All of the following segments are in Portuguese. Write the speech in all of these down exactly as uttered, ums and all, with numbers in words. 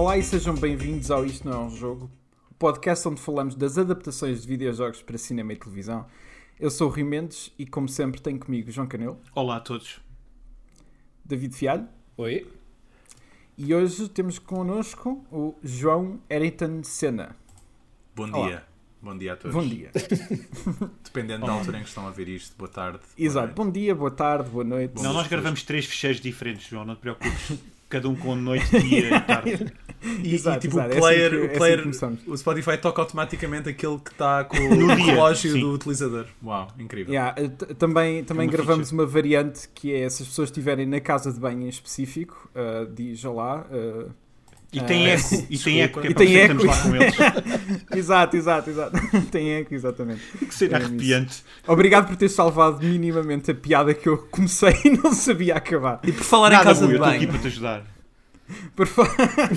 Olá e sejam bem-vindos ao Isto Não É Um Jogo, o podcast onde falamos das adaptações de videojogos para cinema e televisão. Eu sou o Rui Mendes e, como sempre, tenho comigo João Canelo. Olá a todos. David Fialho. Oi. E hoje temos connosco o João Ayrton Senna. Bom Olá. dia. Bom dia a todos. Bom dia. Dependendo da altura em que estão a ver isto, boa tarde. Exato. Boa Bom dia, boa tarde, boa noite. Bom Não, nós dia. gravamos três fecheiros diferentes, João, não te preocupes. Cada um com noite, dia e tarde. E, Exato, e tipo, exato. o player, É assim que- é o, assim player que começamos. o Spotify toca automaticamente aquele que está com o No dia, relógio sim. do utilizador. Uau, incrível. Yeah, eh, t- também também uma gravamos ficha. uma variante que é se as pessoas estiverem na casa de banho em específico, uh, diz olá. uh, E tem Ah, eco, e tem eco, que é E para tem ver que eco. estamos lá com eles. exato, exato, exato. Tem eco, exatamente. Que ser É arrepiante. Obrigado por ter salvado minimamente a piada que eu comecei e não sabia acabar. E por falar em Nada, casa Rui, de eu estou aqui banho, para te ajudar. Por favor.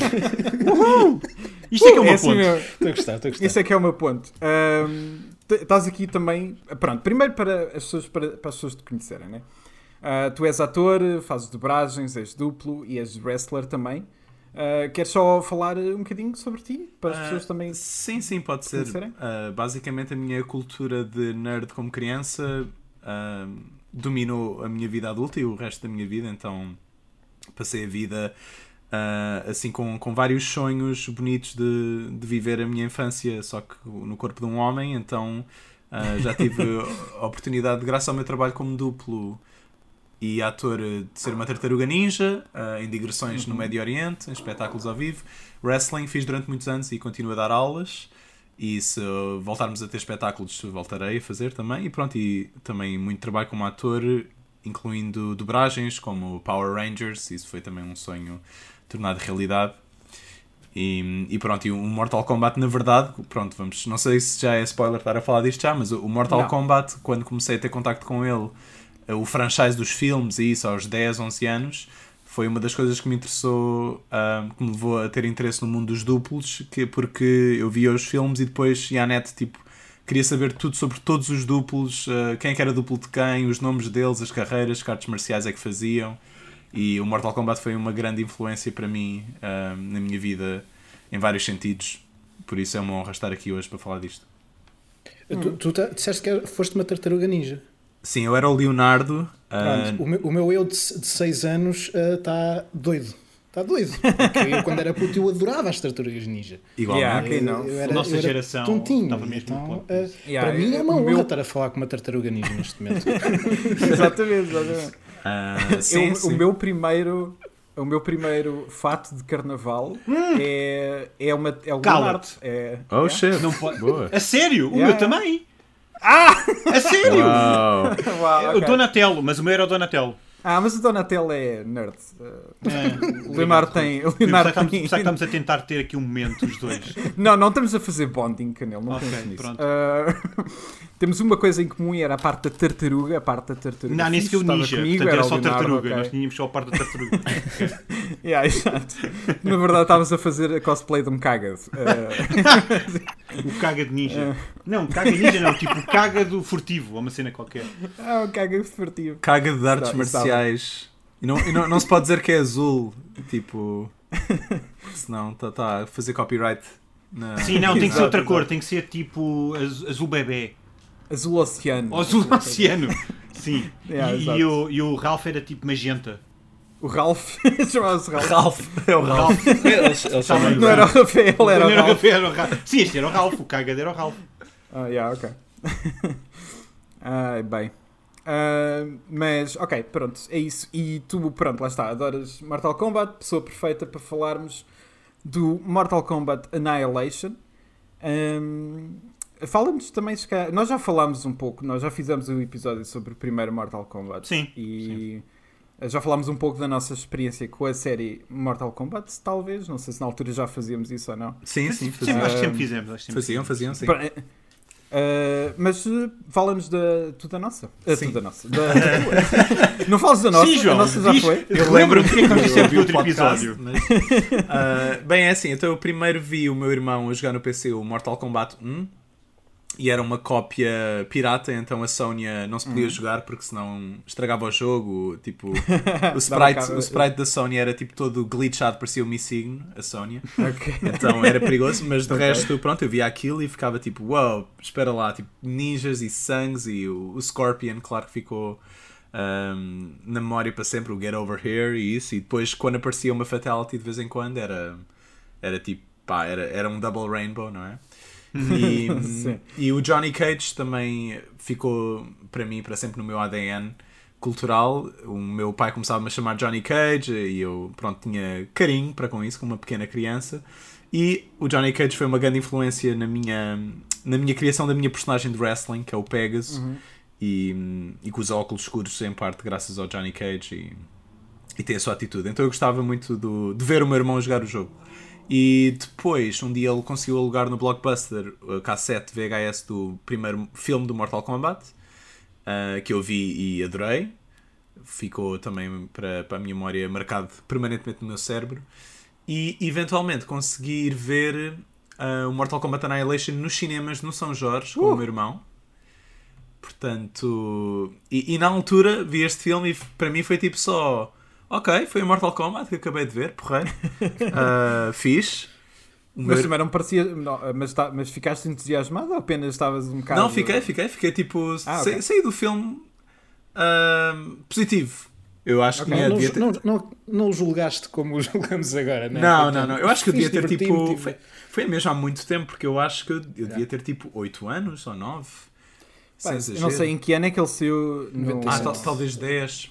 Isto é que é uma É assim ponte. mesmo. Estou a gostar, estou a gostar. Esse é que é o meu ponto. Ahm, t- estás aqui também. Pronto, primeiro para as pessoas, para, para as pessoas te conhecerem, né? Ah, tu és ator, fazes dobragens, és duplo e és wrestler também. Ah, queres só falar um bocadinho sobre ti? Para as Ah, pessoas também. sim, sim, pode ser. conhecerem? Ah, basicamente, a minha cultura de nerd como criança ah, dominou a minha vida adulta e o resto da minha vida, então passei a vida ah, assim com, com vários sonhos bonitos de, de viver a minha infância, só que no corpo de um homem, então ah, já tive a oportunidade, graças ao meu trabalho como duplo e ator, de ser uma tartaruga ninja, ah, em digressões no Médio Oriente, em espetáculos ao vivo. Wrestling fiz durante muitos anos e continuo a dar aulas. E se voltarmos a ter espetáculos, voltarei a fazer também. E pronto, e também muito trabalho como ator, incluindo dobragens, como Power Rangers. Isso foi também um sonho tornado realidade. E, e pronto, e o Mortal Kombat, na verdade, pronto, vamos, não sei se já é spoiler estar a falar disto já, mas o Mortal Não. Kombat, quando comecei a ter contacto com ele, o franchise dos filmes e isso aos dez, onze anos, foi uma das coisas que me interessou, ah, que me levou a ter interesse no mundo dos duplos, que, porque eu via os filmes e depois ia à net, tipo, queria saber tudo sobre todos os duplos, ah, quem é que era duplo de quem, os nomes deles, as carreiras, que artes marciais é que faziam, e o Mortal Kombat foi uma grande influência para mim ah, na minha vida, em vários sentidos, por isso é uma honra estar aqui hoje para falar disto. Tu, tu tá- disseste que era- foste uma tartaruga ninja. Sim, eu era o Leonardo. ah, Pronto, o, meu, o meu eu de seis anos está doido. Está doido. Porque eu, quando era puto, eu adorava as tartarugas ninja. igualmente. Yeah, ok, não. Eu A nossa eu era geração tontinho. estava mesmo no Então, ponto. eh, Yeah, para mim é uma o honra meu- estar a falar com uma tartaruga ninja neste momento. exatamente, exatamente. Ah, Eu- sim, o sim. meu primeiro. O meu primeiro fato de carnaval é, é, uma, é o Leonardo. Cala-te. É, Oh, é? shit. Não pode- Boa. A sério? O Yeah. meu também? Ah! A sério? Uau. Uau, O ok. Donatello, mas o meu era o Donatello. Ah, mas o Donatello é nerd. Uh, É. o Leonardo tem. O Será Leonardo que estamos- tem... será que estamos a tentar ter aqui um momento, os dois? Não, não estamos a fazer bonding, Canelo, não Ok, temos nisso. pronto. Uh, temos uma coisa em comum e era a parte da tartaruga. A parte da tartaruga. Não, nem fixe, sequer o estava ninja. comigo, Portanto, era o só Leonardo, tartaruga. ok. Nós tínhamos só a parte da tartaruga. Yeah, exato. Na verdade, estavas a fazer a cosplay de um cagado. Uh, O caga de ninja. Não, caga de ninja não. Tipo, o caga do furtivo. Ou uma cena qualquer. ah, um cagado furtivo. Caga de artes Está- marciais. E não, e não, não se pode dizer que é azul. Tipo. Senão está tá a fazer copyright. Na... Sim, não, tem que ser Exato, outra exato. cor. Tem que ser tipo az- azul bebê. Azul oceano. Ou azul oceano. Sim. Yeah, e, exato. e, o, e o Ralph era tipo magenta. O Ralph. Chamava-se Ralph. Ralph. É o Ralph. Eles, eles Tá bem. Não era o Rafael, era o Não era o Ralph. Ralph, era o Ralph. Sim, este era o Ralph. O caga era o Ralph. Ah, yeah, ok. ah, bem. Ah, mas, ok, pronto, é isso. E tu, pronto, lá está, adoras Mortal Kombat, pessoa perfeita para falarmos do Mortal Kombat Annihilation. Ahm, Fala-nos também, se calhar, nós já falámos um pouco, nós já fizemos um episódio sobre o primeiro Mortal Kombat. Sim, E já falámos um pouco da nossa experiência com a série Mortal Kombat, talvez, não sei se na altura já fazíamos isso ou não. Sim, sim, Sempre, faziam. acho que sempre fizemos. Acho que sempre Faziam, fizemos. faziam, sim. Pra- Uh, mas uh, fala-nos da tu da nossa. Uh, Sim. tu da nossa. Da, da tua. Não fales da nossa, Sim, João, a nossa já diz- foi. Eu lembro-me porque é que eu disse sempre ouvi o outro podcast, episódio. mas, ah, bem, é assim, então eu primeiro vi o meu irmão a jogar no P C o Mortal Kombat um e era uma cópia pirata, então a Sónia não se podia Uhum. jogar porque senão estragava o jogo. Tipo, o sprite, cabo- o sprite da Sónia era tipo todo glitchado, parecia o Missigno, a Sónia. Ok. Então era perigoso, mas de Ok. resto, pronto, eu via aquilo e ficava tipo, uau, wow, espera lá, tipo, ninjas e sangues e o, o Scorpion, claro que ficou um, na memória para sempre, o Get Over Here e isso. E depois, quando aparecia uma Fatality de vez em quando, era, era tipo, pá, era, era um Double Rainbow, não é? E, Sim. e o Johnny Cage também ficou para mim para sempre no meu A D N cultural. O meu pai começava-me a chamar Johnny Cage e eu, pronto, tinha carinho para com isso, como uma pequena criança. E o Johnny Cage foi uma grande influência na minha, na minha criação da minha personagem de wrestling, que é o Pegasus, Uhum. e, e com os óculos escuros, em parte graças ao Johnny Cage, e, e tem a sua atitude. Então eu gostava muito do, de ver o meu irmão jogar o jogo. E depois, um dia ele conseguiu alugar no Blockbuster a cassete V H S do primeiro filme do Mortal Kombat, uh, que eu vi e adorei. Ficou também para, para a minha memória marcado permanentemente no meu cérebro. E eventualmente consegui ir ver uh, o Mortal Kombat Annihilation nos cinemas no São Jorge com Uh! o meu irmão. Portanto, e, e na altura vi este filme e para mim foi tipo só... Ok, foi o Mortal Kombat que acabei de ver, porreiro. Uh, fiz. O Mas meu- também não parecia. Não, mas, tá- mas ficaste entusiasmado ou apenas estavas um bocado. Não, fiquei, fiquei, fiquei tipo. Ah, saí, ok. saí do filme uh, positivo. Eu acho Ok. que Não, devia ter... não, não, não o julgaste como o julgamos agora, não é? Não, Foi não, tipo, não. Eu acho que eu devia fiz, ter tipo. diverti-me, Foi, foi mesmo há muito tempo, porque eu acho que eu, eu devia ter tipo oito anos ou nove. Pá, Sem eu exagero. não sei em que ano é que ele saiu. No... noventa e Ah, sete. tal- talvez dez.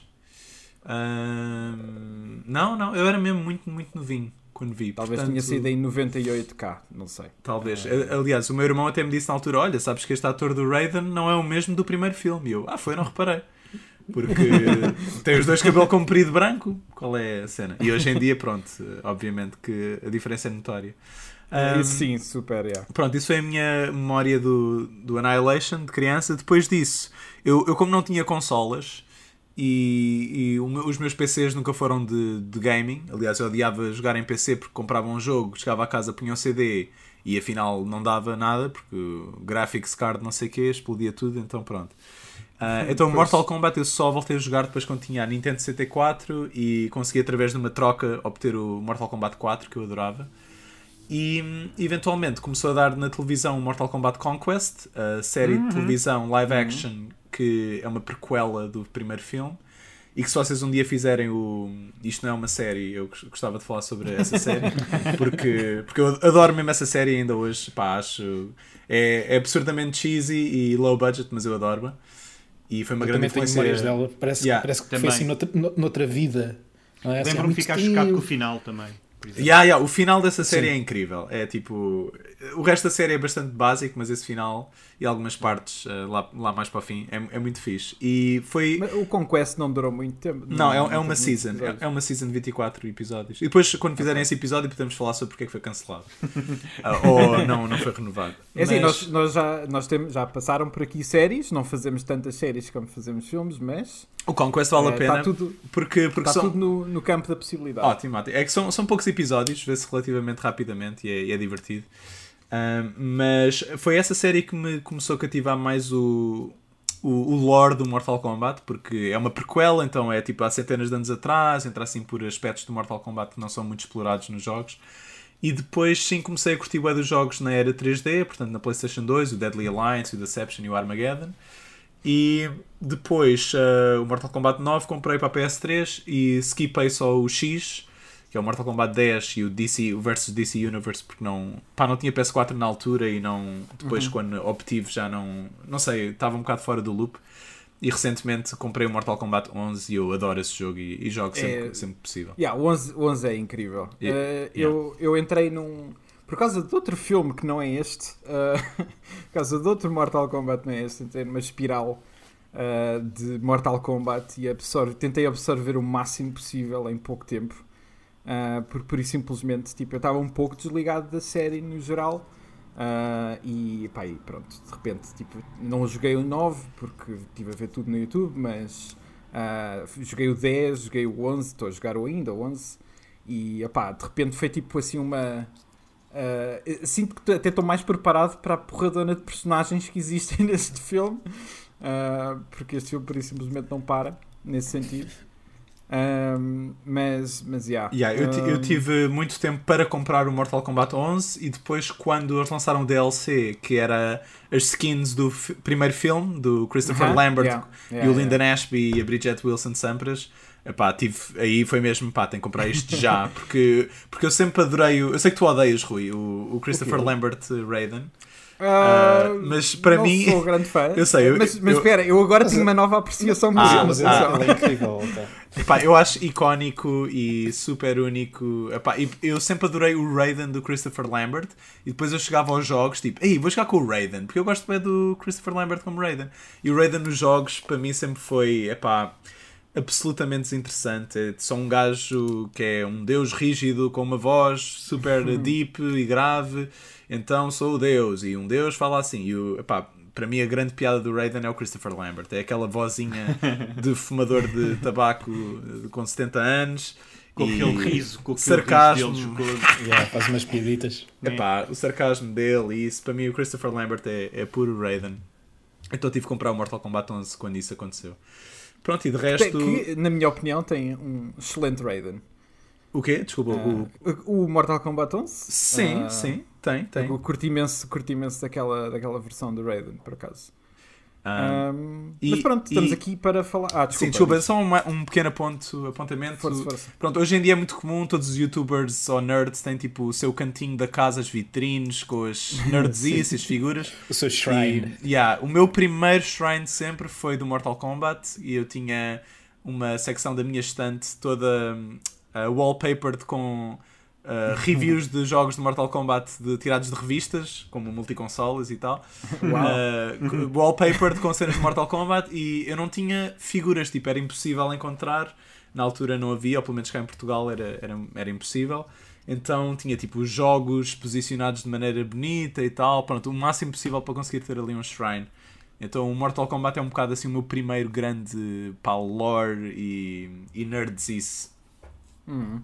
Ahm, não, não, eu era mesmo muito, muito novinho quando vi. Talvez portanto, tenha sido em noventa e oito cá, não sei. Talvez. A- Aliás, o meu irmão até me disse na altura: olha, sabes que este ator do Raiden não é o mesmo do primeiro filme. E eu, ah, foi, não reparei. Porque tem os dois cabelo comprido branco. Qual é a cena? E hoje em dia, pronto, obviamente que a diferença é notória. Ahm, Isso sim, super, yeah. Pronto, isso foi a minha memória do, do Annihilation de criança. Depois disso, eu, eu como não tinha consolas e, e o meu- os meus P Cs nunca foram de, de gaming. Aliás, eu odiava jogar em P C porque comprava um jogo, chegava a casa, punha um C D e afinal não dava nada porque o graphics card não sei o que, explodia tudo, então pronto. Ah, então Pois. Mortal Kombat eu só voltei a jogar depois quando tinha a Nintendo sessenta e quatro e consegui através de uma troca obter o Mortal Kombat quatro, que eu adorava. E eventualmente começou a dar na televisão o Mortal Kombat Conquest, a série de televisão live action que é uma prequela do primeiro filme. E que se vocês um dia fizerem o... Isto não é uma série, eu gostava de falar sobre essa série, porque, porque eu adoro mesmo essa série ainda hoje. Pá, acho... É, é absurdamente cheesy e low budget, mas eu adoro-a. E foi uma Eu grande também tenho influência. memórias dela. Parece, Yeah. parece que Também. foi assim noutra, no- noutra vida. Não é? Assim, há Lembro-me de muito ficar tempo. chocado com o final também. Por exemplo. Yeah, yeah, o final dessa série Sim. é incrível. É tipo... O resto da série é bastante básico, mas esse final e algumas partes eh, lá, lá mais para o fim é, é muito fixe. E foi... Mas o Conquest não durou muito tempo. Não, é, é uma muitos season. episódios. É, é uma season de vinte e quatro episódios. E depois, quando fizerem esse episódio, podemos falar sobre porque é que foi cancelado. Ah, ou não, não foi renovado. É assim, Mas- nós, nós, já, nós temos, já passaram por aqui séries, não fazemos tantas séries como fazemos filmes, mas O Conquest vale a eh, pena está tudo, porque, porque está são... tudo no, no campo da possibilidade. Ótimo, ótimo. É que são, são poucos episódios, vê-se relativamente rapidamente e é, e é divertido. Ahm, mas foi essa série que me começou a cativar mais o, o, o lore do Mortal Kombat, porque é uma prequela, então é tipo há centenas de anos atrás, entra assim por aspectos do Mortal Kombat que não são muito explorados nos jogos. E depois sim comecei a curtir bué dos jogos na era três D, portanto na PlayStation dois, o Deadly Alliance, o Deception e o Armageddon. E depois uh, o Mortal Kombat nove comprei para a P S três e skipei só o X, que é o Mortal Kombat dez e o D C, o versus D C Universe, porque não, pá, não tinha P S quatro na altura e não, depois quando obtive já não, não sei, estava um bocado fora do loop. E recentemente comprei o Mortal Kombat onze e eu adoro esse jogo e, e jogo sempre, É- sempre que possível. Yeah, o onze, o onze é incrível. Yeah, Eh, eu, eu entrei num. Por causa de outro filme que não é este, eh, por causa de outro Mortal Kombat não é este, entrei numa espiral eh, de Mortal Kombat e absorve, tentei absorver o máximo possível em pouco tempo. Uh, por, por e simplesmente tipo, eu estava um pouco desligado da série no geral uh, e, pá, e pronto, de repente tipo, não joguei o nove porque estive a ver tudo no YouTube, mas uh, joguei o dez, joguei o onze, estou a jogar o ainda o onze e epá, de repente foi tipo assim uma Uh, sinto que até estou mais preparado para a porradona de personagens que existem neste filme, uh, porque este filme por isso simplesmente não para nesse sentido. Um, mas, mas yeah. Yeah, eu, um... eu tive muito tempo para comprar o Mortal Kombat onze e depois, quando eles lançaram o D L C, que era as skins do f- primeiro filme, do Christopher uh-huh. Lambert yeah. e Yeah, o Lyndon yeah. Ashby e a Bridget Wilson Sampras. Epá, tive, aí foi mesmo, pá, tenho que comprar isto já, porque, porque eu sempre adorei, o, eu sei que tu odeias, Rui, o, o Christopher okay. Lambert Raiden. Uh, Uh, mas para não mim, sou grande fã. eu sei, eu, mas, mas eu, espera, eu agora tenho uma nova apreciação Ah, musical. mas ah, ele é incrível. Okay. Epá, eu acho icónico e super único. Epá, eu sempre adorei o Raiden do Christopher Lambert e depois eu chegava aos jogos tipo, ei, vou jogar com o Raiden, porque eu gosto bem do Christopher Lambert como Raiden. E o Raiden nos jogos para mim sempre foi, epá, absolutamente desinteressante. É só um gajo que é um deus rígido com uma voz super deep e grave. Então sou o deus e um deus fala assim. E o, epá, para mim a grande piada do Raiden é o Christopher Lambert. É aquela vozinha de fumador de tabaco com setenta anos. Com e aquele riso, com aquele sarcasmo. riso deles. Yeah, faz umas piaditas. Epá, o sarcasmo dele e isso, para mim o Christopher Lambert é, é puro Raiden. Então tive que comprar o Mortal Kombat onze quando isso aconteceu. Pronto, e de resto... Que, na minha opinião, tem um excelente Raiden. O quê? Desculpa. Uh, o... o Mortal Kombat onze? Sim, uh, sim, tem, tem. Eu curti imenso, curti imenso daquela, daquela versão do Raiden, por acaso. Ah, um, e, mas pronto, estamos e... aqui para falar... Ah, desculpa. Sim, desculpa, só uma, um pequeno aponto, apontamento. Força, força. Pronto, hoje em dia é muito comum, todos os youtubers ou nerds têm tipo o seu cantinho da casa, as vitrines, com as nerdzices, as figuras. O seu shrine. E, yeah, o meu primeiro shrine sempre foi do Mortal Kombat e eu tinha uma secção da minha estante toda uh, wallpapered com uh, reviews de jogos de Mortal Kombat de, tirados de revistas, como multiconsoles e tal. Uh, wallpapered com cenas de Mortal Kombat e eu não tinha figuras, tipo, era impossível encontrar. Na altura não havia, ou pelo menos cá em Portugal era, era, era impossível. Então tinha tipo os jogos posicionados de maneira bonita e tal. Pronto, o máximo possível para conseguir ter ali um shrine. Então o Mortal Kombat é um bocado assim o meu primeiro grande pá, lore e, e nerdzice. Hum.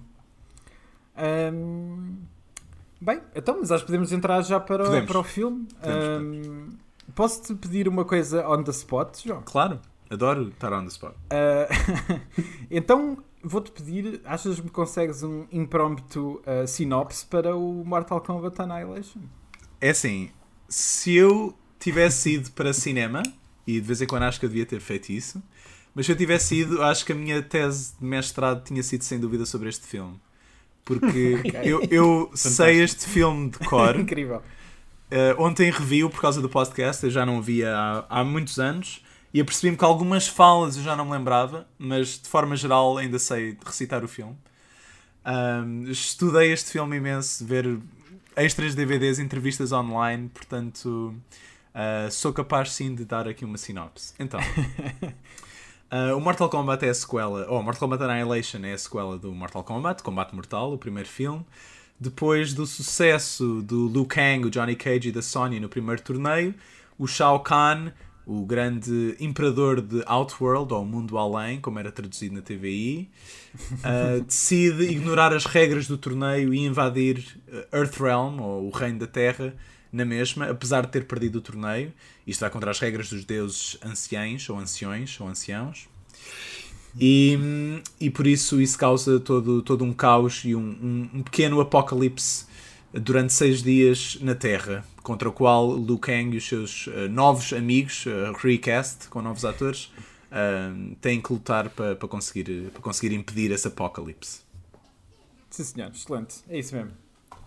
Um, bem, então, mas acho que podemos entrar já para, Podemos. para o filme. Podemos, Um, posso-te pedir uma coisa on the spot, João? Claro, adoro estar on the spot. Uh, então vou-te pedir, achas que me consegues um impromptu uh, sinopse para o Mortal Kombat Annihilation? É assim, se eu tivesse ido para cinema, e de vez em quando acho que eu devia ter feito isso, mas se eu tivesse ido, acho que a minha tese de mestrado tinha sido sem dúvida sobre este filme. Porque Okay. eu, eu sei este filme de cor. Incrível. Uh, ontem revi-o por causa do podcast, eu já não o via há, há muitos anos, e apercebi-me que algumas falas eu já não me lembrava, mas de forma geral ainda sei recitar o filme. Um, estudei este filme imenso, ver extras D V Ds, entrevistas online, portanto uh, sou capaz sim de dar aqui uma sinopse. Então, uh, o Mortal Kombat é a sequela, ou Mortal Kombat Annihilation é a sequela do Mortal Kombat, Combate Mortal, o primeiro filme. Depois do sucesso do Liu Kang, o Johnny Cage e da Sonya no primeiro torneio, o Shao Kahn, o grande imperador de Outworld, ou Mundo Além, como era traduzido na T V I, uh, decide ignorar as regras do torneio e invadir Earthrealm, ou o Reino da Terra, na mesma, apesar de ter perdido o torneio. Isto vai contra as regras dos deuses anciãos, ou anciões, ou anciãos. E, e por isso isso causa todo, todo um caos e um, um, um pequeno apocalipse durante seis dias na Terra, contra o qual Liu Kang e os seus uh, novos amigos, uh, recast, com novos atores, uh, têm que lutar para pa conseguir, pa conseguir impedir esse apocalipse. Sim, senhor, excelente. É isso mesmo.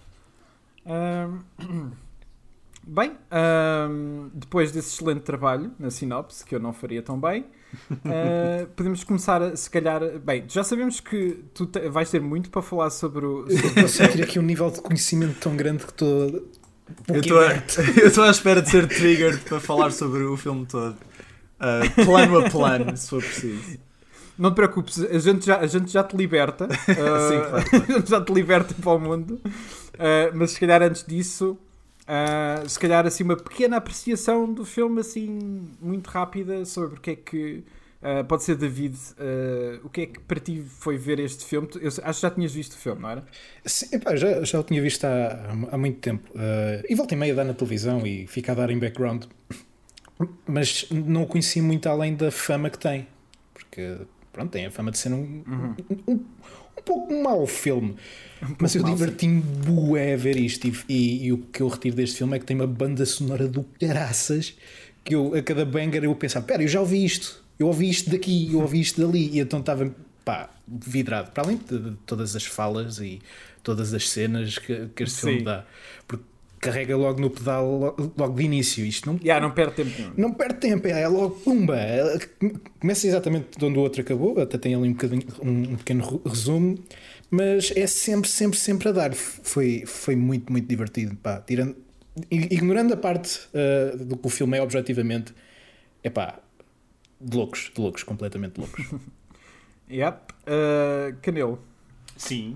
Um, bem, um, depois desse excelente trabalho na sinopse, que eu não faria tão bem, uh, podemos começar a, se calhar... Bem, já sabemos que tu te, vais ter muito para falar sobre o... Sobre eu sentir aqui um nível de conhecimento tão grande que estou... Eu estou à espera de ser triggered para falar sobre o filme todo. Uh, plano a plano, se for preciso. Não te preocupes, a gente já, a gente já te liberta. Uh, Sim, claro. A gente já te liberta para o mundo. Uh, mas se calhar antes disso, uh, se calhar assim uma pequena apreciação do filme, assim, muito rápida, sobre o que é que Uh, pode ser, David, uh, o que é que para ti foi ver este filme? Eu acho que já tinhas visto o filme, não era? Sim, epá, já, já o tinha visto há, há muito tempo. Uh, e volta e meia a dar na televisão e fica a dar em background. Mas não o conheci muito além da fama que tem. Porque, pronto, tem a fama de ser um, uhum. um, um, um pouco mau filme. Um mas eu diverti-me bué a ver isto. E, e, e o que eu retiro deste filme é que tem uma banda sonora do caraças, que eu, a cada banger eu pensava, pera, eu já ouvi isto. Eu ouvi isto daqui, eu ouvi isto dali. E então estava, pá, vidrado. Para além de, de todas as falas e todas as cenas que, que este Sim. filme dá. Porque carrega logo no pedal, logo, logo de início. Isto não, yeah, não perde tempo. Não, não perde tempo, é, é logo pumba. Começa exatamente de onde o outro acabou. Até tem ali um, bocadinho, um pequeno resumo. Mas é sempre, sempre, sempre a dar. Foi, foi muito, muito divertido. Pá. Tirando, ignorando a parte uh, do que o filme é objetivamente, é pá. De loucos, de loucos, completamente de loucos. Yep. Uh, Canelo. Sim.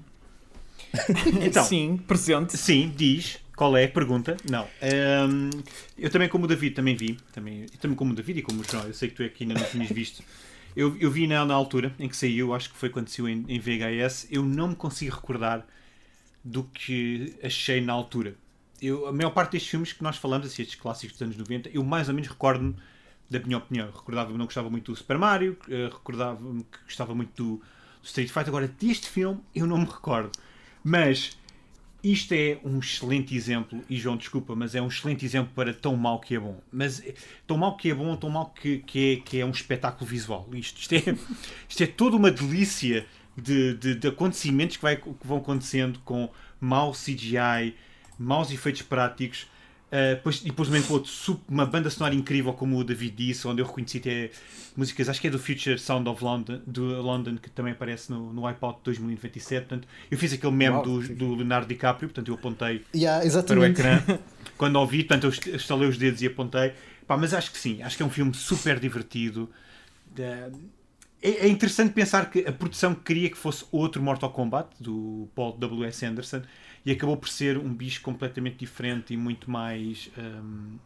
Então, sim, presente. Sim, diz. Qual é a pergunta? Não. Um, eu também, como o David, também vi. Também, também como o David e como o João. Eu sei que tu é que ainda não tinhas visto. Eu, eu vi na, na altura em que saiu, acho que foi quando saiu em, em V H S. Eu não me consigo recordar do que achei na altura. Eu, a maior parte destes filmes que nós falamos, assim, estes clássicos dos anos noventa, eu mais ou menos recordo-me da minha opinião. Recordava-me que não gostava muito do Super Mario, recordava-me que gostava muito do, do Street Fighter. Agora, deste filme, eu não me recordo. Mas isto é um excelente exemplo, e João, desculpa, mas é um excelente exemplo para tão mau que é bom. Mas tão mau que é bom, tão mau que, que, é, que é um espetáculo visual. Isto, isto, é, isto é toda uma delícia de, de, de acontecimentos que, vai, que vão acontecendo com mau C G I, maus efeitos práticos. Uh, depois, e depois também outro, uma banda sonora incrível, como o David disse, onde eu reconheci até músicas, acho que é do Future Sound of London, do London, que também aparece no, no iPod dois mil e noventa e sete. Portanto, eu fiz aquele meme wow, do, do Leonardo DiCaprio, portanto eu apontei yeah, para o ecrã quando ouvi, portanto eu estalei os dedos e apontei. Pá, mas acho que sim, acho que é um filme super divertido. Uh, é, é interessante pensar que a produção queria que fosse outro Mortal Kombat, do Paul W S Anderson, e acabou por ser um bicho completamente diferente e muito mais um,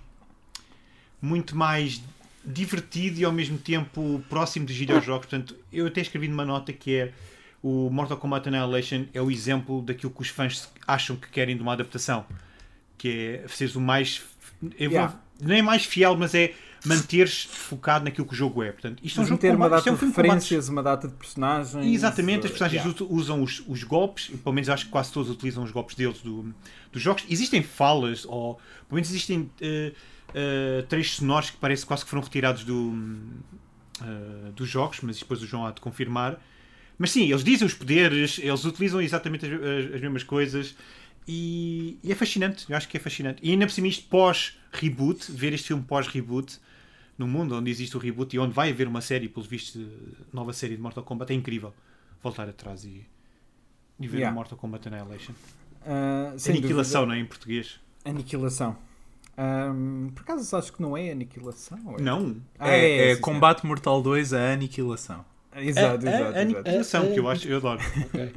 muito mais divertido e ao mesmo tempo próximo dos videojogos. Portanto, eu até escrevi numa nota que é o Mortal Kombat Annihilation é o exemplo daquilo que os fãs acham que querem de uma adaptação, que é seres o mais eu vou, yeah. não é mais fiel, mas é manteres focado naquilo que o jogo é. Portanto, isto mas é um jogo ter uma data é um de referências, uma data de personagens. Exatamente, as personagens yeah. usam os, os golpes, pelo menos acho que quase todos utilizam os golpes deles do, dos jogos. Existem falas, ou pelo menos existem uh, uh, trechos sonoros que parece quase que foram retirados do, uh, dos jogos, mas depois o João há de confirmar. Mas sim, eles dizem os poderes, eles utilizam exatamente as, as, as mesmas coisas. E, e é fascinante, eu acho que é fascinante. E ainda por cima isto pós-reboot, ver este filme pós-reboot, no mundo onde existe o reboot e onde vai haver uma série, pelos vistos, nova série de Mortal Kombat, é incrível voltar atrás e, e ver yeah. o Mortal Kombat Annihilation. Uh, Aniquilação, dúvida. Não é? Em português. Aniquilação. Um, por acaso acho que não é Aniquilação? É? Não. Ah, é, é, é, é Combate Mortal dois, a Aniquilação. Exato, a, exato. A, a Aniquilação, a, a, que eu acho, eu adoro. Okay.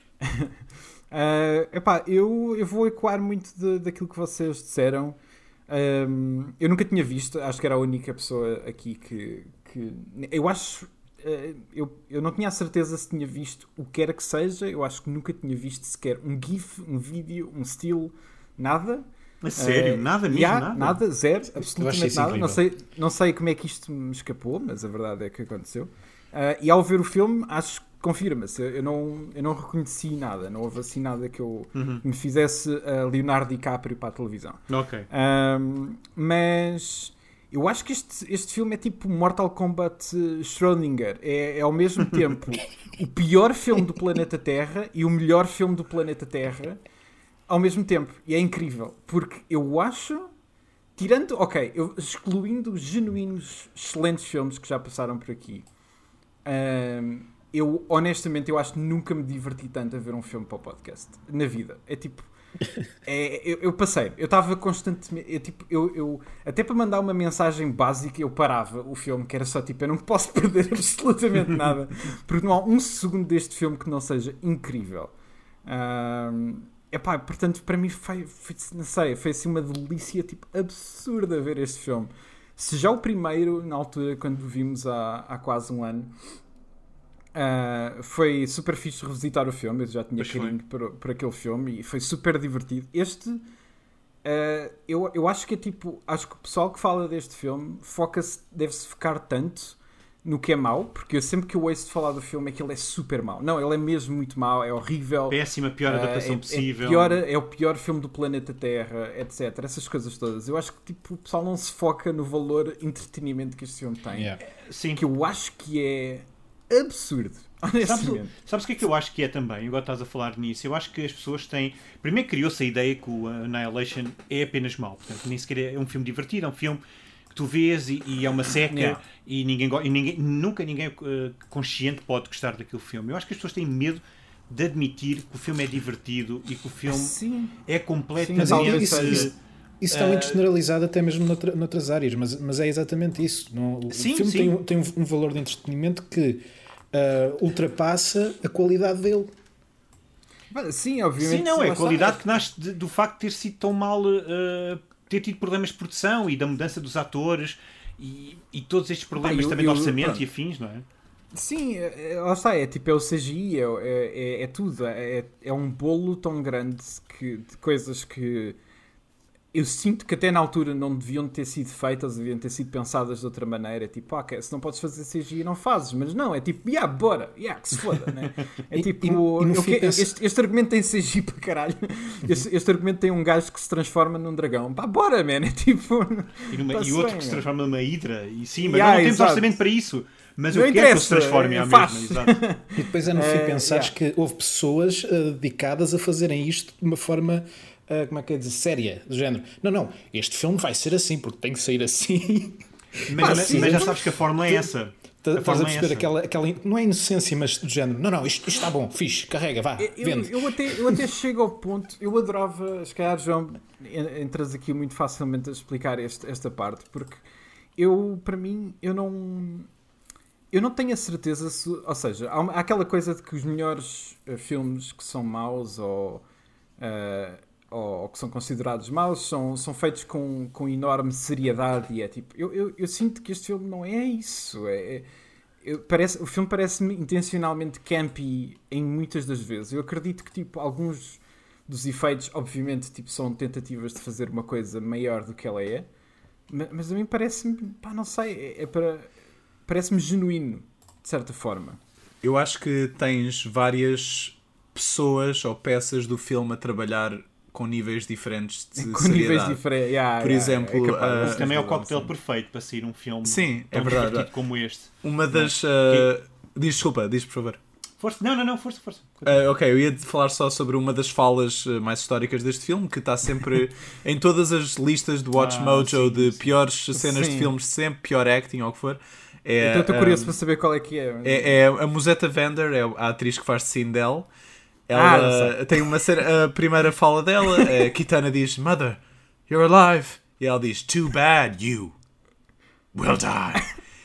uh, epá, eu, eu vou ecoar muito de, daquilo que vocês disseram. Um, eu nunca tinha visto, acho que era a única pessoa aqui que, que eu acho uh, eu, eu não tinha a certeza se tinha visto o que era que seja, eu acho que nunca tinha visto sequer um GIF, um vídeo, um estilo, nada. A sério? Uh, nada mesmo? Yeah, nada? nada, zero, absolutamente nada. Incrível. Não sei, não sei como é que isto me escapou, mas a verdade é que aconteceu. Uh, e ao ver o filme, acho que confirma-se, eu não, eu não reconheci nada, não houve assim nada que eu uhum. me fizesse uh, Leonardo DiCaprio para a televisão. Ok. Um, mas eu acho que este, este filme é tipo Mortal Kombat Schrödinger. É, é ao mesmo tempo o pior filme do planeta Terra e o melhor filme do planeta Terra ao mesmo tempo. E é incrível, porque eu acho, tirando, ok, eu, excluindo os genuínos excelentes filmes que já passaram por aqui, um, eu honestamente eu acho que nunca me diverti tanto a ver um filme para o podcast na vida. É tipo, é, eu, eu passei, eu estava constantemente, eu, tipo, eu, eu até para mandar uma mensagem básica eu parava o filme, que era só tipo, eu não posso perder absolutamente nada, porque não há um segundo deste filme que não seja incrível. Um, epá, portanto para mim foi, foi, não sei, foi assim uma delícia tipo absurda ver este filme. Se já o primeiro, na altura, quando o vimos há, há quase um ano, uh, foi super fixe revisitar o filme. Eu já tinha Pois carinho por, por aquele filme e foi super divertido. Este, uh, eu, eu acho que é tipo, acho que o pessoal que fala deste filme foca-se, deve-se focar tanto no que é mau, porque eu sempre que eu ouço de falar do filme é que ele é super mau. Não, ele é mesmo muito mau, é horrível. Péssima, pior adaptação uh, é, possível. É, pior, é o pior filme do planeta Terra, etcétera. Essas coisas todas. Eu acho que tipo, o pessoal não se foca no valor entretenimento que este filme tem. Yeah. Sim. Que eu acho que é absurdo. Sabes, Honestamente. sabes o que é que eu acho que é também? Agora estás a falar nisso. Eu acho que as pessoas têm... Primeiro criou-se a ideia que o Annihilation é apenas mau. Portanto, nem sequer é um filme divertido, é um filme que tu vês e, e é uma seca Yeah. e, ninguém, go- e ninguém, nunca ninguém uh, consciente pode gostar daquele filme. Eu acho que as pessoas têm medo de admitir que o filme é divertido e que o filme Sim. é Mas completamente... algo- isso, Sim. isso, isso está Uh, muito generalizado até mesmo noutra, noutras áreas, mas, mas é exatamente isso. Não, o Sim, filme sim. tem, um- tem um, um valor de entretenimento que uh, ultrapassa a qualidade dele. Sim, obviamente. Sim, não, lá é a está. qualidade que nasce de- do facto de ter sido tão mal, uh, ter tido problemas de produção e da mudança dos atores e, e todos estes problemas eu- também eu- de orçamento pronto. e afins, não é? Sim, é- é- lá está, é tipo, é o C G I, é, é, é tudo, é, é um bolo tão grande que, de coisas que eu sinto que até na altura não deviam ter sido feitas, deviam ter sido pensadas de outra maneira, tipo, ah, ok, se não podes fazer C G I não fazes, mas não, é tipo, yeah, bora, yeah, que se foda, né? É E- tipo, e- e no eu fim que- pensa- este, este argumento tem C G I para caralho, este, este argumento tem um gajo que se transforma num dragão, pá, bora, man, é tipo... E, numa- Tá-se e outro bem, que se é. transforma numa hidra, e sim, mas Yeah, não temos exato. orçamento para isso. Mas Não eu quero que ele se interessa, transforme é, à faz. mesma. Exato. E depois é no fim É, pensares yeah. que houve pessoas uh, dedicadas a fazerem isto de uma forma, uh, como é que é dizer, séria, do género. Não, não, este filme vai ser assim, porque tem que sair assim. Mas, Ah, mas- sim, mas já mas- sabes que a fórmula é essa. Tá- A Estás a fórmula é perceber essa. aquela, aquela, não é inocência, mas do género. Não, não, isto, isto está bom, fixe, carrega, vá, Eu, vende. eu, até, eu até chego ao ponto, eu adorava, se calhar, João, en- entras aqui muito facilmente a explicar este, esta parte, porque eu, para mim, eu não, eu não tenho a certeza se, ou seja, há, uma- há aquela coisa de que os melhores eh, filmes que são maus ou, eh, ou, ou que são considerados maus são, são feitos com, com enorme seriedade e é tipo, eu, eu, eu sinto que este filme não é isso, é... é- eu- parece, o filme parece-me intencionalmente campy em muitas das vezes. Eu acredito que tipo, alguns dos efeitos, obviamente, tipo, são tentativas de fazer uma coisa maior do que ela é, ma- mas a mim parece-me, pá, não sei, é, é para, parece-me genuíno, de certa forma. Eu acho que tens várias pessoas ou peças do filme a trabalhar com níveis diferentes de Com níveis seriedade. diferentes. Yeah, Por yeah, exemplo, é capaz de uh, vocês Também é o falarem, coquetel sim. perfeito para sair um filme Sim, tão é verdade. divertido como este. Uma das... Não. uh, Diz, desculpa, diz por favor. Força. Não, não, não, força, força. Uh, ok, eu ia falar só sobre uma das falas uh, mais históricas deste filme, que está sempre em todas as listas do Watch Ah, Mojo sim, de sim. piores cenas Sim. de filmes, sempre pior acting ou o que for. É, Então estou curioso um, para saber qual é que é. é, é a Musetta Vander, é a atriz que faz de Sindel. Ah, não Ela sei. tem uma cena, a primeira fala dela, a Kitana diz: Mother, you're alive. E ela diz: Too bad, you will die.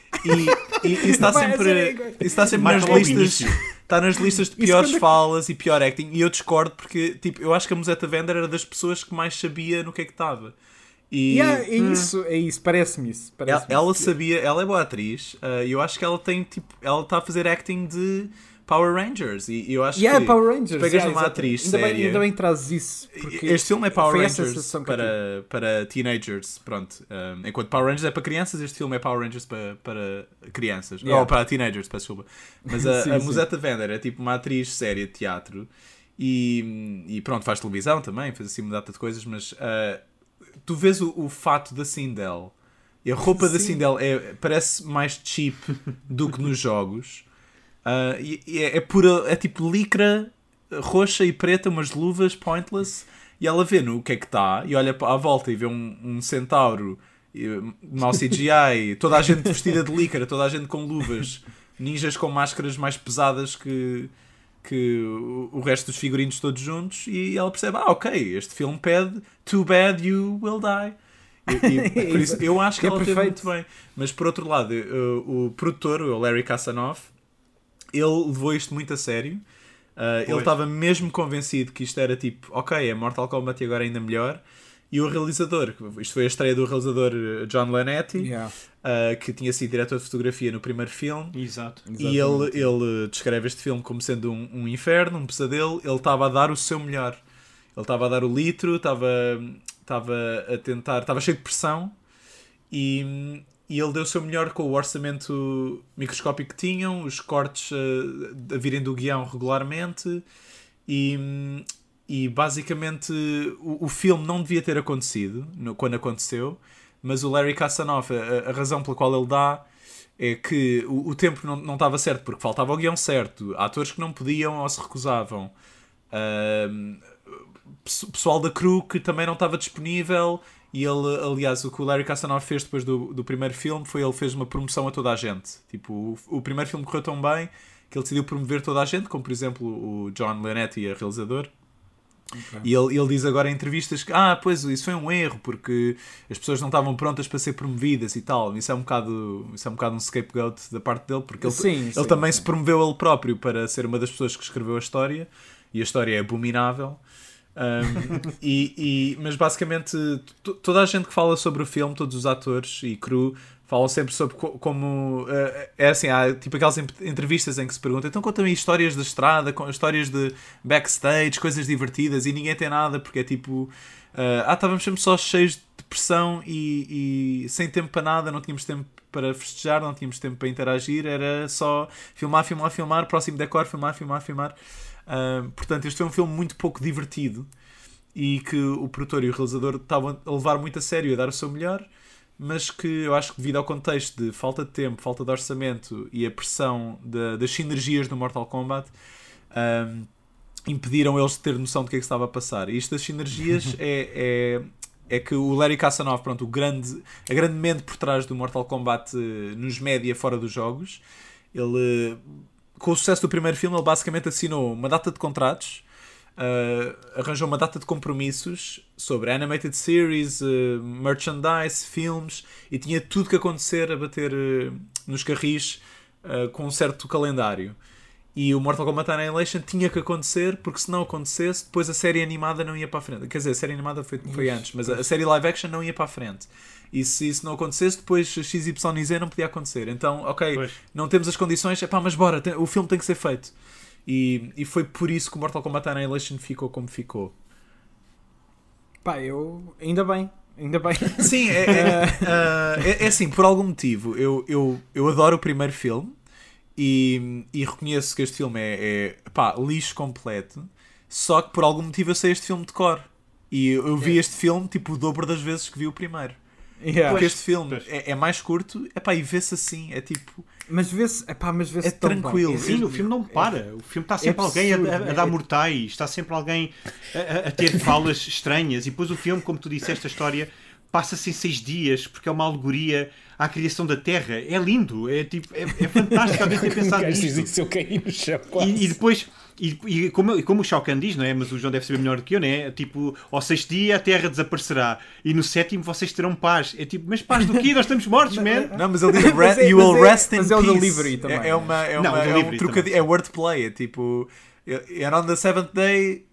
E, e isso está Vai, sempre, essa é- isso está sempre Marca nas logo o listas. início. Está nas listas de Isso piores quando é que- falas e pior acting. E eu discordo porque tipo, eu acho que a Musetta Vander era das pessoas que mais sabia no que é que estava. E Yeah, é isso, é isso, parece-me isso. ela, Parece-me ela isso. sabia, ela é boa atriz. E eu acho que ela tem tipo, ela está a fazer acting de Power Rangers. E e eu acho Yeah, que Power Rangers. se pegas yeah, numa exatamente. atriz ainda bem, séria. ainda bem que trazes isso. Porque Este filme é Power foi essa a Rangers sensação que eu tive. para, para teenagers, pronto. Um, enquanto Power Rangers é para crianças, este filme é Power Rangers para, para crianças. Yeah. Ou para teenagers, peço desculpa. Mas a, Sim, a sim. Musetta Vander é tipo uma atriz séria de teatro e, e pronto, faz televisão também, faz assim uma data de coisas, mas uh, tu vês o, o fato da Sindel e a roupa da Sim. Sindel é, parece mais cheap do que nos jogos. Uh, e, e é, é pura, é tipo licra roxa e preta, umas luvas pointless, e ela vê no que é que está e olha à volta e vê um, um centauro e, mau C G I, toda a gente vestida de licra, toda a gente com luvas, ninjas com máscaras mais pesadas que, que o, o resto dos figurinos todos juntos, e ela percebe, ah ok, este filme pede Too bad you will die. E, e por isso, eu acho que É ela teve perfeito. muito bem. Mas por outro lado, o, o produtor, o Larry Kasanoff, ele levou isto muito a sério. Uh, ele Pois. estava mesmo convencido que isto era tipo, ok, é Mortal Kombat e agora ainda melhor. E o realizador, isto foi a estreia do realizador John Lanetti, Yeah. uh, que tinha sido diretor de fotografia no primeiro filme. Exato. E ele, ele descreve este filme como sendo um, um inferno, um pesadelo. Ele estava a dar o seu melhor. Ele estava a dar o litro, estava, estava a tentar, estava cheio de pressão e, e ele deu o seu melhor com o orçamento microscópico que tinham, os cortes a, a virem do guião regularmente e, e basicamente o, o filme não devia ter acontecido no, quando aconteceu, mas o Larry Kasanoff, a, a razão pela qual ele dá é que o, o tempo não, não estava certo porque faltava o guião certo, atores que não podiam ou se recusavam. Uh, pessoal da crew que também não estava disponível e ele, aliás, o que o Larry Kasanoff fez depois do, do primeiro filme foi ele fez uma promoção a toda a gente. Tipo, o, o primeiro filme correu tão bem que ele decidiu promover toda a gente, como por exemplo o John Lanetti, a realizador. Okay. E ele, ele diz agora em entrevistas que ah, pois isso foi um erro porque as pessoas não estavam prontas para ser promovidas e tal. Isso é um bocado, isso é um, bocado um scapegoat da parte dele porque ele, sim, ele sim, também sim. se promoveu ele próprio para ser uma das pessoas que escreveu a história e a história é abominável. Um, e, e, mas basicamente t- toda a gente que fala sobre o filme, todos os atores e crew falam sempre sobre co- como uh, é assim, há tipo aquelas entrevistas em que se pergunta então conta-me histórias da estrada, com histórias de backstage, coisas divertidas e ninguém tem nada porque é tipo uh, ah, estávamos sempre só cheios de pressão e, e sem tempo para nada, não tínhamos tempo para festejar, não tínhamos tempo para interagir, era só filmar, filmar, filmar, próximo decor, filmar, filmar, filmar. Uh, portanto, este foi um filme muito pouco divertido e que o produtor e o realizador estavam a levar muito a sério e a dar o seu melhor, mas que eu acho que devido ao contexto de falta de tempo, falta de orçamento e a pressão de, das sinergias do Mortal Kombat um, impediram eles de ter noção do que é que estava a passar. E isto das sinergias é, é, é que o Larry Kasanoff, pronto, o grande, a grande mente por trás do Mortal Kombat nos média fora dos jogos, ele... com o sucesso do primeiro filme, ele basicamente assinou uma data de contratos, uh, arranjou uma data de compromissos sobre animated series, uh, merchandise, filmes, e tinha tudo que acontecer a bater uh, nos carris uh, com um certo calendário. E o Mortal Kombat Annihilation tinha que acontecer, porque se não acontecesse, depois a série animada não ia para a frente. Quer dizer, a série animada foi, foi antes, mas a, a série live action não ia para a frente. E se isso não acontecesse, depois X Y Z não podia acontecer. Então, ok, pois. Não temos as condições, epá, mas bora, tem, o filme tem que ser feito. E, e foi por isso que o Mortal Kombat Annihilation ficou como ficou. Pá, eu... Ainda bem. Ainda bem. Sim, é, é, uh, é, é assim, por algum motivo, eu, eu, eu adoro o primeiro filme e, e reconheço que este filme é, é pá, lixo completo, só que por algum motivo eu sei este filme de cor. E eu, eu vi é. este filme tipo o dobro das vezes que vi o primeiro. Yeah. Porque este filme é, é mais curto, epá, e vê-se assim, é tipo... Mas vê-se, epá, mas vê-se é tranquilo. Sim, o filme não para. É, o filme está sempre é alguém absurdo, a, a, a dar mortais, está sempre alguém a, a ter falas estranhas. E depois o filme, como tu disseste, a história passa-se em seis dias, porque é uma alegoria à criação da Terra. É lindo, é, tipo, é, é fantástico alguém ter pensado nisso. Eu caí no chão, e, e depois... E, e, como, e como o Shao Kahn diz, não é? Mas o João deve saber melhor do que eu, não é? Tipo, ao sexto dia a Terra desaparecerá e no sétimo vocês terão paz. É tipo, mas paz do quê? Nós estamos mortos, man. Não, mas ele diz é, you will rest in mas peace. É o delivery também. É, é uma, é uma, não, é um trocadilho, é wordplay. É tipo, and on the seventh day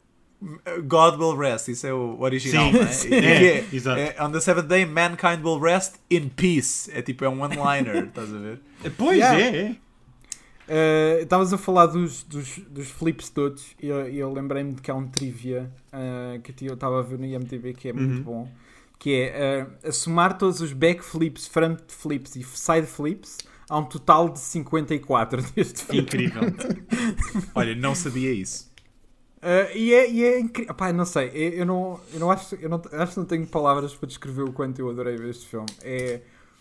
God will rest. Isso é o original, sim, não é? Sim, é, é, é, exato. É, on the seventh day mankind will rest in peace. É tipo, é um one-liner, estás a ver? Pois yeah. é, é. Estavas uh, a falar dos, dos, dos flips todos e eu, eu lembrei-me de que há um trivia uh, que eu estava a ver no I M D B que é muito uhum. bom, que é uh, a somar todos os backflips, front flips e side flips há um total de cinquenta e quatro deste filme. Incrível. Olha, não sabia isso. Uh, e é, e é incrível. Pá, não sei, eu, eu, não, eu não acho eu não, acho que não tenho palavras para descrever o quanto eu adorei ver este filme. É...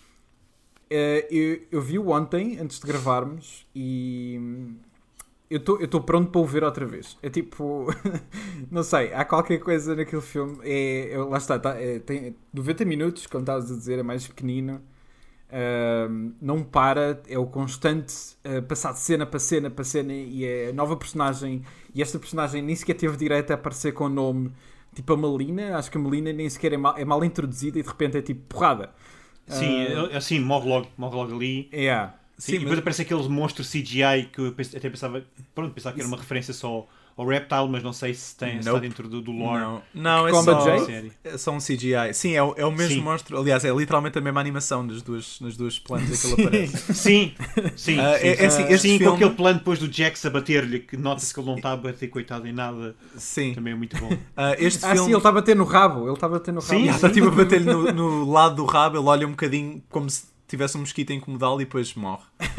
Uh, eu, eu vi-o ontem, antes de gravarmos, e eu estou pronto para o ver outra vez. É tipo, não sei, há qualquer coisa naquele filme. É, é, lá está, tá, é, tem noventa minutos, como estavas a dizer, é mais pequenino. Uh, não para, é o constante uh, passar de cena para cena para cena, e é a nova personagem. E esta personagem nem sequer teve direito a aparecer com o nome, tipo a Melina. Acho que a Melina nem sequer é mal, é mal introduzida e de repente é tipo porrada. Sim, uh, assim, morre logo, morre logo ali. Yeah. Sim, Sim, e depois mas... aparece aquele monstro C G I que eu até pensava, pronto, pensava que era uma referência só ao Reptile, mas não sei se tem, se está Nope. dentro do, do lore. Não, não é, Combat só, Jay? Série. é só um C G I. Sim, é, o- é o mesmo Sim. monstro. Aliás, é literalmente a mesma animação nas duas, nas duas planos em que ele aparece. Sim, sim. Ah, sim, é- é assim, sim. este Sim, com filme- aquele plano depois do Jax a bater-lhe, que nota-se que ele não está a bater, coitado, em nada. Sim. Também é muito bom. Ah, este Ah, filme. sim, ele está a bater no rabo. Ele está a bater no rabo. Sim, Está tipo a bater-lhe no, no lado do rabo, ele olha um bocadinho como se tivesse um mosquito a incomodá-lo e depois morre.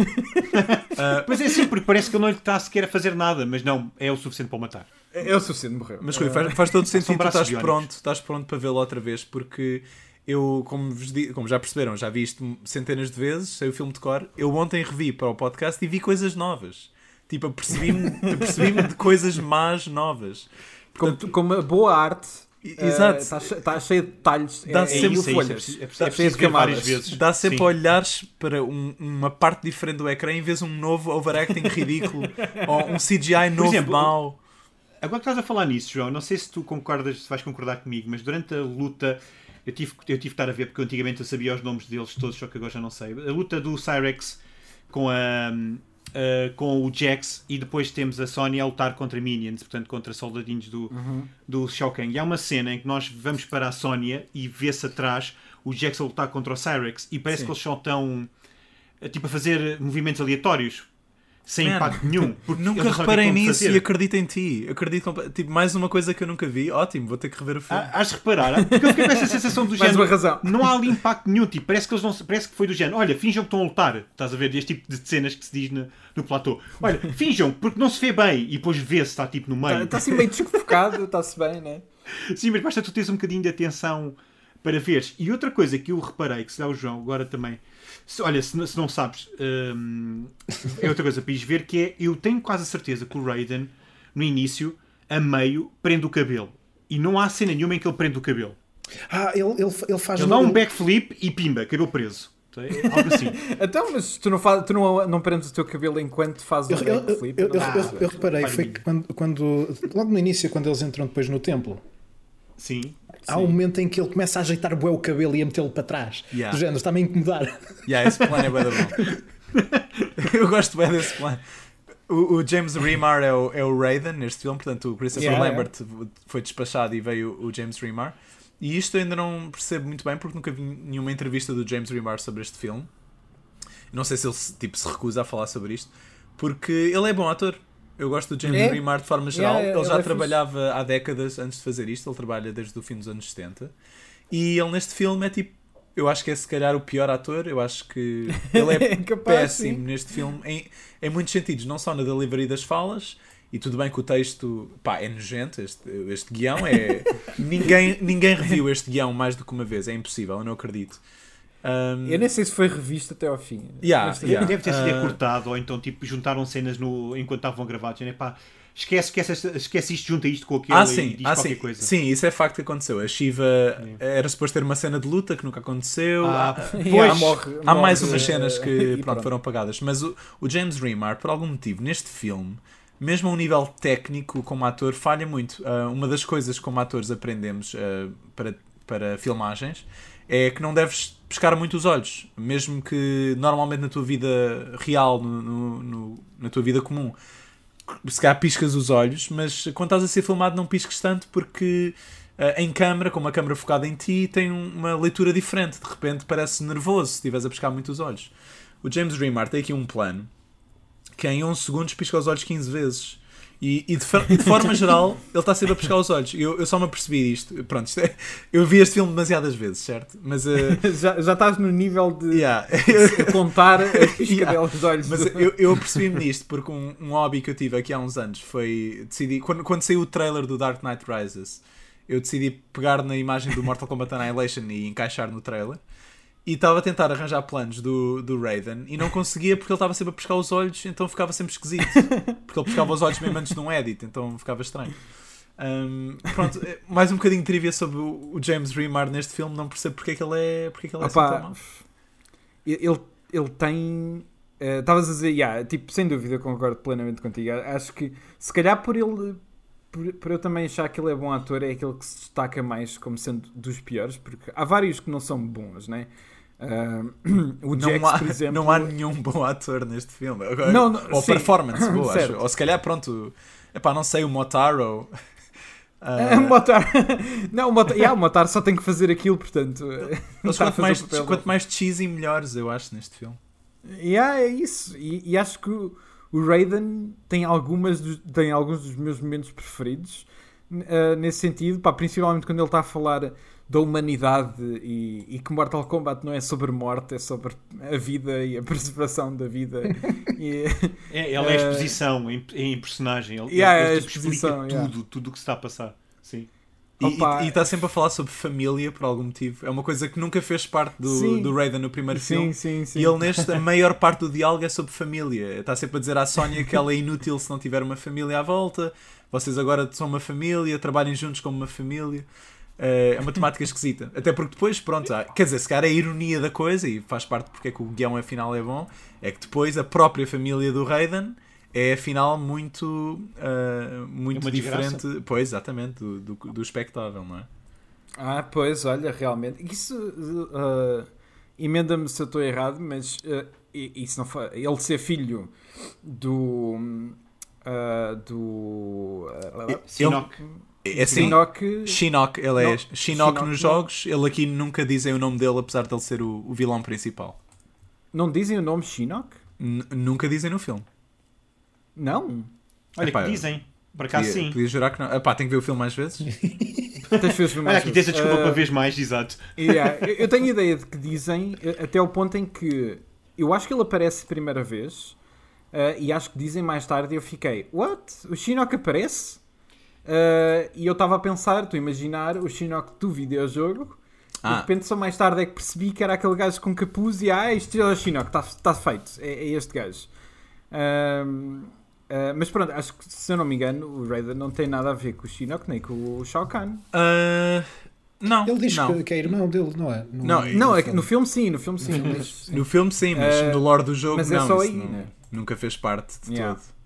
Pois é, sim, porque parece que ele não lhe está sequer a fazer nada, mas não, é o suficiente para o matar. É, é o suficiente, morreu. Mas Rui, faz, faz todo sentido, tu braços estás biónicos. pronto, estás pronto para vê-lo outra vez, porque eu, como, vos di- como já perceberam, já vi isto centenas de vezes, sei o filme de cor. Eu ontem revi para o podcast e vi coisas novas. Tipo, apercebi-me apercebi-me de coisas más novas. Como, como a boa arte. Exato. Está che- tá cheia de detalhes. Dá é, sempre mil isso, é isso, é folhas. preciso- é preciso- É é cheia de preciso ver várias camadas. vezes. Dá sempre Sim. a olhares para um- uma parte diferente do ecrã em vez de um novo overacting ridículo ou um C G I novo exemplo, mau. Agora que estás a falar nisso, João, não sei se tu concordas, se vais concordar comigo, mas durante a luta, eu tive, eu tive que estar a ver, porque antigamente eu sabia os nomes deles todos, só que agora já não sei. A luta do Cyrex com, a, a- com o Jax, e depois temos a Sonya a lutar contra Minions, portanto contra soldadinhos do, Uhum. do Shao Kahn. E há uma cena em que nós vamos para a Sonya e vê-se atrás o Jax a lutar contra o Cyrex, e parece Sim. que eles só estão tipo, a fazer movimentos aleatórios. Sem Man, impacto nenhum. Porque Nunca eles não sabem reparei como nisso fazer. e acredito em ti. Acredito compa- tipo, mais uma coisa que eu nunca vi. Ótimo, vou ter que rever o filme. Ah, Has de reparar, porque eu fiquei com essa sensação do Mais género. uma razão. Não há ali impacto nenhum, tipo, parece que eles não se- parece que foi do género. Olha, finjam que estão a lutar. Estás a ver este tipo de cenas que se diz no, no platô. Olha, finjam, porque não se vê bem e depois vê-se, está tipo no meio. Está assim meio desfocado, está-se bem, né? Sim, mas basta tu teres um bocadinho de atenção para veres. E outra coisa que eu reparei, que se dá o João agora também. Se- olha, se, não- se não sabes, hum, é outra coisa para ires ver, que é, eu tenho quase a certeza que o Raiden, no início, a meio, prende o cabelo. E não há cena nenhuma em que ele prende o cabelo. Ah, ele, ele, ele faz... Ele dá um backflip e pimba, cabelo preso. É algo assim. Então, mas tu não, faz, tu não, não prendes o teu cabelo enquanto fazes Eu, o eu, eu, backflip? eu, Não eu, dá. eu, eu reparei, Faz foi mínimo. quando, quando... Logo no início, quando eles entram depois no templo, Sim. há um momento em que ele começa a ajeitar bué o cabelo e a metê-lo para trás. Yeah. Do género, está-me a incomodar. Yeah, esse plano é bué da bom. Eu gosto bem desse plano. O, o James Remar é o, é o Raiden neste filme, portanto o Christopher Yeah, Lambert foi despachado e veio o James Remar. E isto eu ainda não percebo muito bem porque nunca vi nenhuma entrevista do James Remar sobre este filme. Não sei se ele se, tipo, se recusa a falar sobre isto, porque ele é bom ator. Eu gosto do James É? Remar de forma geral. Yeah, ele ele já é trabalhava há décadas antes de fazer isto. Ele trabalha desde o fim dos anos setenta. E ele neste filme é tipo... Eu acho que é se calhar o pior ator. Eu acho que ele é É capaz, péssimo sim. neste filme em, em muitos sentidos. Não só na delivery das falas. E tudo bem que o texto, pá, é nojento. Este, este guião é... ninguém, ninguém reviu este guião mais do que uma vez. É impossível, eu não acredito. Um, Eu nem sei se foi revisto até ao fim. Yeah, Mas- yeah. Deve ter sido Ah. cortado, ou então tipo, juntaram cenas no, enquanto estavam gravados. Né? Pá, esquece, esquece, esquece isto, junta isto com aquele Ah, e sim, diz ah, qualquer sim. coisa. Sim, isso é facto que aconteceu. A Shiva era suposto ter uma cena de luta que nunca aconteceu. Ah, Há- pois, Yeah, morre- Há morre, mais umas eh, cenas e que pronto, pronto. foram apagadas. Mas o, o James Remar, por algum motivo, neste filme, mesmo a um nível técnico como ator, falha muito. Ah, uma das coisas que como atores aprendemos ah, para, para filmagens é que não deves pescar muito os olhos. Mesmo que normalmente na tua vida real, no, no- no- na tua vida comum, se calhar piscas os olhos, mas quando estás a ser filmado não pisques tanto porque uh, em câmara, com uma câmara focada em ti, tem um- uma leitura diferente. De repente parece nervoso se estiveres a piscar muito os olhos. O James Remar tem aqui um plano que em onze segundos pisca os olhos quinze vezes. E, e de, for- e de forma geral ele está sempre a piscar os olhos. Eu, eu só me apercebi disto. Pronto, isto é- eu vi este filme demasiadas vezes, certo? Mas uh, já, já estás no nível de, yeah. de contar as piscadelas Yeah. dos olhos. Mas do- eu, eu apercebi-me nisto porque um, um hobby que eu tive aqui há uns anos foi decidir, quando, quando saiu o trailer do Dark Knight Rises, eu decidi pegar na imagem do Mortal Kombat Annihilation e encaixar no trailer. E estava a tentar arranjar planos do, do Raiden e não conseguia porque ele estava sempre a pescar os olhos, então ficava sempre esquisito. Porque ele pescava os olhos mesmo antes de um edit, então ficava estranho. Um, pronto, mais um bocadinho de trivia sobre o, o James Remar neste filme, não percebo porque é que ele é, porque é, que ele é assim Opa, tão mau. ele, ele tem. eh, Estavas a dizer, yeah, tipo, sem dúvida, concordo plenamente contigo. Acho que se calhar por ele. Por, por eu também achar que ele é bom ator, é aquele que se destaca mais como sendo dos piores, porque há vários que não são bons, né? Uh, o Não Jax, há, por exemplo... não há nenhum bom ator neste filme. Agora, Não, não, ou sim. performance boa, Certo. acho. Ou se calhar, pronto, epá, não sei, o Motaro. Uh, o Motar... Não, o Motar... yeah, o Motar só tem que fazer aquilo, portanto... Eles está a quanto, fazer mais, o papel quanto mais cheesy, melhores, eu acho, neste filme. Yeah, é isso. E, e acho que o, o Raiden tem, algumas dos, tem alguns dos meus momentos preferidos uh, nesse sentido, pá, principalmente quando ele está a falar da humanidade e, e que Mortal Kombat não é sobre morte, é sobre a vida e a preservação da vida. E, É, ela é a exposição em, em personagem. Ele, Yeah, ele, é a tipo, explica exposição, yeah. tudo, tudo o que se está a passar. Sim. E Opa. está sempre a falar sobre família por algum motivo. É uma coisa que nunca fez parte do, Sim. do Raiden no primeiro sim, filme. sim, sim. E ele neste, a maior parte do diálogo é sobre família. Está sempre a dizer à Sónia que ela é inútil se não tiver uma família à volta. Vocês agora são uma família, trabalhem juntos como uma família. É uma temática esquisita. Até porque depois, pronto, há, quer dizer, se calhar a ironia da coisa, e faz parte porque é que o guião afinal é bom, é que depois a própria família do Raiden é afinal muito, uh, muito É uma diferente. desgraça. Pois, exatamente, do, do, do espectável, não é? Ah, pois, olha, realmente. Isso, uh, emenda-me se eu estou errado, mas uh, isso não foi, ele ser filho do... Uh, do... Uh, Shinnok. É assim, Shinnok. Shinnok, ele é Não, Shinnok Shinnok nos não. jogos, ele aqui nunca dizem o nome dele, apesar de ele ser o, o vilão principal. Não dizem o nome Shinnok? N- nunca dizem no filme. Não. Olha, Epá, que dizem. Por acaso Podia, sim. podia jurar que não. Epá, tenho que ver o filme mais vezes. Tens vezes Olha, mais aqui tens a desculpa Uh, para ver mais, exato. yeah, eu eu tenho a ideia de que dizem, eh, até o ponto em que eu acho que ele aparece a primeira vez uh, e acho que dizem mais tarde e eu fiquei, what? O Shinnok aparece? Uh, e eu estava a pensar, estou a imaginar o Shinnok do videojogo e Ah. de repente só mais tarde é que percebi que era aquele gajo com capuz e ah, isto é o Shinnok, está tá feito, é, é este gajo. Um, uh, mas pronto, acho que se eu não me engano o Raiden não tem nada a ver com o Shinnok nem com o Shao Kahn. Uh, não, Ele diz não. que, que é irmão dele, não é? Não, Não, é que no filme sim, no filme sim, mas, No filme sim, mas Uh, no lore do jogo mas é não. só isso aí, não- né? Nunca fez parte de Yeah. todo.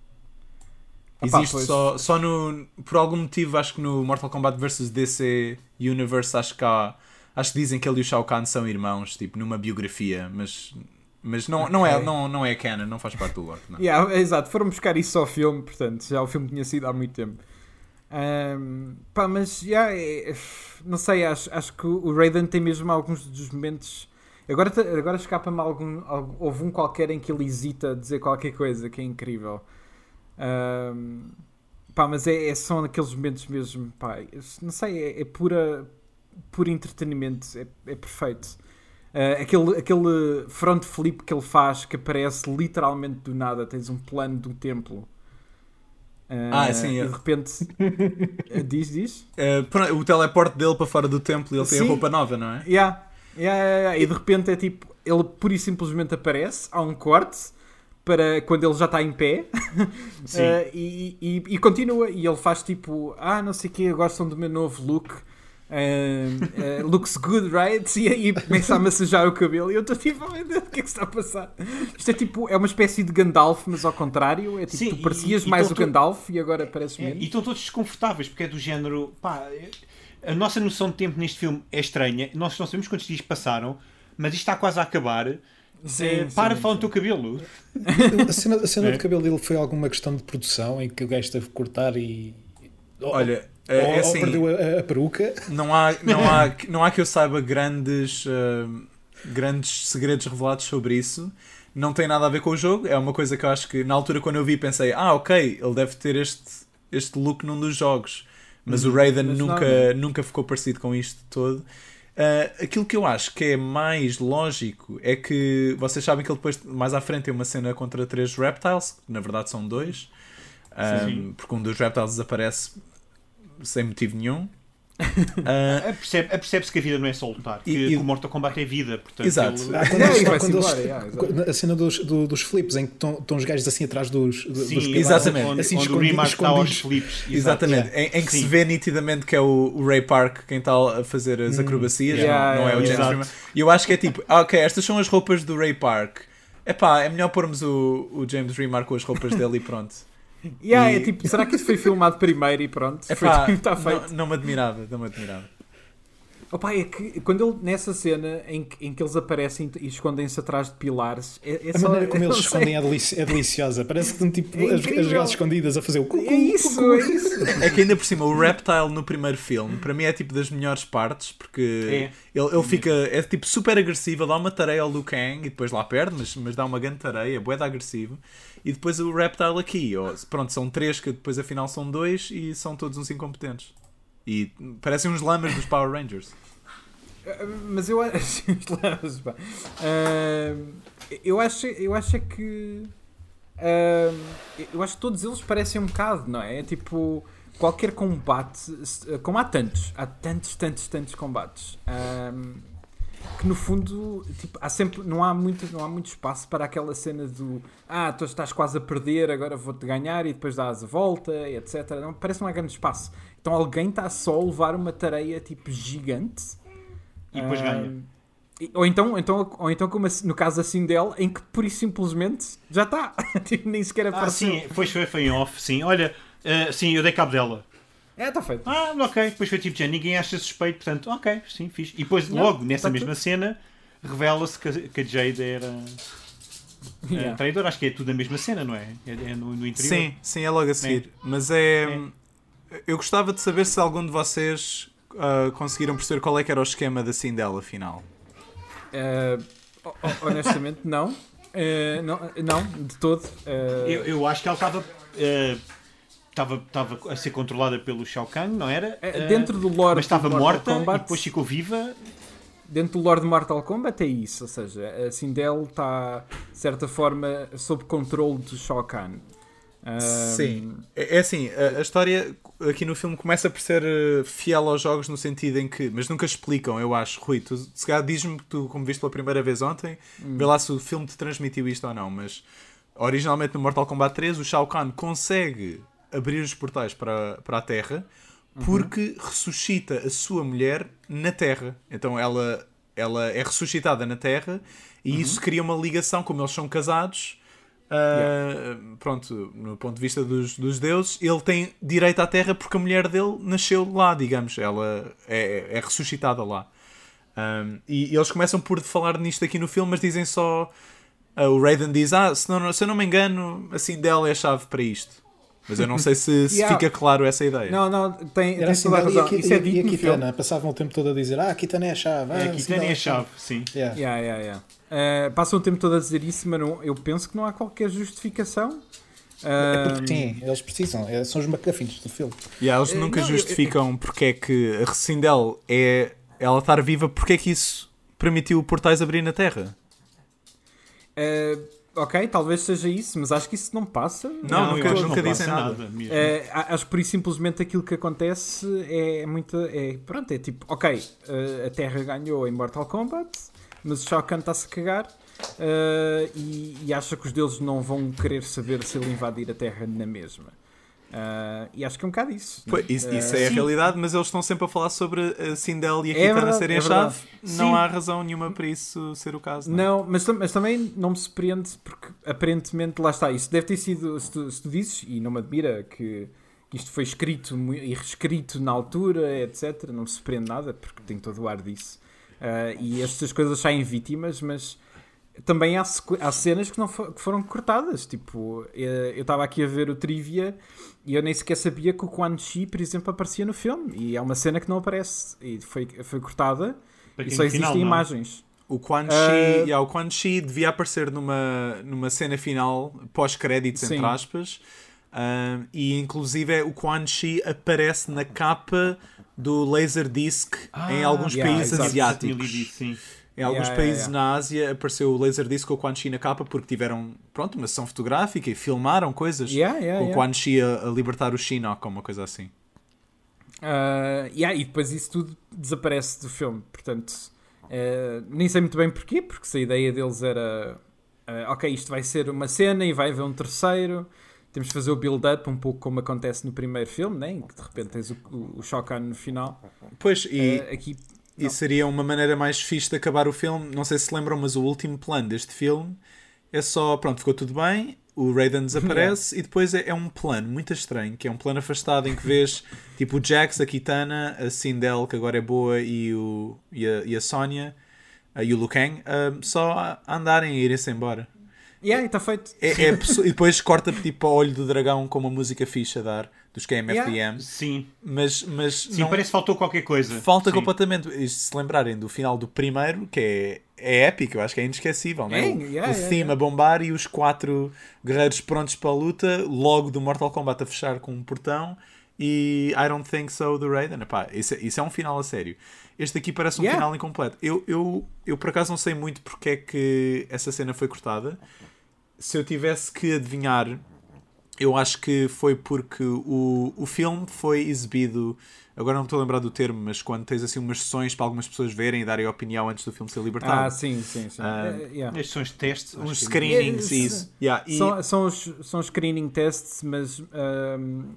Opá, Existe pois. só, só no. Por algum motivo, acho que no Mortal Kombat versus D C Universe, acho que há. Acho que dizem que ele e o Shao Kahn são irmãos, tipo, numa biografia, mas. Mas não, não, é, Ok. não, não é canon, não faz parte do lore. Não. Yeah, exato, foram buscar isso ao filme, portanto, já o filme tinha sido há muito tempo. Ahm, pá, mas yeah, é- não sei, acho, acho que o Raiden tem mesmo alguns dos momentos. Agora, te- agora escapa-me algum, algum. Houve um qualquer em que ele hesita a dizer qualquer coisa que é incrível. Ahm, pá, mas é, é, são aqueles momentos mesmo, pá, não sei, é, é pura, puro entretenimento, é, é perfeito. Uh, aquele, aquele front flip que ele faz que aparece literalmente do nada, tens um plano de um templo. Uh, Ah, sim, e é. de repente uh, diz, diz Uh, pronto, o teleporte dele para fora do templo e ele tem a Sim. roupa nova, não é? yeah. Yeah, yeah, yeah. E de repente é tipo, ele pura e simplesmente aparece, há um corte para quando ele já está em pé. Sim. Uh, e, e, e continua, e ele faz tipo, ah, não sei o que, gostam do meu novo look. Uh, uh, looks good, right? E aí começa a massajar o cabelo e eu estou tipo, oh, meu Deus, o que é que se está a passar? Isto é tipo, é uma espécie de Gandalf, mas ao contrário, é tipo, Sim, tu e- parecias e mais então o tu- Gandalf e agora pareces É, menos. e estão todos desconfortáveis porque é do género. Pá, a nossa noção de tempo neste filme é estranha. Nós não sabemos quantos dias passaram, mas isto está quase a acabar. Sim, Eh, sim, para de falar sim. no teu cabelo. A cena, a cena É. do cabelo dele foi alguma questão de produção em que o gajo teve que cortar e. Ou- Olha, ou, é, é ou assim, perdeu a, a peruca. não, há, não, há, não há que eu saiba grandes, uh, grandes segredos revelados sobre isso. Não tem nada a ver com o jogo. É uma coisa que eu acho que na altura quando eu vi pensei, ah, ok, ele deve ter este, este look num dos jogos. Mas o Raiden mas nunca, não, nunca ficou parecido com isto todo. Uh, aquilo que eu acho que é mais lógico é que vocês sabem que ele depois, mais à frente, tem uma cena contra três reptiles, que na verdade são dois, um, Sim. porque um dos reptiles desaparece sem motivo nenhum. Uh, Apercebe- Apercebe-se que a vida não é só lutar, que, E- e- que o Mortal Kombat é vida. Portanto, Exato. ele- Ah, quando Yeah, eles- e vai-se quando eles- embora, yeah, exato. a cena dos, do- dos flips em que estão, estão os gajos assim atrás dos, do- Sim, dos pilares, exatamente. Onde, assim onde o escondidos, Remark está aos escondidos. flips. Exatamente, Exato. em, em que Sim. se vê nitidamente que é o, o Ray Park quem está a fazer as Hum, acrobacias, yeah, não, não é o yeah, James exato. Freeman. E eu acho que é tipo, ah, ok, estas são as roupas do Ray Park. Epá, é melhor pormos o, o James Remar com as roupas dele e pronto. Yeah, E- é tipo, será que isso foi filmado primeiro e pronto? Epá, Foi, está feito. não, não me admirava, não me admirava. Opa, é que quando ele, nessa cena em que, em que eles aparecem e escondem-se atrás de pilares, é, é A só, maneira como eles não se sei. escondem é, delici- é deliciosa. Parece que estão tipo É as, incrível. as gatas escondidas a fazer o cucu. É isso, é isso. É que ainda por cima, o Reptile no primeiro filme, para mim é tipo das melhores partes, porque É. ele, ele fica, é tipo super agressivo, dá uma tareia ao Liu Kang e depois lá perde, mas, mas dá uma grande tareia, é bué de agressivo. E depois o Reptile aqui, ó, pronto, são três, que depois afinal são dois e são todos uns incompetentes. E parecem uns lamas dos Power Rangers. Mas eu acho. uh, eu acho. Eu acho é que. Uh, eu acho que todos eles parecem um bocado, não é? Tipo, qualquer combate. Como há tantos, há tantos, tantos, tantos combates. Uh, que no fundo, tipo, há sempre, não há muito, não há muito espaço para aquela cena do ah, tu estás quase a perder, agora vou-te ganhar e depois dás a volta, etcétera. Não, parece que não há grande espaço. Então alguém está só a levar uma tarefa tipo gigante. E depois Ah, ganha. e- Ou então, então, ou então como assim- no caso assim dele, em que por isso simplesmente já está. Tipo, nem sequer Ah, apareceu. sim, foi, foi, foi em off, sim. Olha, eh, sim, eu dei cabo dela. É, está feito. Ah, ok. Depois foi tipo, já ninguém acha suspeito, portanto, ok, sim, fixe. E depois, Não, logo, nessa tá mesma cena, revela-se que, a- que a Jade era eh, Yeah. traidora. Acho que é tudo a mesma cena, não é? É, é no, no interior. Sim, sim, é logo a seguir. Mas é... Eu gostava de saber se algum de vocês ah, conseguiram perceber qual é que era o esquema da Sindel, afinal. Uh, ho- ho- honestamente, não. Uh, não. Não, de todo. Uh, Eu, eu acho que ela estava eh, estava estava a ser controlada pelo Shao Kahn, não era? uh, Eh, dentro do lore mas estava do Mortal morta Kombat, e depois ficou viva. dentro do lore de Mortal Kombat é isso. Ou seja, a Sindel está, de certa forma, sob controle do Shao Kahn. Um, Sim. É, é assim, a, a história aqui no filme começa por ser eh, fiel aos jogos no sentido em que... Mas nunca explicam, eu acho. Rui, tu, se calhar diz-me que tu, como viste pela primeira vez ontem, vê lá se o filme te transmitiu isto ou não, mas originalmente no Mortal Kombat três o Shao Kahn consegue abrir os portais para, para a Terra porque ressuscita a sua mulher na Terra. Então ela, ela é ressuscitada na Terra e isso cria uma ligação, como eles são casados... Uh, pronto, no ponto de vista dos, dos deuses, ele tem direito à Terra porque a mulher dele nasceu lá, digamos, ela é, é ressuscitada lá. Um, e eles começam por falar nisto aqui no filme, mas dizem só uh, o Raiden diz, ah, se, não, se eu não me engano, assim dela é a chave para isto. Mas eu não sei se, se Yeah. fica claro essa ideia. Não, não, tem, Era tem assim, toda a e razão. a, Ki- Isso é e a dito no filme. Kitana passavam o tempo todo a dizer ah, a Kitana é a chave. É, ah, aqui sim, tem ela a chave, sim. Yeah. Yeah, yeah, yeah. Uh, passam o tempo todo a dizer isso, mas não, eu penso que não há qualquer justificação. É Uh, porque sim, eles precisam, é, são os McGuffins do filme. Yeah, eles Eh, nunca não, eu- justificam porque é que a Sindel é ela estar viva, porque é que isso permitiu portais abrir na Terra. uh, ok, talvez seja isso, mas acho que isso não passa. Não, nunca- eu acho que nunca não dizem passa nada. mesmo. Uh, acho que por isso simplesmente aquilo que acontece é muito. É, pronto, é tipo, ok, uh, a Terra ganhou em Mortal Kombat, mas o Shao Kahn está-se a cagar uh, e, e acha que os deuses não vão querer saber se ele invadir a Terra na mesma. Uh, e acho que é um bocado isso. Pois, isso, Uh, isso é a sim. realidade, mas eles estão sempre a falar sobre a Sindel e a É Kitana verdade, serem é a chave. verdade. Não Sim. há razão nenhuma para isso ser o caso. Não, é? Não, mas, tam- mas também não me surpreende porque aparentemente, lá está, isso deve ter sido, se tu, se tu dizes, e não me admira que isto foi escrito mu- e reescrito na altura, etcétera, não me surpreende nada porque tem todo o ar disso. Ah, e estas coisas saem vítimas, mas também há, sequ- há cenas que, não fo- que foram cortadas. Tipo, eh, eu estava aqui a ver o trivia e eu nem sequer sabia que o Quan Chi, por exemplo, aparecia no filme. E é uma cena que não aparece. E foi, foi cortada Para e quem só no final, existem não. imagens. O Quan Chi, Uh, yeah, o Quan Chi devia aparecer numa, numa cena final, pós-créditos, entre Sim. aspas. Um, e inclusive é o Quan Chi aparece na capa do Laserdisc em alguns yeah, países exato. asiáticos. Tinha lido, sim. Em alguns Yeah, países yeah, na Ásia apareceu o Laserdisc com o Quan Chi na capa porque tiveram, pronto, uma sessão fotográfica e filmaram coisas Yeah, yeah, com o yeah. Quan Chi a, a libertar o Shinnok ou uma coisa assim. Uh, yeah, e depois isso tudo desaparece do filme. Portanto, uh, nem sei muito bem porquê, porque se a ideia deles era uh, ok, isto vai ser uma cena e vai haver um terceiro, temos de fazer o build-up um pouco como acontece no primeiro filme, né? Em que de repente tens o, o, o Shao Kahn no final. Pois, e, Uh, aqui e não. seria uma maneira mais fixe de acabar o filme. Não sei se se lembram, mas o último plano deste filme é só, pronto, ficou tudo bem. o Raiden desaparece e depois é, é um plano muito estranho, que é um plano afastado em que vês tipo o Jax, a Kitana, a Sindel, que agora é boa, e, o, e, a, e a Sonya uh, e o Liu Kang uh, só a andarem e irem-se embora. E aí, está feito. É, é, e depois corta tipo ao olho do dragão com uma música fixe a dar dos K M F D M. Yeah. Sim, mas, mas Sim não, parece que faltou qualquer coisa. falta Sim. completamente. E se lembrarem do final do primeiro, que é, é épico, eu acho que é inesquecível, não é? É, O, yeah, o yeah, theme yeah. a bombar e os quatro guerreiros prontos para a luta, logo do Mortal Kombat a fechar com um portão, e I Don't Think So do Raiden. Epá, isso, é, isso é um final a sério. Este aqui parece um Yeah. final incompleto. Eu, eu, eu por acaso não sei muito porque é que essa cena foi cortada. Se eu tivesse que adivinhar, eu acho que foi porque o, o filme foi exibido, agora não me estou a lembrar do termo, mas quando tens assim umas sessões para algumas pessoas verem e darem opinião antes do filme ser libertado. Ah, sim, sim, sim. Ah, Uh, yeah. Estes são os testes. acho Uns que- screenings, Yeah, isso. Yeah, e- São, são, os, são os screening tests, mas ahm,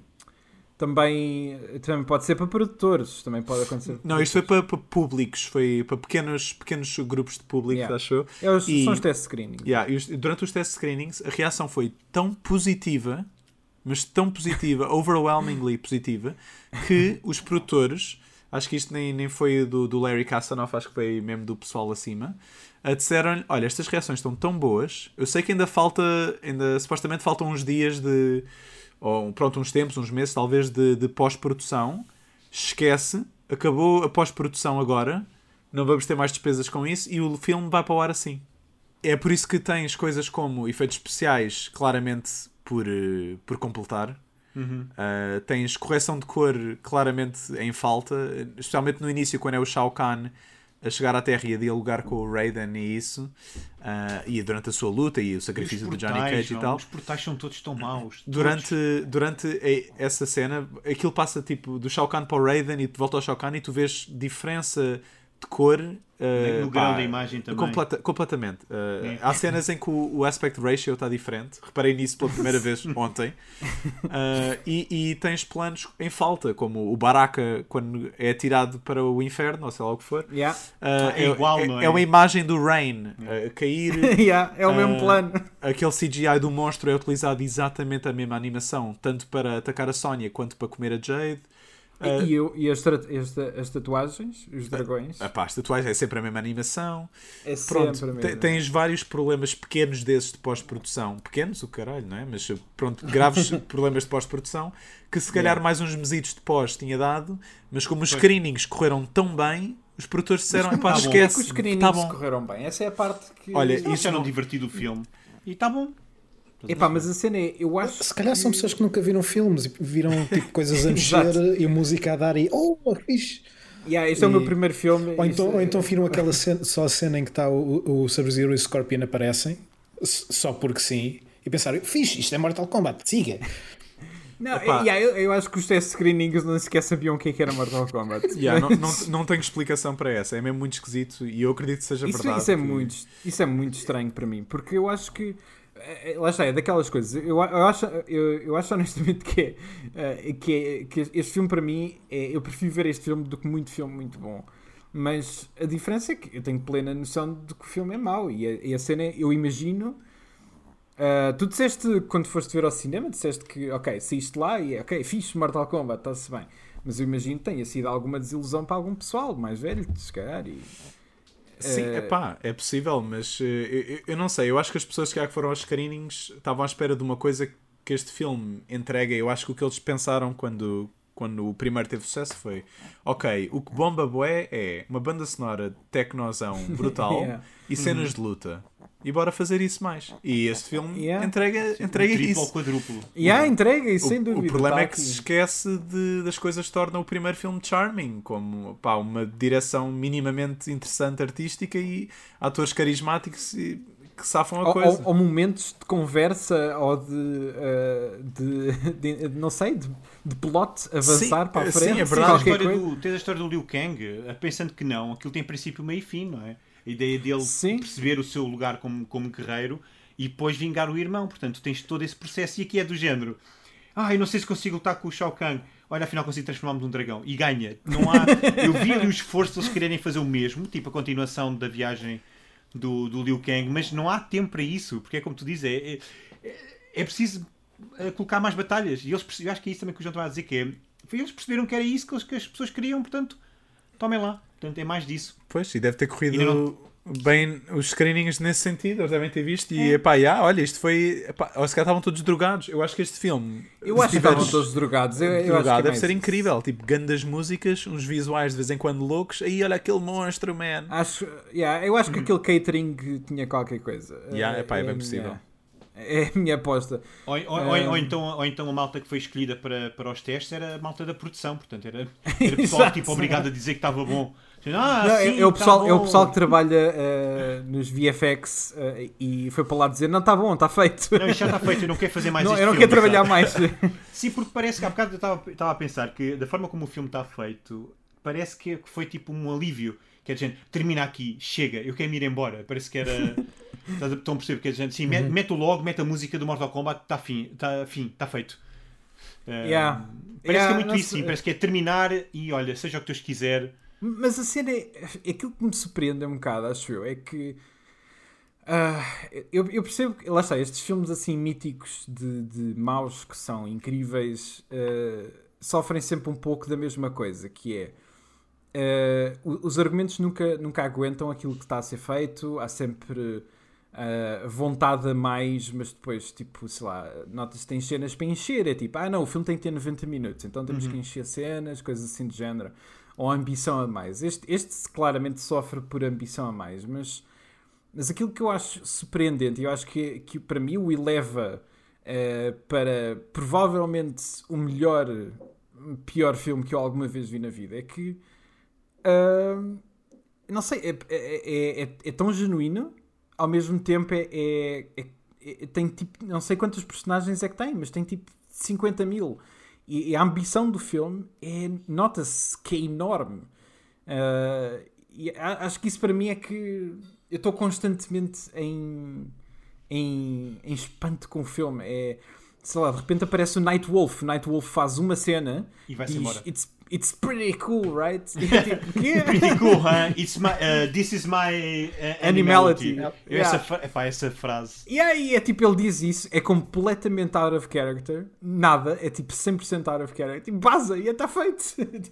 também, também pode ser para produtores, também pode acontecer. Não, isto foi para, para públicos, foi para pequenos, pequenos grupos de público, Yeah. acho eu. É os, E- São os test screening. Yeah, e os- durante os test screenings, a reação foi tão positiva, mas tão positiva, overwhelmingly positiva, que os produtores, acho que isto nem, nem foi do, do Larry Kasanoff, acho que foi mesmo do pessoal acima, a disseram-lhe, olha, estas reações estão tão boas, eu sei que ainda falta, ainda supostamente faltam uns dias de, ou pronto, uns tempos, uns meses talvez, de, de pós-produção, esquece, acabou a pós-produção agora, não vamos ter mais despesas com isso, e o filme vai para o ar assim. É por isso que tens coisas como efeitos especiais, claramente por, eh, por completar. Uhum. Uh, tens correção de cor claramente em falta, especialmente no início, quando é o Shao Kahn a chegar à Terra e a dialogar com o Raiden e isso, uh, e durante a sua luta e o E os sacrifício do Johnny portais, Cage e não, tal. Os portais são todos tão maus. todos. Durante, durante a- essa cena, aquilo passa tipo do Shao Kahn para o Raiden e de volta ao Shao Kahn e tu vês diferença de cor uh, No pá, grão da imagem também. completa- completamente. Uh, É. Há cenas em que o, o aspect ratio está diferente. Reparei nisso pela primeira vez ontem. Uh, e, e tens planos em falta, como o Baraka quando é atirado para o inferno, ou sei lá o que for. Yeah. Uh, É igual, não é? É uma imagem do Rain uh, a cair. Yeah, é o mesmo Ah, plano. Aquele C G I do monstro é utilizado exatamente a mesma animação, tanto para atacar a Sonya quanto para comer a Jade. Ah, E, eu, e as, tra- esta- as tatuagens, os dragões, Ah, pá, as tatuagens é sempre a mesma animação. é Pronto, sempre a te- mesma. tens vários problemas pequenos desses de pós-produção. Pequenos, o caralho, não é? Mas pronto, graves problemas de pós-produção que se calhar Yeah. mais uns mesitos de pós tinha dado, mas como os Pois. screenings correram tão bem, os produtores disseram, Mas epá, tá bom. porque é que esquece, os screenings tá bom. correram bem? Essa é a parte que... Olha, Eles isso eram não- divertido o filme. E está bom. Epá, mas a cena é, eu acho Se calhar são que- pessoas que nunca viram filmes e viram tipo coisas a Exato. mexer e a música a dar e oh, fixe. Yeah, este é o meu E- primeiro filme. Ou então, isto- ou então viram aquela cena, só a cena em que está o, o Sub-Zero e o Scorpion aparecem s- só porque sim e pensaram, fixe, isto é Mortal Kombat, siga. Não, Epá. yeah, eu, eu acho que os test screenings não sequer sabiam o que é que era Mortal Kombat. Yeah, não, não, não tenho explicação para essa, é mesmo muito esquisito e eu acredito que seja Isso, verdade. isso, é que- muito, isso é muito estranho para mim, porque eu acho que eh, eh, lá está, é daquelas coisas. Eu, eu, acho, eu, eu acho honestamente que, é, eh, que, é, que este filme para mim é, eu prefiro ver este filme do que muito filme muito bom. Mas a diferença é que eu tenho plena noção de que o filme é mau e a, e a cena é, eu imagino. Uh, tu disseste quando foste ver ao cinema, disseste que ok, saíste lá e ok, fixe Mortal Kombat, está-se bem. Mas eu imagino que tenha sido alguma desilusão para algum pessoal mais velho, se calhar. E, Sim, Eh, epá, é possível, mas eh, eu, eu não sei. Eu acho que as pessoas que cá foram aos screenings estavam à espera de uma coisa que este filme entrega. Eu acho que o que eles pensaram quando, quando o primeiro teve sucesso foi: ok, o que bomba bué é uma banda sonora tecnozão brutal Yeah. e cenas de luta. E bora fazer isso mais. E este filme Yeah. entrega, entrega Triplo ou isso. quadruplo. E há entrega, e sem O, dúvida. o problema tá é que aqui. se esquece de, das coisas que tornam o primeiro filme charming, como pá, uma direção minimamente interessante artística e atores carismáticos e- que safam a Ou, coisa. ou- ou momentos de conversa ou de, eh, de, de- de- não sei, de, de plot avançar Sim, para a sim, frente. é Tens verdade. a, qualquer história coisa. do, tens a história do Liu Kang, eh, pensando que não, aquilo tem princípio, meio e fim, não é? A ideia dele Sim. perceber o seu lugar como, como guerreiro e depois vingar o irmão. Portanto, tens todo esse processo. E aqui é do género: ah, eu não sei se consigo lutar com o Shao Kahn. Olha, afinal consigo transformar-me num dragão. E ganha. Não há... Eu vi ali o esforço de eles quererem fazer o mesmo, tipo a continuação da viagem do, do Liu Kang, mas não há tempo para isso, porque é como tu dizes, é, é, é preciso uh, colocar mais batalhas. E eles perce- eu acho que é isso também que o João estava a dizer, que é, foi eles perceberam que era isso que, eles, que as pessoas queriam, portanto, tomem lá. Portanto, é mais disso. Pois, e deve ter corrido E não- bem os screenings nesse sentido, eles devem ter visto e, É. epá, já, olha, isto foi, epá, ou se calhar estavam todos drogados. Eu acho que este filme, Eu se acho que tiveres estavam todos drogados. Eu, eu acho que drogado, é deve mais ser isso. incrível, tipo, grandes músicas, uns visuais de vez em quando loucos, aí olha aquele monstro, man. Acho, yeah, eu acho que aquele catering tinha qualquer coisa. Yeah, Eh, epá, é bem a possível. minha- É a minha aposta. Ou, ou, ou, ou então, ou então a malta que foi escolhida para, para os testes era a malta da produção, portanto era, era pessoal Exato. tipo, obrigado a dizer que estava bom. Ah, Não, é, sim, é o tá pessoal, é o bom. pessoal que trabalha eh, nos V F X eh, e foi para lá dizer: não, está bom, está feito. Não, isto já está feito, eu não quero fazer mais Não, este eu não filme, quero trabalhar sabe? mais. Sim, porque parece que há bocado eu estava, eu estava a pensar que da forma como o filme está feito, parece que foi tipo um alívio. Que a gente termina aqui, chega, eu quero me ir embora. Parece que era. Estás a- Estão a perceber? Que a gente, sim, mete, mete o logo, mete a música do Mortal Kombat, está fim, está fim, está feito. Eh, Yeah. Parece Yeah, que é muito não isso, sei. sim, parece que é terminar e olha, seja o que Deus quiser. Mas a cena é. Aquilo que me surpreende um bocado, acho eu, é que. ah, eu, eu percebo que. Lá está, estes filmes assim míticos de, de maus que são incríveis ah, sofrem sempre um pouco da mesma coisa, que é. ah, o- os argumentos nunca, nunca aguentam aquilo que está a ser feito, há sempre ah, vontade a mais, mas depois, tipo, sei lá, notas que tem cenas para encher. É tipo, ah não, o filme tem que ter noventa minutos, então temos que encher cenas, coisas assim de género. Ou ambição a mais. Este, este claramente sofre por ambição a mais, mas, mas aquilo que eu acho surpreendente, e eu acho que, que para mim o eleva eh, para provavelmente o melhor, pior filme que eu alguma vez vi na vida, é que ah, não sei, é, é, é, é tão genuíno, ao mesmo tempo é, é, é- é- tem tipo, não sei quantos personagens é que tem, mas tem tipo cinquenta mil. E, e a ambição do filme é, nota-se que é enorme. Ah, e a- acho que isso para mim é que eu estou constantemente em, em, em espanto com o filme. É, sei lá, de repente aparece o Night Wolf. O Night Wolf faz uma cena E vai-se diz, embora. It's, it's pretty cool, right? E é tipo, "Quê?" Pretty cool, huh? It's my, uh, this is my uh, Animality. animality. Eu, Yeah. Essa, fra- epá, essa frase. E aí é tipo, ele diz isso, é completamente out of character, nada, é tipo cem por cento out of character, tipo, baza, e está feito.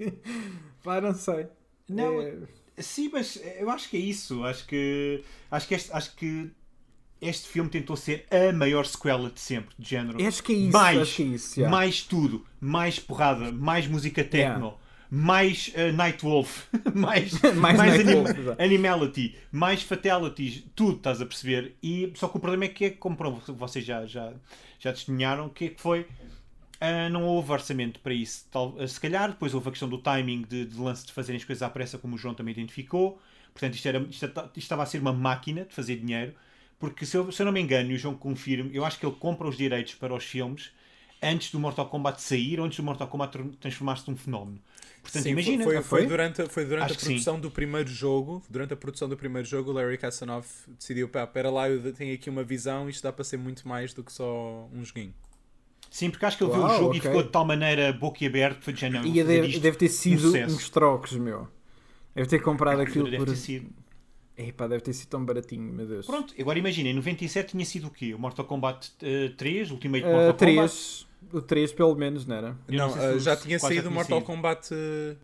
Pá, não sei. Não, É- Sim, mas eu acho que é isso. Acho que, acho que, este, acho que este filme tentou ser a maior sequela de sempre, de género. acho que é isso, mais, acho que é isso. yeah. mais tudo. Mais porrada, mais música techno, Yeah. mais uh, Night Wolf, mais, Mais mais Night anim- Wolf, exato. Animality, mais fatalities, tudo, estás a perceber? E, só que o problema é que, é, como prova- vocês já, já, já testemunharam, que é que foi. Uh, não houve orçamento para isso. Tal, uh, se calhar, depois houve a questão do timing de, de lance de fazerem as coisas à pressa, como o João também identificou. Portanto, isto, era, isto, isto estava a ser uma máquina de fazer dinheiro. Porque, se eu, se eu não me engano, e o João confirme, eu acho que ele compra os direitos para os filmes antes do Mortal Kombat sair ou antes do Mortal Kombat tr- transformar-se num fenómeno. Portanto, Sim, imagina. foi, Ah, foi foi? durante, foi durante Acho a que produção do primeiro jogo. Durante a produção do primeiro jogo, o Larry Kasanoff decidiu: pá, pera lá, eu tenho aqui uma visão, isto dá para ser muito mais do que só um joguinho. Sim, porque acho que ele viu Uau, o jogo e ok. ficou de tal maneira boquiaberto que foi de género. E vou fazer deve, isto deve ter um sido sucesso. uns trocos, meu. Deve ter comprado aquilo Deve por... ter sido. Epá, deve ter sido tão baratinho, meu Deus. Pronto, agora imagina, em noventa e sete tinha sido o quê? O Mortal Kombat uh, três, Ultimate Uh, Mortal Kombat. três, o três pelo menos, não era? Eu não Não, sei se ah, o- já se tinha quase já saído o tinha Mortal saído. Kombat. eh,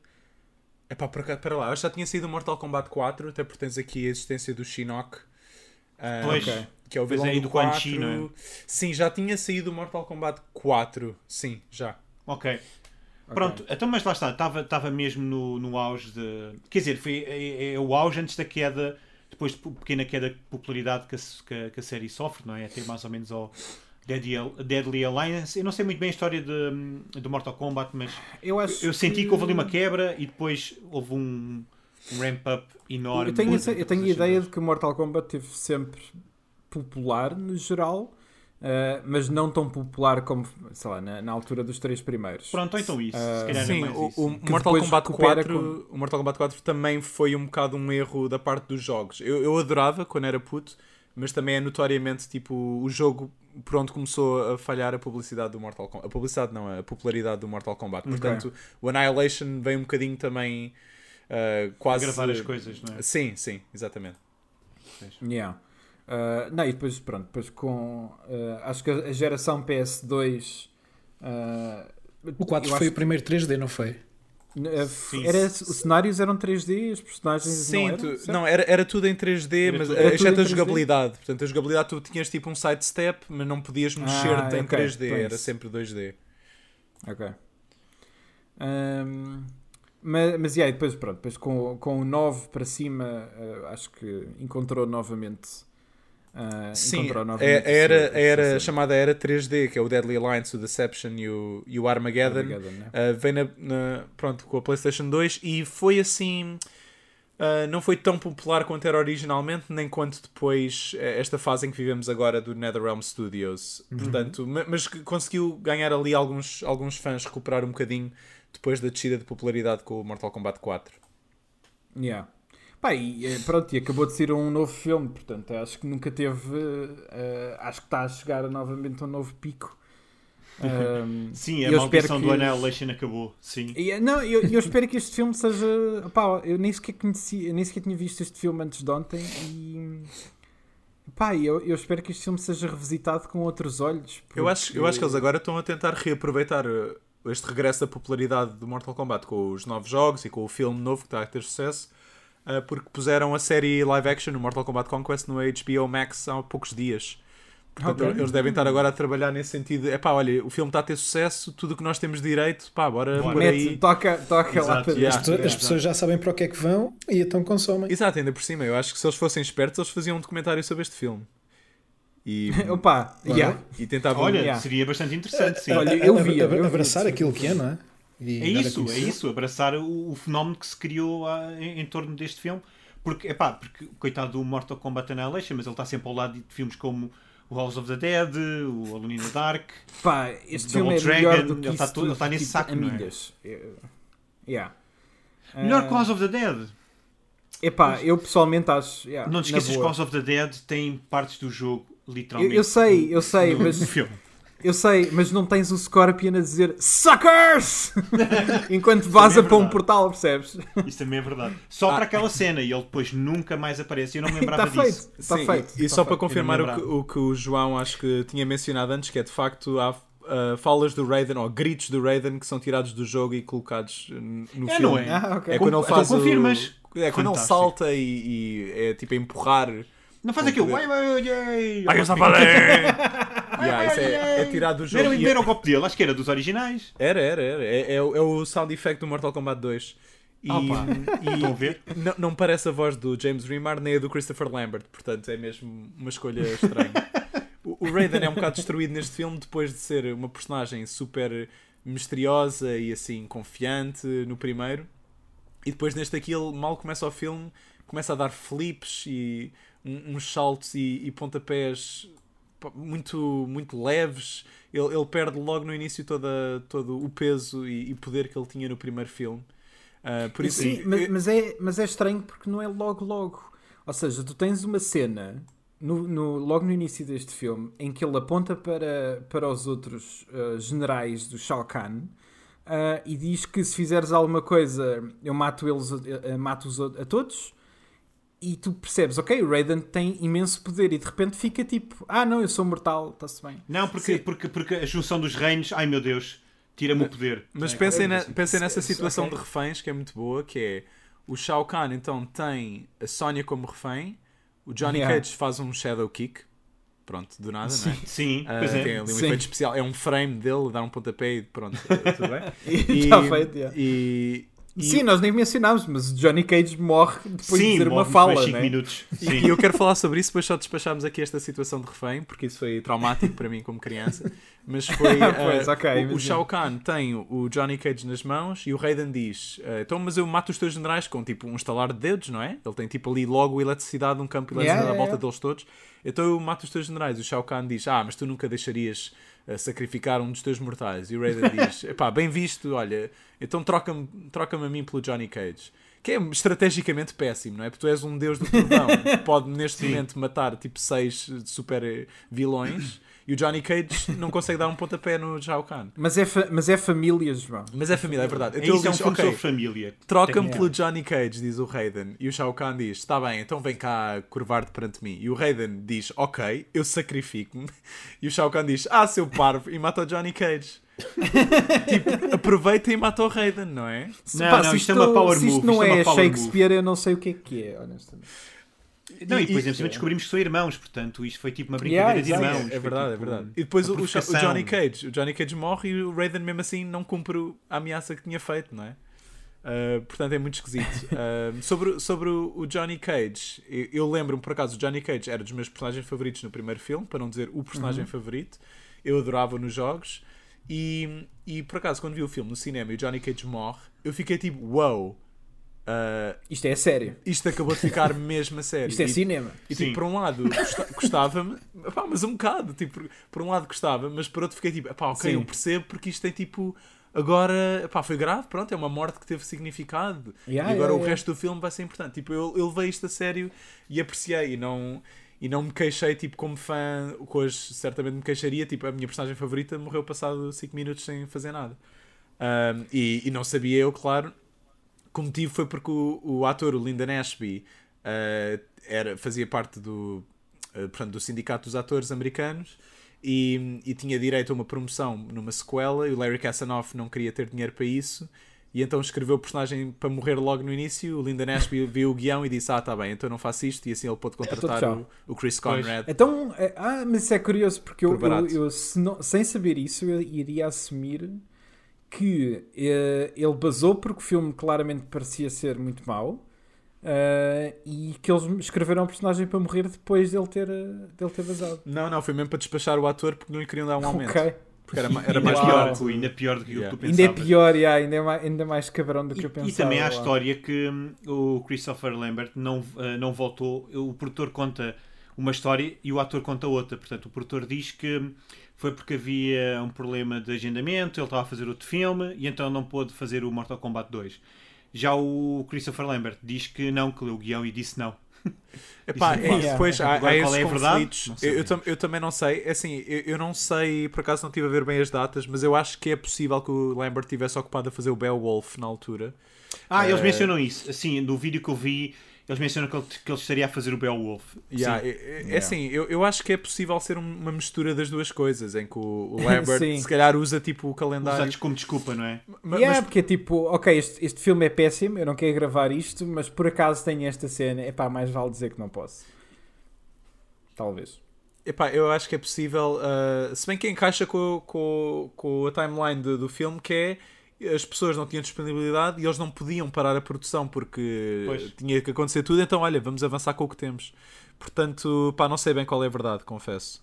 Epá, por acaso, pera lá, já tinha saído o Mortal Kombat quatro, até porque tens aqui a existência do Shinnok. ah, Pois, ok. que é o Pois vilão é, e do do Quan quatro. Chi, não é? Sim, já tinha saído o Mortal Kombat quatro. Sim, já. Ok. Pronto, então, mas lá está, estava estava mesmo no, no auge de. Quer dizer, foi, é, é o auge antes da queda, depois de pequena queda de popularidade que a, que a, que a série sofre, não é? Até mais ou menos ao Deadly, Deadly Alliance. Eu não sei muito bem a história de, de Mortal Kombat, mas Eu, acho eu senti que houve ali uma quebra e depois houve um, um ramp-up enorme. Eu tenho, essa- entre eu tenho a os ideia jogadores. de que o Mortal Kombat teve sempre popular, no geral, uh, mas não tão popular como, sei lá, na, na altura dos três primeiros. Pronto, então isso. Ah, se calhar Sim, é mais o, isso. o Que Mortal depois Kombat recupera quatro, o Mortal Kombat quatro também foi um bocado um erro da parte dos jogos. Eu, eu adorava quando era puto, mas também é notoriamente tipo o jogo por onde começou a falhar a publicidade do Mortal Kombat. A publicidade não, a popularidade do Mortal Kombat. Portanto, o Annihilation veio um bocadinho também uh, A quase... gravar as coisas, não é? Sim, sim, exatamente. Yeah. Uh, não, e depois, pronto, depois com. Uh, acho que a geração P S dois. Uh, O quatro foi o primeiro três D, não foi? Uh, era, os cenários eram três D, os personagens Sim, não eram? Tu, não, era, era tudo em três D, Era mas tudo- era exceto tudo a em jogabilidade. Portanto, a jogabilidade tu tinhas tipo um sidestep, mas não podias mexer-te em ok, três D, pois. era sempre dois D. Ok. Um, mas, mas yeah, e depois, pronto, depois com, com o nove para cima, uh, acho que encontrou novamente. Uh, Sim, encontrou a, novamente a era, a sua- a era a sua- chamada Era três D, que é o Deadly Alliance, o Deception e o, e o Armageddon. Armageddon, né? Uh, vem na, na- pronto, com a PlayStation dois e foi assim. Uh, não foi tão popular quanto era originalmente, nem quanto depois uh, esta fase em que vivemos agora do NetherRealm Studios. Uhum. Portanto, ma- mas que conseguiu ganhar ali alguns, alguns fãs, recuperar um bocadinho depois da descida de popularidade com o Mortal Kombat quatro. Yeah. Pá, e eh, pronto, e acabou de sair um novo filme, portanto, acho que nunca teve. eh, acho que está a chegar novamente a um novo pico. Um, Sim, a eu maldição espero do que- Annihilation acabou. Sim. E, eh, não, eu, eu espero que este filme seja. Pá, eu nem sequer conhecia, eu nem sequer tinha visto este filme antes de ontem e. Pá, eu, eu espero que este filme seja revisitado com outros olhos. Eu, acho, eu porque- acho que eles agora estão a tentar reaproveitar uh, este regresso da popularidade do Mortal Kombat com os novos jogos e com o filme novo que está a ter sucesso, uh, porque puseram a série live action, o Mortal Kombat Conquest, no H B O Max há poucos dias. Portanto, Ok. eles devem estar agora a trabalhar nesse sentido. É pá, olha, o filme está a ter sucesso, tudo o que nós temos direito, pá, bora, Bora. por Mete, aí. toca, toca lá Exato, para yeah. As, dentro. pessoas, as pessoas já sabem para o que é que vão e então consomem. Exato, ainda por cima. Eu acho que se eles fossem espertos, eles faziam um documentário sobre este filme. E, Opa, yeah. e tentavam... Olha, Yeah. seria bastante interessante, sim. Olha, eu A- a- via, a- eu abraçar via. aquilo que é, não é? E É dar a isso, é conhecer. isso, abraçar o, o fenómeno que se criou ah, em, em torno deste filme. Porque, epá, porque coitado do Mortal Kombat Annihilation, mas ele está sempre ao lado de filmes como o House of the Dead, o Alone in the Dark. Pá, este Double filme é melhor Dragon, do que ele isso tá todo- ele tudo, tá nesse tipo, saco, a não é? milhas. Eu- Yeah. Melhor que Ah, House of the Dead. Epá, eu pessoalmente acho. Yeah, Não te na esqueças que boa. House of the Dead tem partes do jogo, eu, literalmente. eu sei, eu sei, no, mas no filme. eu sei, mas não tens o Scorpion a dizer Suckers! Enquanto vaza é para um verdade. portal, percebes? Isso também é verdade. Só Ah. para aquela cena e ele depois nunca mais aparece. Eu não me lembrava Está disso. feito, está Sim, feito. E, e está só para feito. confirmar Eu o não que, lembrava. o que o João acho que tinha mencionado antes, que é de facto há uh, falas do Raiden, ou gritos do Raiden, que são tirados do jogo e colocados n- no É, filme. não é? Ah, ok. É quando ele Então faz o- confirmas. É quando ele Fantástico. salta e, e é tipo a empurrar. Não faz Com aquilo. poder. Ai, ai, ai, Ai, eu só falei! Yeah, isso é, é tirado do Não jogo. era, E não era o golpe dele, acho que era dos originais. Era, era, era. É, é, o- é o sound effect do Mortal Kombat dois. E, Opa, e estão a ver? não, não parece a voz do James Remar nem a do Christopher Lambert, portanto é mesmo uma escolha estranha. o, o Raiden é um bocado destruído neste filme depois de ser uma personagem super misteriosa e assim confiante no primeiro, e depois neste aqui ele mal começa o filme, começa a dar flips e um- uns saltos e, e pontapés pá, muito, muito leves. Ele, ele perde logo no início toda, todo o peso e, e poder que ele tinha no primeiro filme. Uh, por isso, Sim, eu- mas, mas é, mas é estranho porque não é logo logo. Ou seja, tu tens uma cena no, no- logo no início deste filme em que ele aponta para, para os outros uh, generais do Shao Kahn uh, e diz que se fizeres alguma coisa eu mato eles a, a- mato-os a, a todos, e tu percebes, ok, o Raiden tem imenso poder e de repente fica tipo, ah não, eu sou mortal, está-se bem. Não, porque, Sim. porque, porque a junção dos reinos, ai meu Deus, tira-me o poder. Mas É, pensem, é na- assim. pensem nessa Sim, situação ok. de reféns que é muito boa, que é o Shao Kahn então tem a Sonya como refém, o Johnny Yeah. Cage faz um shadow kick, pronto, do nada, não é? Sim, Ah, pois é. tem ali um Sim. efeito especial, é um frame dele, dar um pontapé e pronto, tudo bem. E está feito, yeah. e, e- Sim, nós nem mencionámos, mas o Johnny Cage morre depois de Sim, dizer uma morre fala, depois de cinco né? minutos. E Sim. e eu quero falar sobre isso, depois só despachámos aqui esta situação de refém, porque isso foi traumático para mim como criança. Mas foi. Pois, ah, ok, o, o imagino. Shao Kahn tem o Johnny Cage nas mãos e o Raiden diz: ah, então, mas eu mato os teus generais com tipo um estalar de dedos, não é? Ele tem tipo ali logo eletricidade, um campo de eletricidade Yeah, à volta yeah. deles todos. Então eu mato os teus generais. E o Shao Kahn diz: ah, mas tu nunca deixarias ah, sacrificar um dos teus mortais. E o Raiden diz: epá, bem visto, olha, então troca-me troca-me a mim pelo Johnny Cage. que é estrategicamente péssimo, não é? Porque tu és um deus do trovão que pode neste Sim. momento matar tipo seis super vilões e o Johnny Cage não consegue dar um pontapé no Shao Kahn. Mas é, fa- mas é família, João. Mas é família, é verdade. Isso Então é ele um diz, filme ok, sobre família. troca-me Tem- pelo Johnny Cage, diz o Raiden. E o Shao Kahn diz, está bem, então vem cá curvar-te perante mim. E o Raiden diz, ok, eu sacrifico-me. E o Shao Kahn diz, ah, seu parvo, e mata o Johnny Cage. Tipo, aproveita e mata o Raiden, não é? Se, Não, pá, não, se isto é uma power se isto move, não isto é é uma power Shakespeare, eu não sei o que é que é, honestamente. Não, e, E- depois e- em cima descobrimos que são irmãos, portanto, isto foi tipo uma brincadeira Yeah, de exato. irmãos. É foi, verdade, é tipo, verdade. E depois a o, o, Sha- o provocação. Johnny Cage, o Johnny Cage morre e o Raiden mesmo assim não cumpre a ameaça que tinha feito, não é? Uh, portanto é muito esquisito. Uh, sobre, o- sobre o, o Johnny Cage, eu, eu lembro-me por acaso, o Johnny Cage era dos meus personagens favoritos no primeiro filme, para não dizer o personagem favorito. Eu adorava nos jogos. E, e por acaso, quando vi o filme no cinema e o Johnny Cage morre, eu fiquei tipo, wow, uh, Isto é sério. isto acabou de ficar mesmo a sério. Isto é E- cinema. e Sim. tipo, por um lado gosta- gostava-me, pá, mas um bocado, tipo, por um lado gostava, mas por outro fiquei tipo, pá, ok, Sim. eu percebo porque isto tem tipo, agora, pá, foi grave, pronto, é uma morte que teve significado Yeah, e agora yeah, o yeah. resto do filme vai ser importante. Tipo, eu, eu levei isto a sério e apreciei e não, e não me queixei, tipo, como fã, que hoje certamente me queixaria, tipo, a minha personagem favorita morreu passado cinco minutos sem fazer nada. Um, e, e não sabia eu, claro, que o motivo foi porque o, o ator, o Lyndon Ashby, uh, era, fazia parte do, uh, portanto, do sindicato dos atores americanos e, e tinha direito a uma promoção numa sequela e o Larry Kasanoff não queria ter dinheiro para isso e então escreveu o personagem para morrer logo no início. O Lyndon Ashby viu o guião e disse, ah, tá bem, então não faço isto, e assim ele pôde contratar Então, o, o Chris Pois. Conrad. Então, é- ah, mas isso é curioso porque eu, Por barato. eu, eu, se não- sem saber isso, eu iria assumir que eh, ele basou porque o filme claramente parecia ser muito mau eh, e que eles escreveram o personagem para morrer depois dele ter, eh, dele ter vazado. Não, não, foi mesmo para despachar o ator porque não lhe queriam dar um aumento. Ok. Porque era, ma- era Ainda mais pior, barato. Rui, ainda pior do que Yeah. o que tu Ainda é pensavas. pior, yeah, ainda, é mais, ainda mais cabrão do que eu E, pensava. e também há a lá. história que hum, o Christopher Lambert não, uh, não voltou. O produtor conta uma história e o ator conta outra. Portanto, o produtor diz que foi porque havia um problema de agendamento, ele estava a fazer outro filme e então não pôde fazer o Mortal Kombat dois. Já o Christopher Lambert diz que não, que leu o guião e disse não. Epá, Isso é, não faço. depois há, Agora, há qual esses é a verdade? conflitos. Não Eu, eu, sabemos. tam- eu também não sei. É assim, eu, eu não sei, por acaso não estive a ver bem as datas, mas eu acho que é possível que o Lambert estivesse ocupado a fazer o Beowulf na altura. Ah, eles Eh, mencionam isso. Assim, no vídeo que eu vi, eles mencionam que ele, que ele estaria a fazer o Beowulf. Yeah, Sim. é, é- é Yeah. assim, eu, eu acho que é possível ser um- uma mistura das duas coisas, em que o, o Lambert Sim. se calhar usa tipo o calendário. Usados como desculpa, não é? Ma- Yeah, mas- porque é tipo, ok, este, este filme é péssimo, eu não quero gravar isto, mas por acaso tenho esta cena, epá, mais vale dizer que não posso. Talvez. Epá, eu acho que é possível, uh, se bem que encaixa com, com, com a timeline do, do filme, que é as pessoas não tinham disponibilidade e eles não podiam parar a produção porque Pois. tinha que acontecer tudo, então olha, vamos avançar com o que temos. Portanto, pá, não sei bem qual é a verdade, confesso.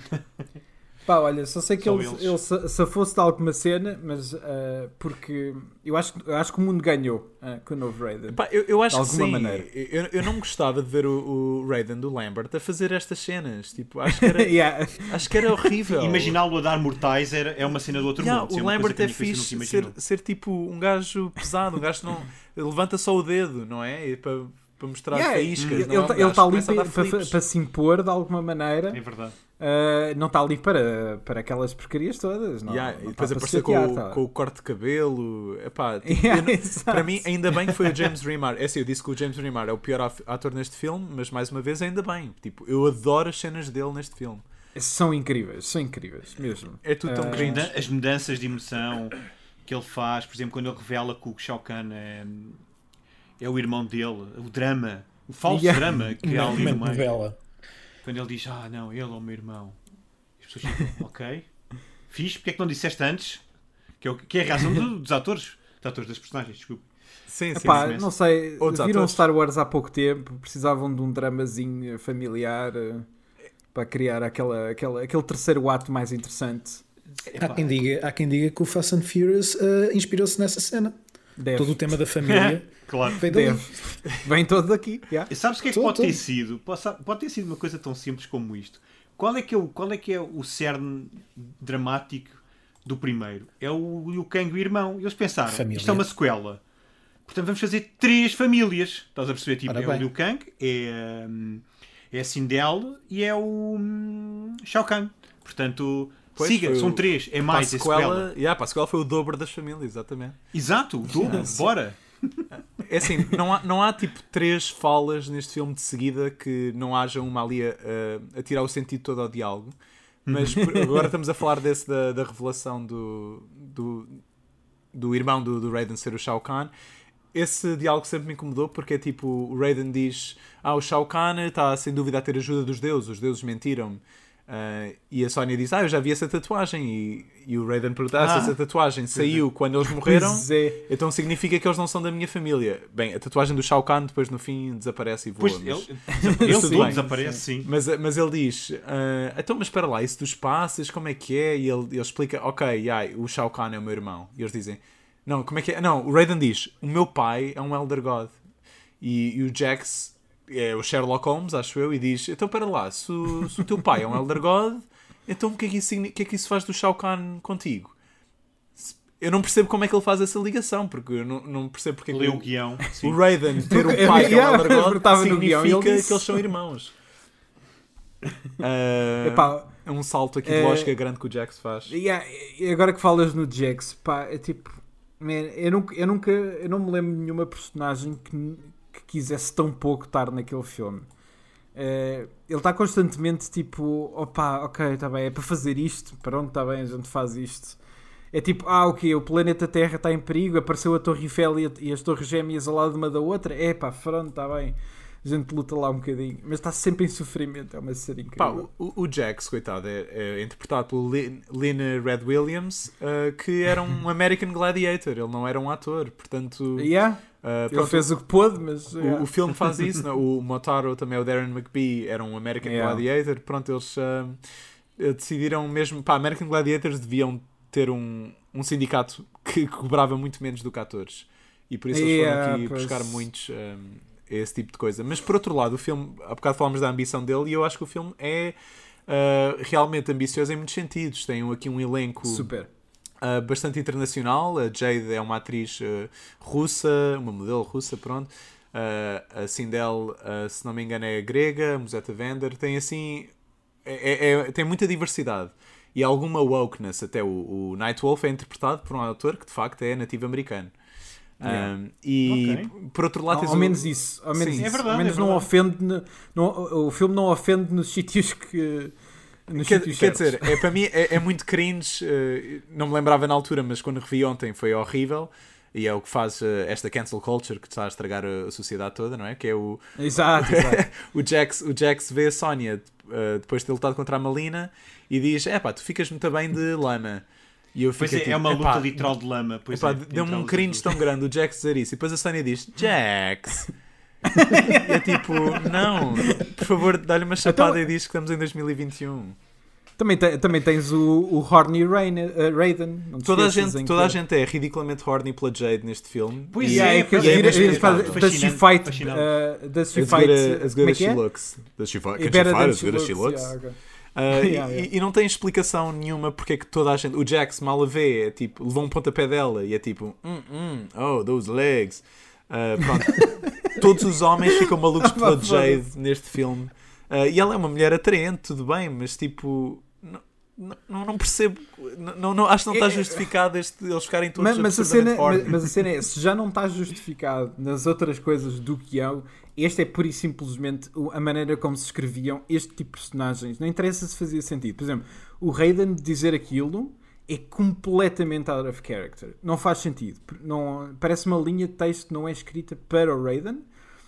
Pá, olha, só sei que Só ele, eles. ele se, se fosse de alguma cena, mas ah, porque eu acho, eu acho que o mundo ganhou ah, com o novo Raiden. Pá, eu, eu acho De que alguma sim. maneira. Eu, eu não gostava de ver o, o Raiden do Lambert a fazer estas cenas. Tipo, acho que era, Yeah. acho que era horrível. Imaginá-lo a dar mortais era, é uma cena do outro Yeah, mundo. Isso o uma coisa Lambert que a é minha cabeça fixe nunca ser, imaginou. ser tipo um gajo pesado, um gajo que não levanta só o dedo, não é? E para, para mostrar Yeah, faíscas. ele não é? Um está gajo tá ali começa a para, dar para, flips. para se impor de alguma maneira. É verdade. Ah, não está ali para, para aquelas porcarias todas. Não, Yeah, não e depois tá para aparecer com, chatear, o- tá. com o corte de cabelo. Epá, tipo, Yeah, eu não- exato. para mim, ainda bem que foi o James Remar. É assim, eu disse que o James Remar é o pior af- ator neste filme, mas mais uma vez, ainda bem. Tipo, eu adoro as cenas dele neste filme. São incríveis, são incríveis, mesmo. É tudo tão Ah, As, cringe. muda- as mudanças de emoção que ele faz, por exemplo, quando ele revela que o Shao Kahn é, é o irmão dele, o drama, o falso Yeah. drama que há Uma ali no meio. novela. Quando ele diz, ah não, ele é o meu irmão. As pessoas ficam, ok, fixe, porque é que não disseste antes? Que é, o- que é a reação do- dos atores, dos atores das personagens, desculpe. Sim, sim. Epá, sim. não sei, Outros viram atores. Star Wars há pouco tempo, precisavam de um dramazinho familiar eh, para criar aquela, aquela, aquele terceiro ato mais interessante. Há quem, diga, há quem diga que o Fast and Furious eh, inspirou-se nessa cena. Deve. Todo o tema da família Claro. veio daí. Deve. Vem todo daqui. yeah. E sabes o que é que Tô, pode tô. ter sido? Pode pode ter sido uma coisa tão simples como isto. Qual é que é o, qual é, que é o cerne dramático do primeiro? É o Liu Kang e o irmão. E eles pensaram, Família. isto é uma sequela. Portanto, vamos fazer três famílias. Estás a perceber? Tipo, Ora é bem. o Liu Kang, é, hum, é a Sindel e é o hum, Shao Kahn. Portanto, Pois, siga, foi são o- três. É Para a mais a sequela, sequela. yeah, para a sequela foi o dobro das famílias, exatamente. Exato, o dobro. Bora. É assim, não há, não há tipo três falas neste filme de seguida que não haja uma ali a, a, a tirar o sentido todo ao diálogo. Mas por- agora estamos a falar desse da, da revelação do, do, do irmão do, do Raiden ser o Shao Kahn. Esse diálogo sempre me incomodou porque é tipo, o Raiden diz: ah, o Shao Kahn está sem dúvida a ter ajuda dos deuses, os deuses mentiram-me. Uh, e a Sónia diz: ah, eu já vi essa tatuagem. E, e o Raiden pergunta: ah, se Ah. essa tatuagem saiu quando eles morreram, Pois é. então significa que eles não são da minha família. Bem, a tatuagem do Shao Kahn depois no fim desaparece e voa. Pois, mas... ele, ele Tudo todo bem. desaparece, sim. Mas, mas ele diz: ah, então, mas espera lá, isso dos passes, como é que é? E ele, ele explica: ok, yeah, o Shao Kahn é o meu irmão. E eles dizem: não, como é que é? Não, o Raiden diz: o meu pai é um Elder God. E, e o Jax é o Sherlock Holmes, acho eu, e diz: então, espera lá, se, o- se o teu pai é um Elder God, então o que é que isso, signi- o que é que isso faz do Shao Kahn contigo? Se- Eu não percebo como é que ele faz essa ligação, porque eu não, não percebo porque é que Lê o o- guião. o Sim. Raiden ter um É, pai que é um yeah, Elder God estava no guião e ele significa disse. que eles são irmãos. Ah, Epá, é um salto aqui de é- lógica grande que o Jax faz. yeah, e agora que falas no Jax, pá, é tipo, man, eu, nunca, eu nunca, eu não me lembro de nenhuma personagem que, que quisesse tão pouco estar naquele filme. Eh, ele está constantemente tipo, opá, ok, está bem, é para fazer isto, pronto, está bem, a gente faz isto. É tipo, ah, ok, o planeta Terra está em perigo, apareceu a Torre Eiffel e, a- e as Torres Gêmeas ao lado uma da outra, é pá, pronto, está bem, a gente luta lá um bocadinho, mas está sempre em sofrimento, é uma série Pá, incrível. o, o Jax, coitado, é, é interpretado pelo Lin- Lynn Red Williams, ah, que era um American Gladiator, ele não era um ator, portanto... Yeah, ah, ele pronto, fez o que pôde, mas... o, yeah. o filme faz isso, não? O Motaro também, o Darren McBee, era um American Yeah. Gladiator, pronto, eles ah, decidiram mesmo... Pá, American Gladiators deviam ter um, um sindicato que cobrava muito menos do que atores, e por isso eles foram Yeah, aqui pois. buscar muitos... ah, esse tipo de coisa. Mas por outro lado, o filme, há bocado falámos da ambição dele e eu acho que o filme é uh, realmente ambicioso em muitos sentidos. Tem aqui um elenco Super. uh, bastante internacional. A Jade é uma atriz uh, russa, uma modelo russa, pronto. Uh, a Sindel, uh, se não me engano, é grega. A Musetta Vender. Tem assim... É, é- tem muita diversidade. E alguma wokeness. Até o, o Nightwolf é interpretado por um ator que de facto é nativo americano. Yeah. Um, e Ok. por outro lado Ao, tens ao o- menos isso, ao menos Sim. isso. É verdade, ao menos é não verdade. ofende, no- não- o filme não ofende nos sítios que nos Quer, sítios quer certos. dizer, é, para mim é, é muito cringe. eh, não me lembrava na altura, mas quando revi ontem foi horrível. E é o que faz eh, esta cancel culture que está a estragar a, a sociedade toda, não é? Que é o, Exato, exato. o, Jax, o Jax vê a Sónia eh, depois de ter lutado contra a Malina e diz: é pá, tu ficas muito bem de lama. E eu Pois fiquei é, tipo, é uma luta "Epá, literal de lama. Pois epá, é, deu-me entre um elas cringe duas. tão grande o Jax dizer isso. E depois a Sónia diz: Jax. E é tipo, não, por favor, dá-lhe uma chapada Então- e diz que estamos em dois mil e vinte e um. Também, te- também tens o, o Horny Rain, eh, Raiden. Não te Toda a, esqueças gente, em toda a que- gente é ridiculamente horny pela Jade neste filme. Pois E Yeah, é, é, que pois eles é, viram- mas eles é fazem- fascinante, Does she fight? fascinante. uh, Does she As fight? good, a- as Como good é as que she é? looks. Does she fight? É Can she better fight than as good as she looks? yeah, ok. Uh, Yeah, e, yeah. e não tem explicação nenhuma porque é que toda a gente. O Jax mal a vê, é tipo, levou um pontapé dela e é tipo, hum, hum, oh, those legs. Uh, pronto. Todos os homens ficam malucos pela Foda-se. Jade neste filme. Uh, e ela é uma mulher atraente, tudo bem, mas tipo. Não, não, não percebo. Não, não, acho que não está É- justificado este, eles ficarem todos Mas, mas, a cena, absurdamente horny. mas, mas a cena é, se já não está justificado nas outras coisas do guião, este é pura e simplesmente o- a maneira como se escreviam este tipo de personagens. Não interessa se fazia sentido. Por exemplo, o Raiden dizer aquilo é completamente out of character. Não faz sentido. Não, parece uma linha de texto que não é escrita para o Raiden,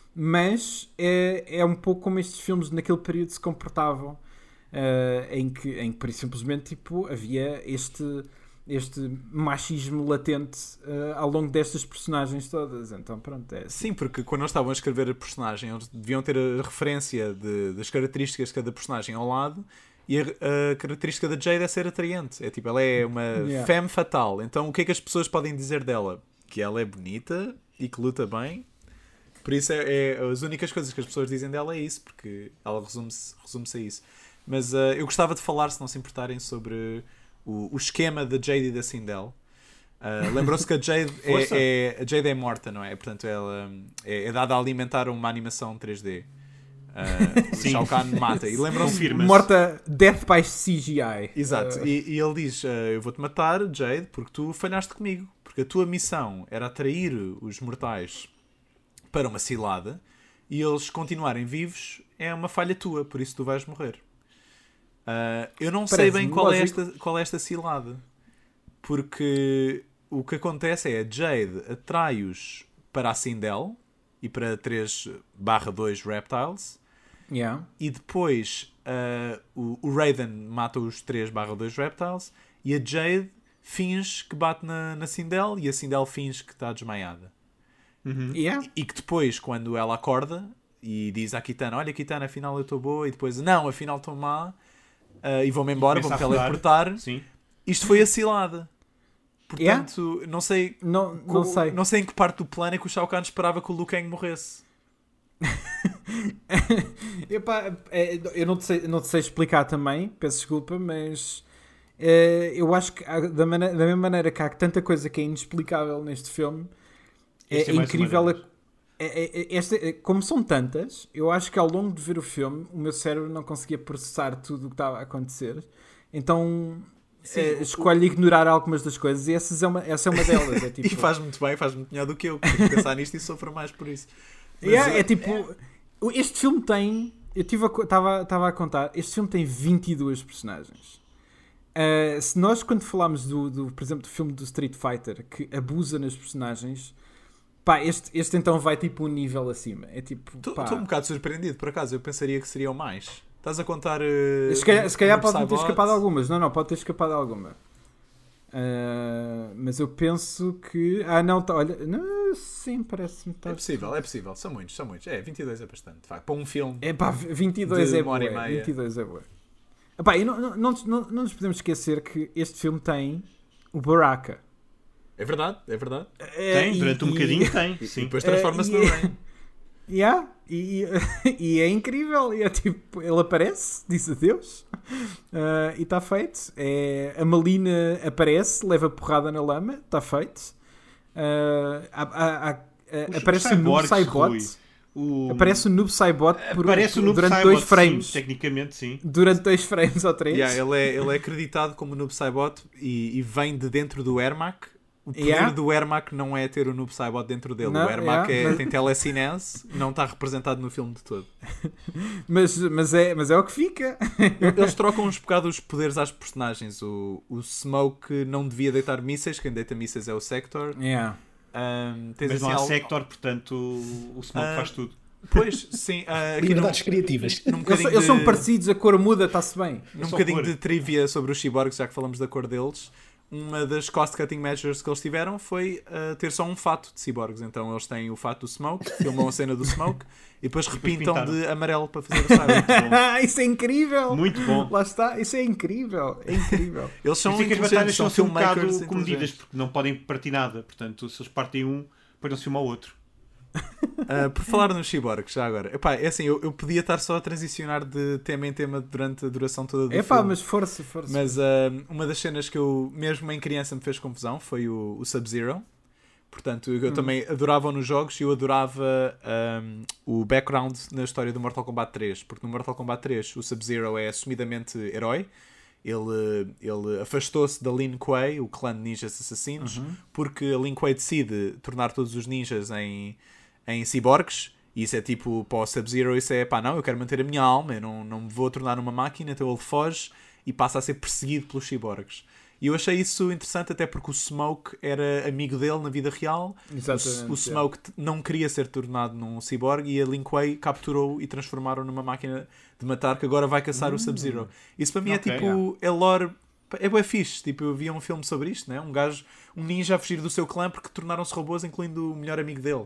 mas é, é um pouco como estes filmes naquele período se comportavam. Uh, em, que, em que, por simplesmente, tipo, havia este, este machismo latente uh, ao longo destas personagens todas. Então, pronto, é assim. Sim, porque quando eles estavam a escrever a personagem, eles deviam ter a referência de- das características de cada personagem ao lado, e a, a característica da Jade é ser atraente. É tipo, ela é uma Yeah. femme fatal. Então, o que é que as pessoas podem dizer dela? Que ela é bonita e que luta bem. Por isso, é, é- as únicas coisas que as pessoas dizem dela é isso, porque ela resume-se resume-se a isso. Mas uh, eu gostava de falar, se não se importarem, sobre o, o esquema da Jade e da Sindel. Uh, Lembrou-se que a Jade Força. é, é, a Jade é morta, não é? Portanto, ela é, é dada a alimentar uma animação três D. Uh, o Sim. Shao Kahn mata. E lembram-se. Confirma-se. Morta Death by C G I. Exato. Uh, E, e ele diz: uh, eu vou-te matar, Jade, porque tu falhaste comigo. Porque a tua missão era atrair os mortais para uma cilada e eles continuarem vivos é uma falha tua, por isso tu vais morrer. Uh, eu não sei bem Parece-me qual é, lógico. esta, qual é esta cilada. Porque o que acontece é a Jade atrai-os para a Sindel e para três barra dois Reptiles. yeah. E depois uh, o, o Raiden mata os três barra dois Reptiles e a Jade finge que bate na, na Sindel e a Sindel finge que está desmaiada. Uhum. Yeah. E que depois, quando ela acorda e diz à Kitana: olha Kitana, afinal eu estou boa, e depois, não, afinal estou má, uh, e vou-me embora, Começa vou-me a rodar. teleportar. Sim. Isto foi a cilada. Portanto, não sei... Não, não co- sei. não sei em que parte do plano é que o Shao Kahn esperava que o Liu Kang morresse. Epá, é, eu não te, sei, não te sei explicar também, peço desculpa, mas é, eu acho que há- da, maneira, da mesma maneira que há tanta coisa que é inexplicável neste filme, é, Este é é mais uma incrível. A, delas. é, é- é- esta, é- como são tantas, eu acho que ao longo de ver o filme, o meu cérebro não conseguia processar tudo o que estava a acontecer, então Sim, é, o- escolho ignorar algumas das coisas e essas é uma, essa é uma delas. É, tipo, E faz muito bem, faz muito melhor do que eu, que tenho que pensar nisto e sofro mais por isso. Mas, Yeah, uh, é tipo, este filme tem, eu estava a contar, este filme tem vinte e duas personagens. Uh, se nós, quando falámos do, do, por exemplo, do filme do Street Fighter, que abusa nas personagens, pá, este, este então vai tipo um nível acima. É tipo, Estou pá, um bocado surpreendido, por acaso. Eu pensaria que seriam mais. Estás a contar. Uh, se calhar, se calhar no pode ter Psybot? escapado algumas. Não, não, pode ter escapado alguma. Uh, mas eu penso que. Ah, não, tá, olha, não, sim, parece-me. Tá, É possível, é possível. São muitos, são muitos. É, vinte e dois é bastante. De facto, para um filme. É pá, vinte e dois De é uma hora e boa. meia. vinte e dois é boa. Epá, e não, não, não, nos- não, não nos podemos esquecer que este filme tem o Baraka. É verdade, é verdade. Tem, durante um bocadinho tem. E, Sim. e depois transforma-se Eh, no e- Rain. Yeah, e, e é incrível. E é tipo, ele aparece, diz adeus, uh, e está feito. É, a Malina aparece, leva porrada na lama, está feito. Uh, há- há- há- Os- aparece os o Noob cyborgs, Saibot. Rui. O... Aparece o Noob Saibot por, Aparece o Noob durante Saibot, dois frames. sim, tecnicamente, sim. Durante dois frames ou três. Yeah, ele, é, ele é acreditado como Noob Saibot e, e vem de dentro do Ermac. O poder Yeah. do Ermac não é ter o Noob Saibot dentro dele. Não, o Ermac yeah, é, mas- tem telecinese, não está representado no filme de todo. Mas, mas, é, mas é o que fica. Eles trocam uns bocados os poderes às personagens. O, o Smoke não devia deitar mísseis, quem deita mísseis é o Sector. Yeah. Um, tens Mas não assim há algo- Sector, portanto o Smoke Ah, faz tudo. Pois, sim. ah, aqui num, Liberdades criativas. num Eles, bocadinho eles são de- parecidos, a cor muda, está-se bem. Num Só bocadinho cor. de trivia sobre os cyborgs, já que falamos da cor deles, uma das cost-cutting measures que eles tiveram foi uh, ter só um fato de cyborgs. Então eles têm o fato do Smoke, filmam a cena do Smoke e depois repintam pintaram. de amarelo para fazer o cyber. Isso é incrível! Muito bom. Lá está, isso é incrível. É incrível. Eles são Por isso é que as inteligentes, batalhas são são assim um bocado filmmakers comedidas, inteligentes. porque não podem partir nada. Portanto, se eles partem um, depois um ao outro. Uh, por falar nos cyborgs, já agora, epá, é assim, eu, eu podia estar só a transicionar de tema em tema durante a duração toda do É pá, filme. mas força, força. Mas uh, uma das cenas que eu, mesmo em criança, me fez confusão foi o, o Sub-Zero. Portanto, eu, eu também adorava nos jogos e eu adorava um, o background na história do Mortal Kombat três. Porque no Mortal Kombat três o Sub-Zero é assumidamente herói. Ele, ele afastou-se da Lin Kuei, o clã de ninjas assassinos, porque a Lin Kuei decide tornar todos os ninjas em, em ciborgues. E isso é tipo, para o Sub-Zero, isso é pá, não, eu quero manter a minha alma, eu não, não me vou tornar numa máquina. Então ele foge e passa a ser perseguido pelos ciborgues. E eu achei isso interessante, até porque o Smoke era amigo dele na vida real. Exatamente, O, o Smoke t- não queria ser tornado num cyborg e a Lin Kuei capturou e transformaram numa máquina de matar que agora vai caçar o Sub-Zero. Isso para mim Ok, é tipo, é lore, é bué fixe. Tipo, eu vi um filme sobre isto, né? Um gajo, um ninja a fugir do seu clã porque tornaram-se robôs, incluindo o melhor amigo dele.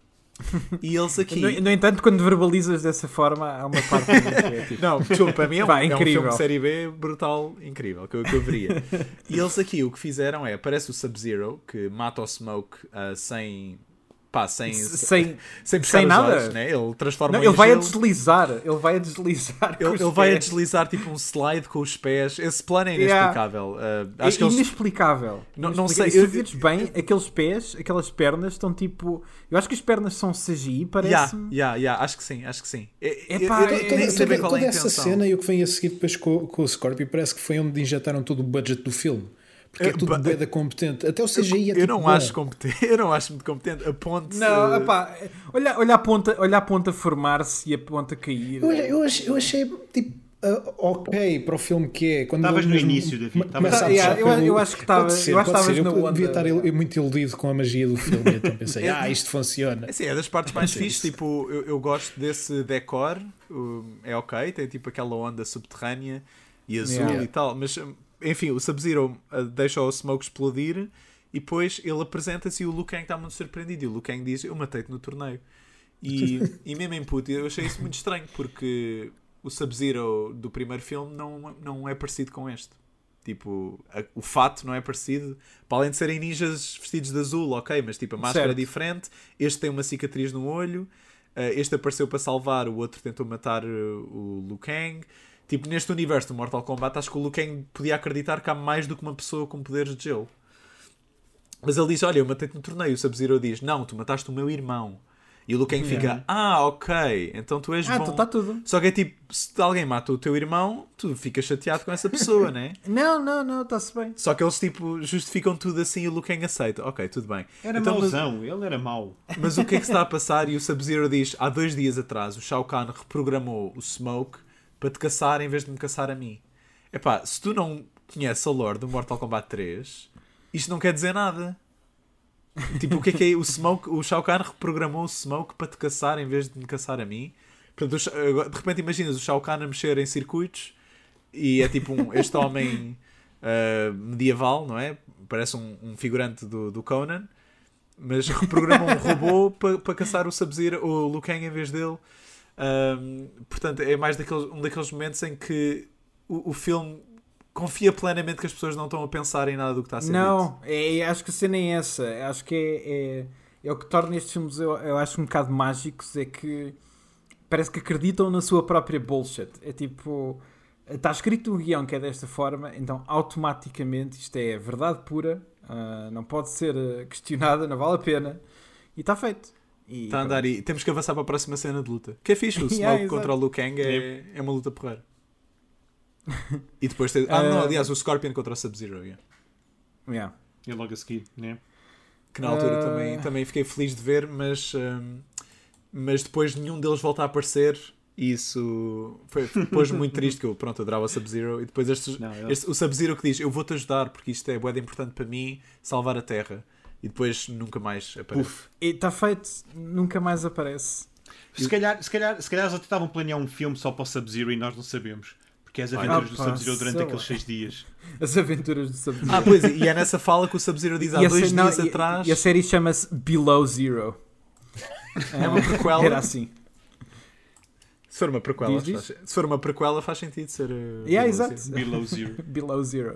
E eles aqui... No, no entanto, quando verbalizas dessa forma, há uma parte que é tipo... Não, desculpa, para mim é um, Pá, é um incrível. filme de série B brutal, incrível, que eu, que eu veria. E eles aqui o que fizeram é, aparece o Sub-Zero, que mata o Smoke uh, sem, pá, sem, sem, sem pescar sem os nada. olhos, né? Ele transforma Não, em ele vai a gelo. deslizar. Ele vai a deslizar. com Ele, os ele vai a pés. deslizar tipo um slide com os pés. Esse plano é Yeah. inexplicável. Uh, É acho que eles... inexplicável. Não- não Inexplicável. sei, E se eu- tu vires bem, aqueles pés, aquelas pernas estão tipo. Eu acho que as pernas são C G I, Yeah, parece-me. yeah, yeah, acho que sim, acho que sim. É, Epá, eu, eu, é- eu nem Toda, sei bem toda, qual é a toda essa intenção. cena e o que vem a seguir depois com, com o Scorpio parece que foi onde injetaram todo o budget do filme. Porque é Eh, tudo ba- bué da competente. Até o C G I é Eu tipo não bom. acho competente, eu não acho muito competente. A ponte. Não, eh, epá, olha, olha, a ponta, olha a ponta formar-se e a ponta cair. Eu, eu, achei, eu achei tipo uh, ok para o filme que é. Quando Estavas ele no mesmo início, David, come- estavas- começa a Ah, yeah, puxar eu- pelo- eu acho que estava- Pode ser, eu acho que pode ser. estavas Eu na devia onda. estar il- muito iludido com a magia do filme. Então pensei, ah, isto funciona. Assim, é das partes mais Sim. fixes, tipo, eu, eu gosto desse decor, um, é ok, tem tipo aquela onda subterrânea e azul Yeah. e tal, mas um, enfim, o Sub-Zero uh, deixa o Smoke explodir e depois ele apresenta-se e o Liu Kang está muito surpreendido e o Liu Kang diz, eu matei-te no torneio. E, e mesmo em puto, eu achei isso muito estranho, porque o Sub-Zero do primeiro filme não, não é parecido com este. Tipo, a- o fato não é parecido. Para além de serem ninjas vestidos de azul, ok, mas tipo, a máscara Certo. é diferente. Este tem uma cicatriz no olho. Uh, este apareceu para salvar, o outro tentou matar uh, o Liu Kang. Tipo, neste universo do Mortal Kombat, acho que o Liu Kang podia acreditar que há mais do que uma pessoa com poderes de gelo. Mas ele diz, olha, eu matei-te no torneio. O Sub-Zero diz, não, tu mataste o meu irmão. E o Liu Kang fica, ah, ok, então tu és Ah, bom. então está tudo. Só que é tipo, se alguém mata o teu irmão, tu ficas chateado com essa pessoa, né? Não, não, não, está-se bem. Só que eles tipo justificam tudo assim e o Liu Kang aceita. Ok, tudo bem. Era Então, mas, mauzão, ele era mau. mas o que é que se está a passar? E o Sub-Zero diz, há dois dias atrás o Shao Kahn reprogramou o Smoke para te caçar em vez de me caçar a mim. Epá, se tu não conheces a lore do Mortal Kombat três, isto não quer dizer nada. Tipo, o que é que é? O Smoke, o Shao Kahn reprogramou o Smoke para te caçar em vez de me caçar a mim. Portanto, o Sha- agora, de repente imaginas o Shao Kahn a mexer em circuitos e é tipo um, este homem uh, medieval, não é? Parece um, um figurante do, do Conan, mas reprogramou um robô para pa caçar o Sub-Zero, o Liu Kang em vez dele. Um, portanto, é mais daqueles, um daqueles momentos em que o, o filme confia plenamente que as pessoas não estão a pensar em nada do que está a ser dito. Não, é, é- acho que a cena é essa. Acho que é, é, é o que torna estes filmes, eu, eu acho, um bocado mágicos. É que parece que acreditam na sua própria bullshit. É tipo, está escrito um guião que é desta forma, então automaticamente isto é verdade pura, ah, não pode ser ah, questionada, não vale a pena. E está feito. E, Está a andar e temos que avançar para a próxima cena de luta. Que é fixe, o Smoke Yeah, contra exato. o Liu Kang é, é uma luta porreira. E depois tem... Ah, não, Uh, aliás, o Scorpion contra o Sub-Zero. Yeah. Yeah. E logo a seguir, né? Que na altura Uh, também, também fiquei feliz de ver, mas, um, mas depois nenhum deles volta a aparecer. E isso foi, pôs-me muito triste, que eu, pronto, adorava o Sub-Zero. E depois estes, Não, eu- este, o Sub-Zero que diz, eu vou-te ajudar, porque isto é bué de importante para mim, salvar a Terra. E depois nunca mais aparece. Uf. E está feito, nunca mais aparece. Se calhar, se, calhar, se calhar eles até estavam a planear um filme só para o Sub-Zero e nós não sabemos. Porque é as aventuras do pá, Sub-Zero durante sei aqueles lá. seis dias. As aventuras do Sub-Zero. Ah, pois, e é nessa fala que o Sub-Zero diz há E a dois sé- não, dias e- atrás. E a série chama-se Below Zero. É uma prequela. Era assim. Se for uma prequela, Diz, diz. faz- se for uma prequela faz sentido ser. Uh, Yeah, Below exato. Zero. Below Zero. Below Zero.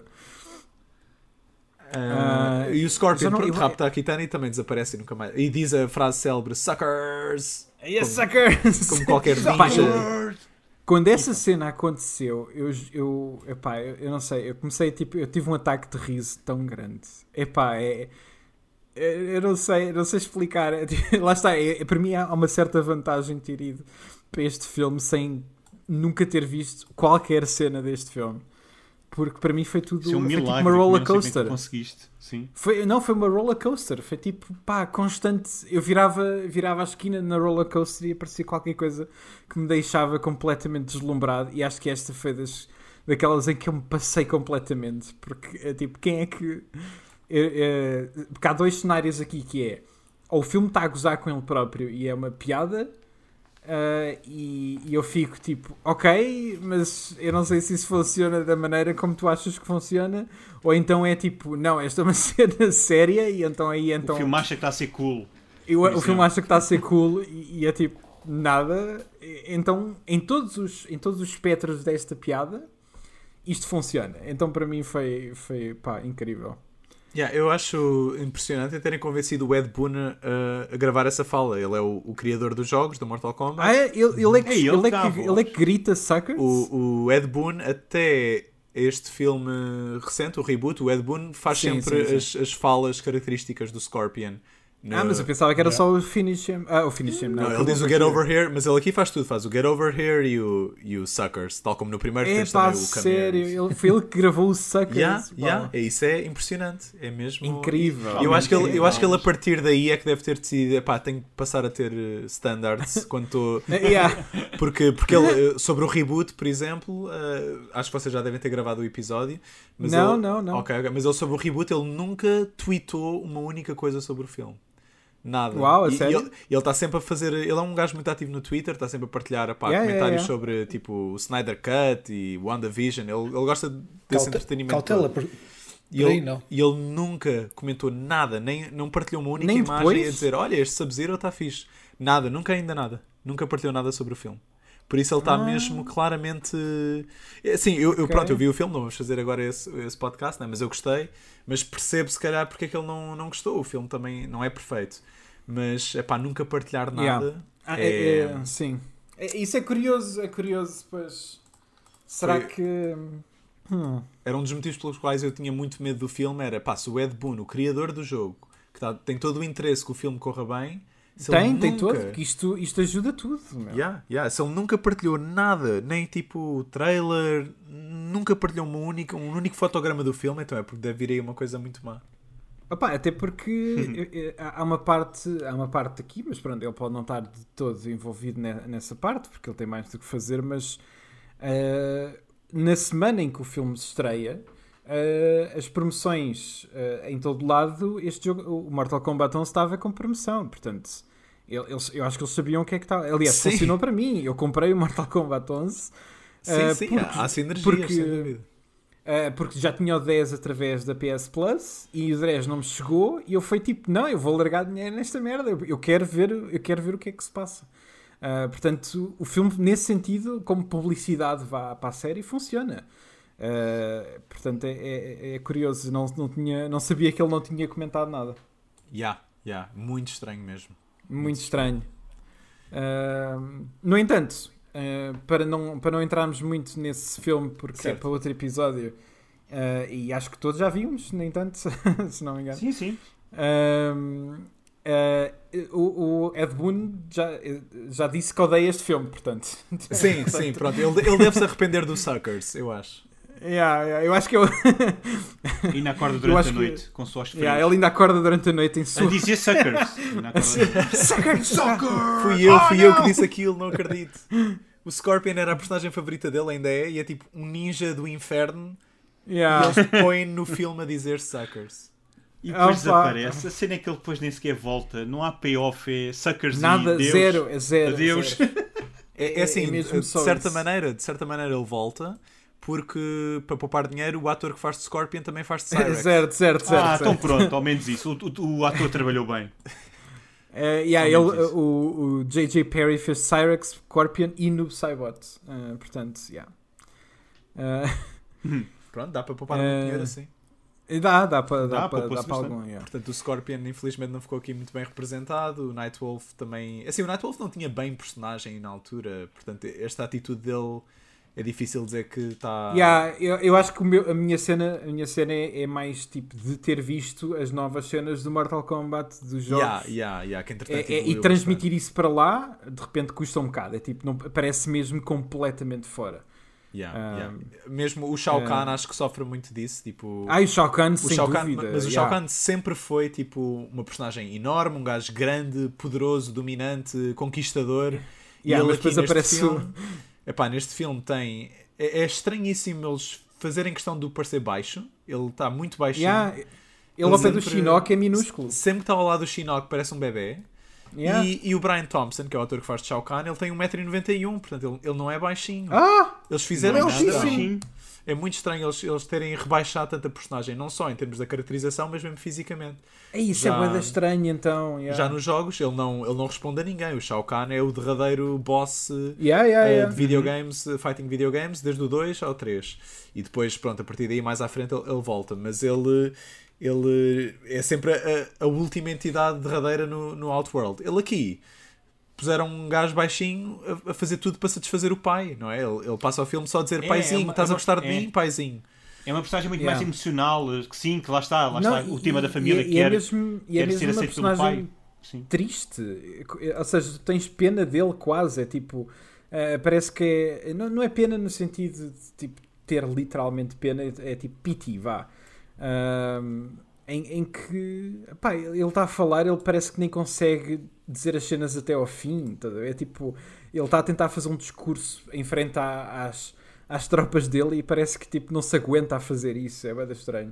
Ah, Ah, e o Scorpion, já não- pronto, eu- rapta a Kitana e também desaparece e nunca mais. E diz a frase célebre: Suckers! Yes, Como- suckers! Como qualquer Pá, ninja. Quando essa cena aconteceu, eu, eu, epá, eu, eu não sei, eu comecei, tipo, eu tive um ataque de riso tão grande. Epá, é... é- Eu não sei, não sei explicar. Lá está, é, para mim há uma certa vantagem ter ido para este filme sem nunca ter visto qualquer cena deste filme. Porque para mim foi tudo Isso é um foi tipo milagre. uma roller que não sei como é que coaster. tu conseguiste. Sim. Foi, não, foi uma roller coaster. Foi tipo, pá, constante. Eu virava, virava a esquina na roller coaster e aparecia qualquer coisa que me deixava completamente deslumbrado. E acho que esta foi das, daquelas em que eu me passei completamente. Porque é tipo, quem é que. É, é, porque há dois cenários aqui que é: ou o filme está a gozar com ele próprio e é uma piada. Uh, e, e eu fico tipo, ok, mas eu não sei se isso funciona da maneira como tu achas que funciona, ou então é tipo, não, esta é uma cena séria e então aí então O filme acha que está a ser cool. eu, por o filme exemplo. acha que está a ser cool e, e é tipo, nada. Então em todos os, em todos os espectros desta piada isto funciona, então para mim foi, foi pá, incrível. Yeah, eu acho impressionante terem convencido o Ed Boon a, a gravar essa fala. Ele é o, o criador dos jogos, do Mortal Kombat. Ah, é? Ele, ele, é que, É ele ele, é que dá a que, voz. ele é que grita suckers? O, o Ed Boon, até este filme recente, o reboot, o Ed Boon faz Sim, sempre sim, sim. As, as falas características do Scorpion. Ah, mas eu pensava que era só o Finish Him. Ah, o Finish Him, não. Não, ele diz o Get Over Here, mas ele aqui faz tudo. Faz o Get Over Here e o, e o Suckers. Tal como no primeiro É tens pá, também o Come sério. Here. Ele, foi ele que gravou o Suckers. Yeah, Uau. yeah. É, isso é impressionante. É mesmo... Incrível. Eu acho, que ele, eu Incrível. acho que ele a partir daí é que deve ter decidido, epá, tenho que passar a ter eh, standards quando estou... Yeah. Porque, porque ele, eh, sobre o reboot, por exemplo, eh, acho que vocês já devem ter gravado o episódio. Mas Não, ele, não, não. Ok, ok, mas ele sobre o reboot, ele nunca tweetou uma única coisa sobre o filme. Nada. Uau, a e, sério? E ele, ele está sempre a fazer... Ele é um gajo muito ativo no Twitter, está sempre a partilhar epá, Yeah, comentários yeah, yeah. sobre tipo, o Snyder Cut e WandaVision. Ele, ele gosta desse Caute- entretenimento Cautela, todo. por... E por aí ele, não. e ele nunca comentou nada, nem, não partilhou uma única Nem imagem depois? a dizer, olha, este Sub-Zero está fixe. Nada, nunca ainda nada. Nunca partilhou nada sobre o filme. Por isso ele está Ah. mesmo claramente... Assim, eu, eu, Ok. pronto, eu vi o filme, não vamos fazer agora esse, esse podcast, né? Mas eu gostei. Mas percebo se calhar porque é que ele não, não gostou. O filme também não é perfeito. Mas, é pá, nunca partilhar nada... Yeah. Ah, é, é- é- sim. É- isso é curioso, é curioso, pois. Será Foi- que... Hum. Era um dos motivos pelos quais eu tinha muito medo do filme. Era, pá, se o Ed Boon, o criador do jogo, que tá, tem todo o interesse que o filme corra bem... se ele Tem, tem nunca- todo, porque isto, isto ajuda tudo. Meu. Yeah, yeah. Se ele nunca partilhou nada, nem tipo trailer, nunca partilhou uma única, um único fotograma do filme, então é porque deve vir aí uma coisa muito má. Opa, até porque eu- eu- há uma parte há uma parte aqui, mas pronto, ele pode não estar de todo envolvido ne- nessa parte, porque ele tem mais do que fazer, mas eh, na semana em que o filme se estreia, eh, as promoções eh, em todo lado, este jogo, o Mortal Kombat onze estava com promoção, portanto, ele- eles, eu acho que eles sabiam o que é que estava. Aliás, Sim. funcionou para mim, eu comprei o Mortal Kombat onze. Sim, eh, sim, porque- há sinergias, porque- sem dúvida. Uh, porque já tinha o dez através da P S Plus e o dez não me chegou e eu fui tipo, não, eu vou largar dinheiro nesta merda, eu, eu quero ver, eu quero ver o que é que se passa. Uh, portanto, o filme nesse sentido, como publicidade vá para a série, funciona. Uh, portanto, é, é, é curioso, não, não, tinha, não sabia que ele não tinha comentado nada. Yeah, yeah, muito estranho mesmo. Muito estranho. Uh, no entanto, uh, para, não, para não entrarmos muito nesse filme, porque Certo. é para outro episódio, uh, e acho que todos já vimos, no entanto, se não me engano. Sim, sim. Um, uh, o, o Ed Boon já, já disse que odeia este filme, portanto. Sim, sim, pronto. Ele, ele deve se arrepender do Suckers, eu acho. Yeah, yeah, eu acho que eu, E ainda acorda Eu durante acho a que- noite, com suas frios. yeah, ele ainda acorda durante a noite em A sua. dizer suckers. Ainda acorda- Sucker, sucker! Fui eu, fui eu que disse aquilo, não acredito. O Scorpion era a personagem favorita dele, ainda é, e é tipo um ninja do inferno. Yeah. E eles põem no filme a dizer Suckers. E depois Ah, pá. desaparece. A cena é que ele depois nem sequer volta. Não há payoff, é suckers Nada, e Deus. zero, é zero. Adeus. zero. É, é assim, É mesmo de só certa isso. maneira, de certa maneira ele volta, porque para poupar dinheiro o ator que faz de Scorpion também faz de Cyrex. Certo, certo, certo. Ah, certo. então pronto, ao menos isso. O, o- o ator trabalhou bem. Uh, yeah, Ao menos ele, isso. o, o J J Perry fez Cyrex, Scorpion e Noob Saibot. Uh, portanto, yeah. Uh, Pronto, dá para poupar É. muito dinheiro assim. e dá, dá para Dá, dá para poupa-se dá para bastante. algum. Yeah. Portanto, o Scorpion infelizmente não ficou aqui muito bem representado. O Nightwolf também... Assim, o Nightwolf não tinha bem personagem na altura. Portanto, esta atitude dele é difícil dizer que está... Yeah, eu, eu acho que o meu- a minha cena, a minha cena é, é mais tipo de ter visto as novas cenas do Mortal Kombat dos jogos. Yeah, yeah, yeah, que entretanto É- é- e evoluiu transmitir isso para lá, de repente custa um bocado. É tipo, não, parece mesmo completamente fora. bastante. Yeah, Ah, yeah. Mesmo o Shao é. Kahn acho que sofre muito disso. Tipo... Ah, e o Shao Kahn, O sem Shao Kahn, dúvida. mas o Shao yeah. Kahn sempre foi tipo uma personagem enorme, um gajo grande, poderoso, dominante, conquistador. E Yeah, ele mas aqui depois neste aparece o- filme, epá, neste filme tem é, é estranhíssimo eles fazerem questão do parecer baixo. Ele está muito baixinho. Yeah, ele ao pé do sempre- Shinnok é minúsculo. Sempre que está ao lado do Shinnok parece um bebê. Yeah. E, e o Brian Thompson, que é o ator que faz de Shao Kahn, ele tem um metro e noventa e um, portanto ele, ele não é baixinho. Ah! Eles fizeram Não é questão. baixinho. é muito estranho eles, eles terem rebaixado tanta personagem, não só em termos da caracterização, mas mesmo fisicamente. É isso, Já- é bué estranho então. Yeah. Já nos jogos, ele não, ele não responde a ninguém. O Shao Kahn é o derradeiro boss eh, Yeah, yeah, eh, yeah. de videogames, eh, fighting videogames, desde o dois ao três. E depois, pronto, a partir daí mais à frente ele, ele volta. Mas ele, ele é sempre a, a última entidade derradeira no, no Outworld. Ele aqui puseram um gajo baixinho a, a fazer tudo para satisfazer o pai, não é? Ele, ele passa o filme só a dizer É, paizinho, é uma- estás é a uma- gostar de é. mim, paizinho. É uma personagem muito Yeah. mais emocional, eh, que sim, que lá está, lá Não, está o e- tema da família e, que e é quer, mesmo, e é quer ser mesmo uma aceito pelo personagem pai. Sim. triste, ou seja, tu tens pena dele quase, é tipo, eh, parece que é, não, não é pena no sentido de tipo, ter literalmente pena, é, é tipo pity, vá. Ahm, em, em que pá, ele está a falar, ele parece que nem consegue dizer as cenas até ao fim, tá a ver? É tipo, ele está a tentar fazer um discurso em frente à- às, às tropas dele e parece que tipo, não se aguenta a fazer isso, é bem estranho.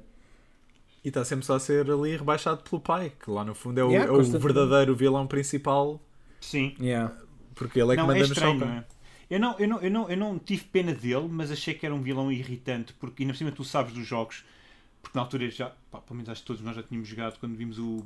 E está sempre só a ser ali rebaixado pelo pai, que lá no fundo é o, Yeah, é o constantemente. verdadeiro vilão principal, Sim. Yeah. porque ele é que Não, manda é no Shao estranho, Kahn. não é? Eu não, eu, não, eu, não, eu não tive pena dele, mas achei que era um vilão irritante, porque ainda por cima tu sabes dos jogos, porque na altura já, pá, pelo menos acho que todos nós já tínhamos jogado quando vimos o.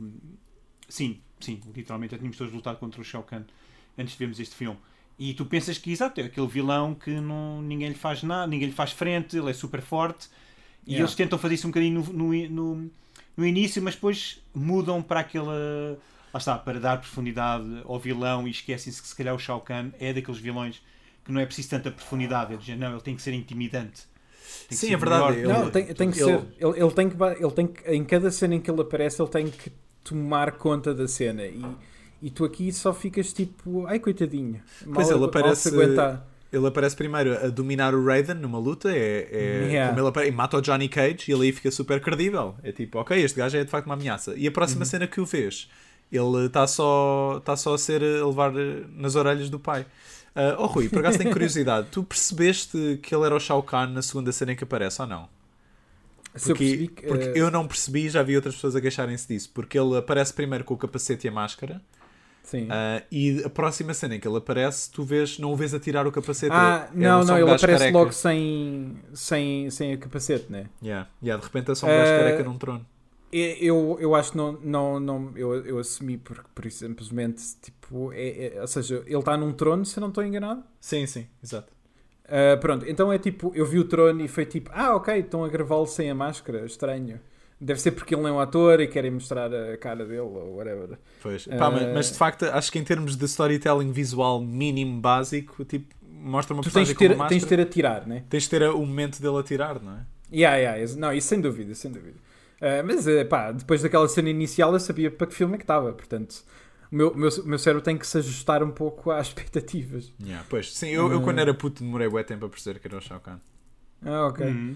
Sim, sim, literalmente já tínhamos todos lutado contra o Shao Kahn antes de vermos este filme. E tu pensas que, exato, é aquele vilão que não, ninguém lhe faz nada, ninguém lhe faz frente, ele é super forte, e Yeah. eles tentam fazer isso um bocadinho no, no, no, no início, mas depois mudam para aquela. Lá está, para dar profundidade ao vilão e esquecem-se que se calhar o Shao Kahn é daqueles vilões que não é preciso tanta profundidade. Ele diz, não, ele tem que ser intimidante. Tem que Sim, ser é verdade, melhor. ele- Não, tem, tem que ele- ser. Ele, ele tem que, ba- ele tem que, em cada cena em que ele aparece, ele tem que tomar conta da cena. E, e tu aqui só ficas tipo, ai coitadinho. Mal, Pois ele mal aparece- se aguentar. Ele aparece primeiro a dominar o Raiden numa luta, é, é Yeah. como ele apare- e mata o Johnny Cage e ele aí fica super credível. É tipo, ok, este gajo é de facto uma ameaça. E a próxima cena que o vês, ele está só, tá só a ser a levar eh, nas orelhas do pai. Ah, oh Rui, por acaso tenho curiosidade, tu percebeste que ele era o Shao Kahn na segunda cena em que aparece ou não? Se eu Porque, percebi que, porque eh, eu não percebi e já vi outras pessoas a queixarem-se disso. Porque ele aparece primeiro com o capacete e a máscara. sim. Ah, e a próxima cena em que ele aparece, tu vês, não o vês a tirar o capacete. Ah, é, é não, só não, um ele gajo aparece careca. logo sem, sem, sem o capacete, né? Yeah. Yeah, de repente é só um gajo Ah, careca num trono. E- Eu, eu acho que não, não, não eu, eu assumi por, por simplesmente tipo, é, é- ou seja, ele está num trono, se eu não estou enganado. Sim, sim, exato. Ah, pronto, então é tipo, eu vi o trono e foi tipo, ah, ok, estão a gravá-lo sem a máscara, estranho. Deve ser porque ele não é um ator e querem mostrar a cara dele ou whatever. Pois. Ah, Pá, mas, mas de facto, acho que em termos de storytelling visual mínimo básico, tipo, mostra uma Tu tens personagem de, ter, com uma tens de máscara. ter a tirar, né? Tens de ter a- o momento dele a tirar, não é? Yeah, yeah, isso- não, isso sem dúvida, sem dúvida. Ah, mas eh, pá, depois daquela cena inicial eu sabia para que filme é que estava, portanto, o meu, o meu, o meu cérebro tem que se ajustar um pouco às expectativas. Yeah, pois. Sim, eu, eu Ah. quando era puto demorei bué tempo a perceber que era o Shao Kahn. Ah, ok. Uhum.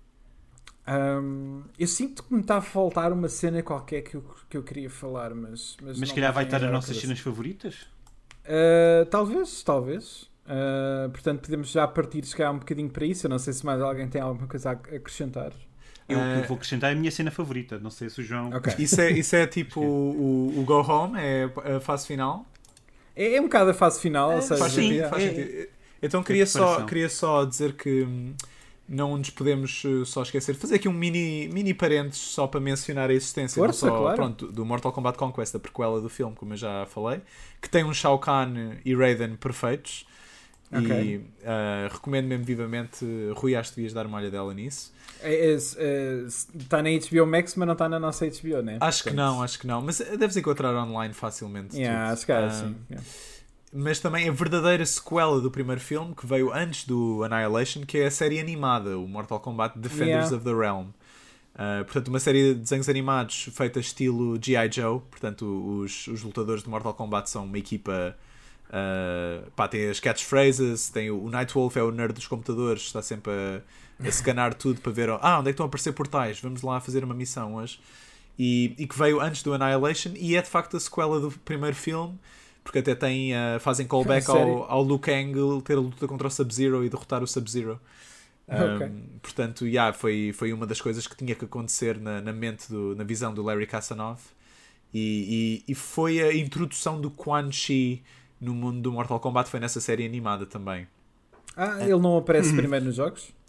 Ahm, eu sinto que me está a faltar uma cena qualquer que eu, que eu queria falar, mas. Mas, Mas não se calhar me vai vem estar as agora à nossas cabeça. cenas favoritas? Ah, talvez, talvez. Ah, portanto, podemos já partir se calhar um bocadinho para isso. Eu não sei se mais alguém tem alguma coisa a acrescentar. Eu, Ah. eu vou acrescentar a minha cena favorita. Não sei se o João. Ok. Isso é, isso é tipo o, o Go Home, é a fase final. É, é um bocado a fase final, ou seja, Faz sim, sentido, faz é- sentido. Então queria só, preparação. queria só dizer que hum, não nos podemos uh, só esquecer, fazer aqui um mini, mini parênteses só para mencionar a existência Força, não só, claro. pronto, do Mortal Kombat Conquest, a prequela do filme, como eu já falei, que tem um Shao Kahn e Raiden perfeitos. E Ok. uh, recomendo mesmo vivamente, Rui, acho que devias dar uma olha dela nisso. está na H B O Max, mas não está na nossa H B O, né? Acho que Portanto, não, acho que não, mas deves encontrar online facilmente. Yeah, tudo. se calhar, Ah, sim. Yeah. Mas também a verdadeira sequela do primeiro filme, que veio antes do Annihilation, que é a série animada, o Mortal Kombat Defenders Yeah. of the Realm. Uh, portanto, uma série de desenhos animados feita estilo G I. Joe. Portanto, os, os lutadores de Mortal Kombat são uma equipa. Uh, pá, tem as catchphrases, tem o, o Nightwolf, é o nerd dos computadores, está sempre a, a scanar tudo para ver ah, onde é que estão a aparecer portais, vamos lá fazer uma missão hoje. E, e que veio antes do Annihilation e é de facto a sequela do primeiro filme, porque até tem, uh, fazem callback Sério? ao, ao Liu Kang ter a luta contra o Sub-Zero e derrotar o Sub-Zero. Um, Ok. Portanto, yeah, foi, foi uma das coisas que tinha que acontecer na, na mente, do, na visão do Larry Kassanov. E, e, e foi a introdução do Quan Chi no mundo do Mortal Kombat, foi nessa série animada também. Ah, ele não aparece primeiro nos jogos?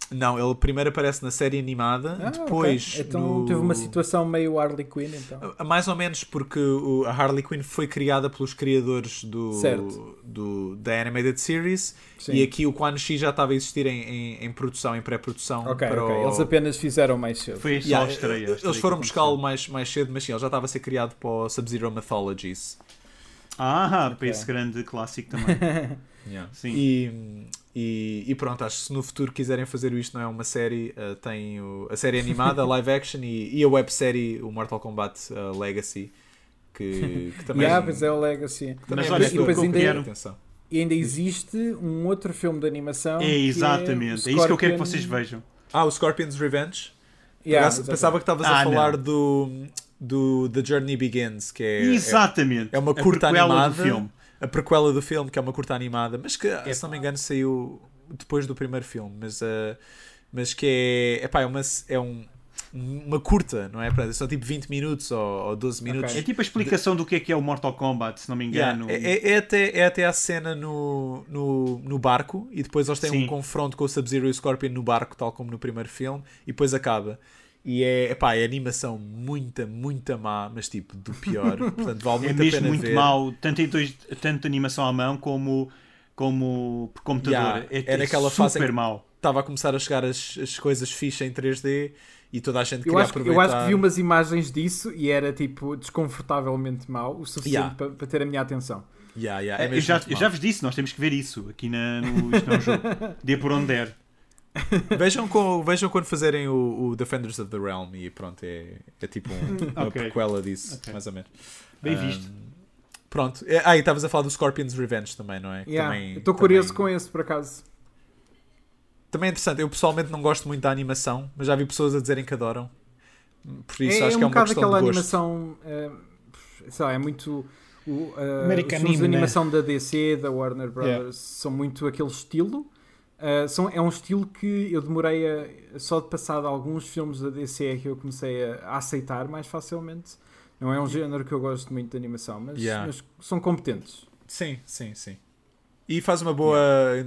Não, ele primeiro aparece na série animada, Ah, depois... ok. Então no- teve uma situação meio Harley Quinn, então. Mais ou menos porque o- a Harley Quinn foi criada pelos criadores do, Certo. do, da Animated Series Sim. e aqui o Quan Chi já estava a existir em, em, em produção, em pré-produção. Ok, para ok. o- Eles apenas fizeram mais cedo. Foi só Yeah, a estreia. a estreia eles que foram aconteceu. buscá-lo mais, mais cedo, mas sim, ele já estava a ser criado para o Sub-Zero Mythologies. Ah, para Ok. esse grande clássico também. Sim. E, e, e pronto, acho que se no futuro quiserem fazer isto, não é uma série, uh, tem o- a série animada, a live action e, e a websérie, o Mortal Kombat uh, Legacy, que, que também, Yeah, pois é o Legacy. que também Mas é olha, muito e depois bom. ainda- Quero atenção. E ainda existe um outro filme de animação. É que exatamente. o É isso que eu quero que Scorpion- vocês vejam. Ah, o Scorpion's Revenge? Yeah, Pensava- Pensava que estavas Ah, a falar não. do, do The Journey Begins, que é, é, Exatamente. é uma A curta prequela animada. do filme. A prequela do filme, que é uma curta animada, mas que, se não me engano, saiu depois do primeiro filme, mas, uh, mas que é, epá, é, uma, é um, uma curta, não é? São tipo vinte minutos ou, ou doze minutos. É tipo a explicação do que é que é o Mortal Kombat, se não me engano. Yeah, é, é, é até, é até a cena no, no, no barco e depois eles têm Sim. um confronto com o Sub-Zero e o Scorpion no barco, tal como no primeiro filme, e depois acaba. E é, epá, é animação muita, muita má, mas tipo do pior. Portanto, vale É muito a mesmo pena muito ver. mau, tanto, em dois, tanto animação à mão como, como por computador. Yeah, é, é é naquela super fase em que- mau. Estava a começar a chegar as, as coisas fixe em três D e toda a gente Eu queria acho, que- eu aproveitar. acho que vi umas imagens disso e era tipo desconfortavelmente mau, o suficiente Yeah. para, para ter a minha atenção. Yeah, yeah, é eu, mesmo já, muito eu mau. já vos disse, nós temos que ver isso aqui na, no Isto Não é um Jogo. Dê por onde der. Vejam, com, vejam quando fazerem o, o Defenders of the Realm e pronto, é, é tipo um, uma Ok. prequela disso, Ok. mais ou menos. Bem Um, visto. Pronto. É- Ah, e estavas a falar do Scorpion's Revenge também, não é? Que Yeah. Também, Estou curioso também, com esse, por acaso. também é interessante. Eu pessoalmente não gosto muito da animação, mas já vi pessoas a dizerem que adoram. Por É, isso acho é que é um uma bocado questão aquela de gosto. animação, eh, sei lá, é muito... O, uh, American os filmes de anime, né? animação da D C, da Warner Brothers, são muito aquele estilo. Uh, são, é um estilo que eu demorei a, só de passar de alguns filmes da D C é que eu comecei a, a aceitar mais facilmente. Não é um género que eu gosto muito de animação, mas, Yeah. mas são competentes. Sim, sim, sim. E faz uma boa.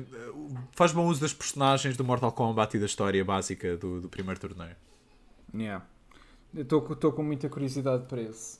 Faz bom uso das personagens do Mortal Kombat e da história básica do, do primeiro torneio. Yeah. Eu estou com muita curiosidade para esse.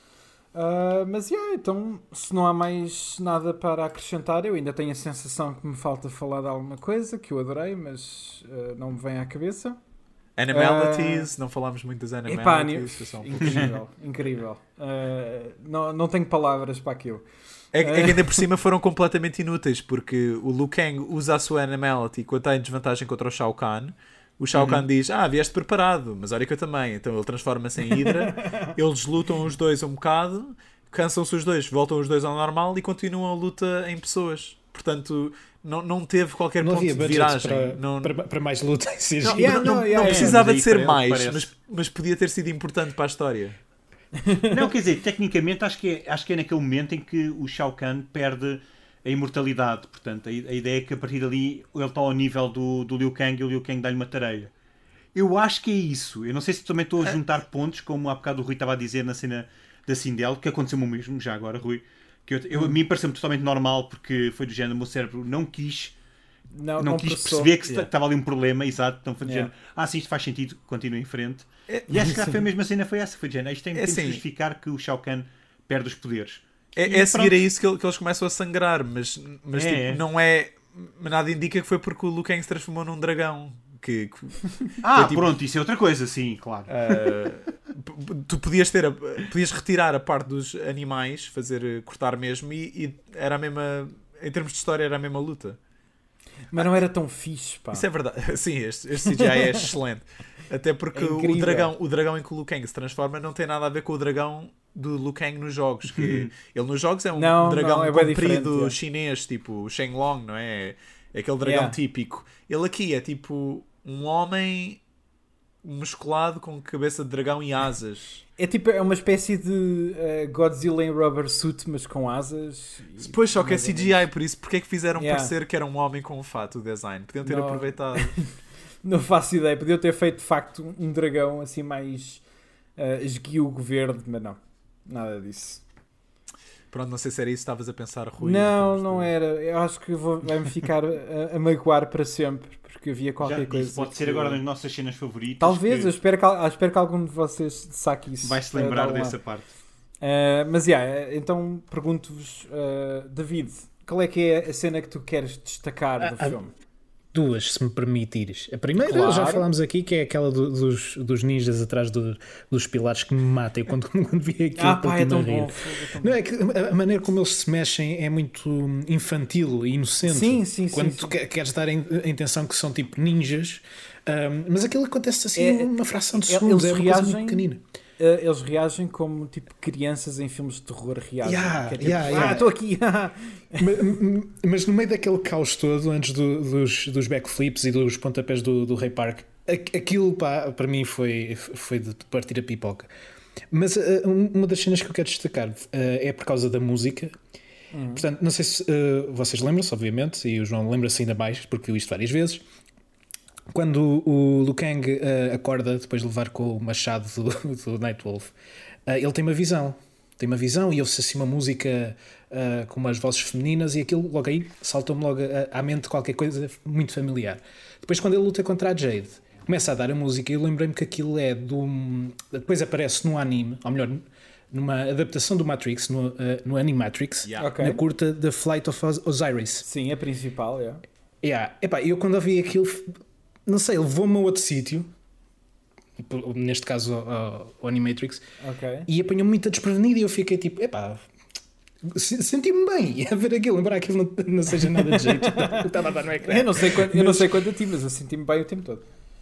Uh, mas yeah, então, se não há mais nada para acrescentar, eu ainda tenho a sensação que me falta falar de alguma coisa que eu adorei, mas uh, não me vem à cabeça. Animalities, não falámos muito das Epá, Animalities. foi só um pouco. incrível, incrível. Uh, não, não tenho palavras para aquilo. É, que- é que ainda por cima foram completamente inúteis, porque o Liu Kang usa a sua Animality quando está em desvantagem contra o Shao Kahn. O Shao Kahn diz, ah, vieste preparado, mas olha que eu também. Então ele transforma-se em Hydra, eles lutam os dois um bocado, cansam-se os dois, voltam os dois ao normal e continuam a luta em pessoas. Portanto, não, não teve qualquer Não ponto havia de budget viragem. para, não, para, para mais luta em C G I. não, Yeah, não- não, não yeah, precisava yeah. de ser Mas aí mais, parece. mas, mas podia ter sido importante para a história. Não, quer dizer, tecnicamente acho que, é, acho que é naquele momento em que o Shao Kahn perde a imortalidade. Portanto, a, a ideia é que a partir dali ele está ao nível do, do Liu Kang e o Liu Kang dá-lhe uma tareia. Eu acho que é isso. Eu não sei se também estou a juntar pontos, como há bocado o Rui estava a dizer na cena da Sindel, que aconteceu o mesmo, já agora, Rui. Que eu, eu, a mim pareceu-me totalmente normal, porque foi do género, o meu cérebro não quis, Não, não não quis processou. perceber que Yeah. estava ali um problema, exato. Então foi do Yeah. género, ah, sim, isto faz sentido, continua em frente. É- E acho que já foi a mesma cena, foi essa, foi do género, isto tem, É temos que assim. justificar que o Shao Kahn perde os poderes. É, E é a seguir pronto. a isso que, ele- que eles começam a sangrar, mas, mas É, tipo, é. não é. Nada indica que foi porque o Liu Kang se transformou num dragão. Que, que, Ah, Foi tipo- pronto, isso é outra coisa, sim, claro. uh, p- tu podias ter a- podias retirar a parte dos animais, fazer uh, cortar mesmo, e, e era a mesma. Em termos de história, era a mesma luta. Mas não era tão fixe, pá. Isso é verdade. Sim, este, este C G I é excelente. Até porque É o, incrível. dragão, o dragão em que o Liu Kang se transforma não tem nada a ver com o dragão do Liu Kang nos jogos. Que ele nos jogos é um Não, dragão não, é bem comprido diferente, é. chinês, tipo o Shenlong, não é? É aquele dragão Yeah. típico. Ele aqui é tipo um homem musculado com cabeça de dragão e asas. É tipo, é uma espécie de uh, Godzilla em rubber suit, mas com asas. e- Depois só que é mais ou C G I, por isso porque é que fizeram Yeah. parecer que era um homem com um fato o design? Podiam ter Não. aproveitado. Não faço ideia. Podia ter feito de facto um dragão assim mais uh, esguio verde, mas não. Nada disso. Pronto, não sei se era isso que estavas a pensar, Rui. não, em termos não de- era. Eu acho que vou- vai-me ficar a, a magoar para sempre. Porque porque havia qualquer Já coisa. disse, pode que... ser agora nas nossas cenas favoritas. Talvez, que eu espero que, eu espero que algum de vocês saque isso. vai-se uh, lembrar dá lá. dessa parte. Uh, mas, yeah, então pergunto-vos, uh, David, qual é que é a cena que tu queres destacar do Ah, filme? Duas, se me permitires. A primeira, Claro. já falámos aqui, que é aquela do- dos, dos ninjas atrás do- dos pilares que me matam. Eu quando, quando vi aquilo, Ah, pá, é parti-me tão a rir. bom. é tão Não, bom. é que a a maneira como eles se mexem é muito infantil e inocente. Sim, sim, Quando sim, tu sim. que- queres dar a in- a intenção que são tipo ninjas, ahm, mas aquilo acontece assim É- uma fração de é- segundos, eles é uma coisa reagem- muito pequenina. Uh, eles reagem como tipo crianças em filmes de terror reagem. Yeah, que é tipo, yeah, ah, yeah. estou aqui. mas, mas no meio daquele caos todo, antes do- dos, dos backflips e dos pontapés do, do Ray Park, a- aquilo pá, para mim foi, foi de partir a pipoca. Mas ah, um- uma das cenas que eu quero destacar ah, é por causa da música. Uhum. Portanto, não sei se ah, vocês lembram-se, obviamente, e o João lembra-se ainda mais, porque viu isto várias vezes. Quando o Liu Kang ah, acorda depois de levar com o machado do, do Nightwolf, ah, ele tem uma visão. Tem uma visão e ouve-se assim uma música ah, com umas vozes femininas e aquilo logo aí saltou-me logo à à mente qualquer coisa muito familiar. Depois quando ele luta contra a Jade, começa a dar a música e eu lembrei-me que aquilo é do... Depois aparece no anime, ou melhor, numa adaptação do Matrix, no, ah, no Animatrix, Yeah. Ok. na curta The Flight of Os- Osiris. Sim, a principal, yeah. Yeah. Epá, eu quando ouvi aquilo, não sei, levou-me a outro sítio, neste caso ao, ao Animatrix, Ok. e apanhou-me muito desprevenido e eu fiquei tipo, epá, se- senti-me bem a ver aquilo, embora aquilo não, não seja nada de jeito, estava a dar no ecrã. Eu não sei quanto, eu não Mas- sei quanto a ti, mas eu senti-me bem o tempo todo.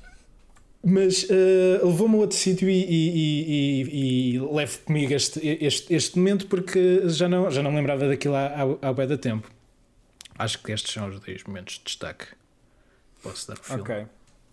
Mas eh, levou-me a outro sítio e, e, e, e, e levo comigo este, este, este momento porque já não, já não me lembrava daquilo há, há, há bué de tempo. Acho que estes são os dois momentos de destaque que posso dar ao filme. Ok.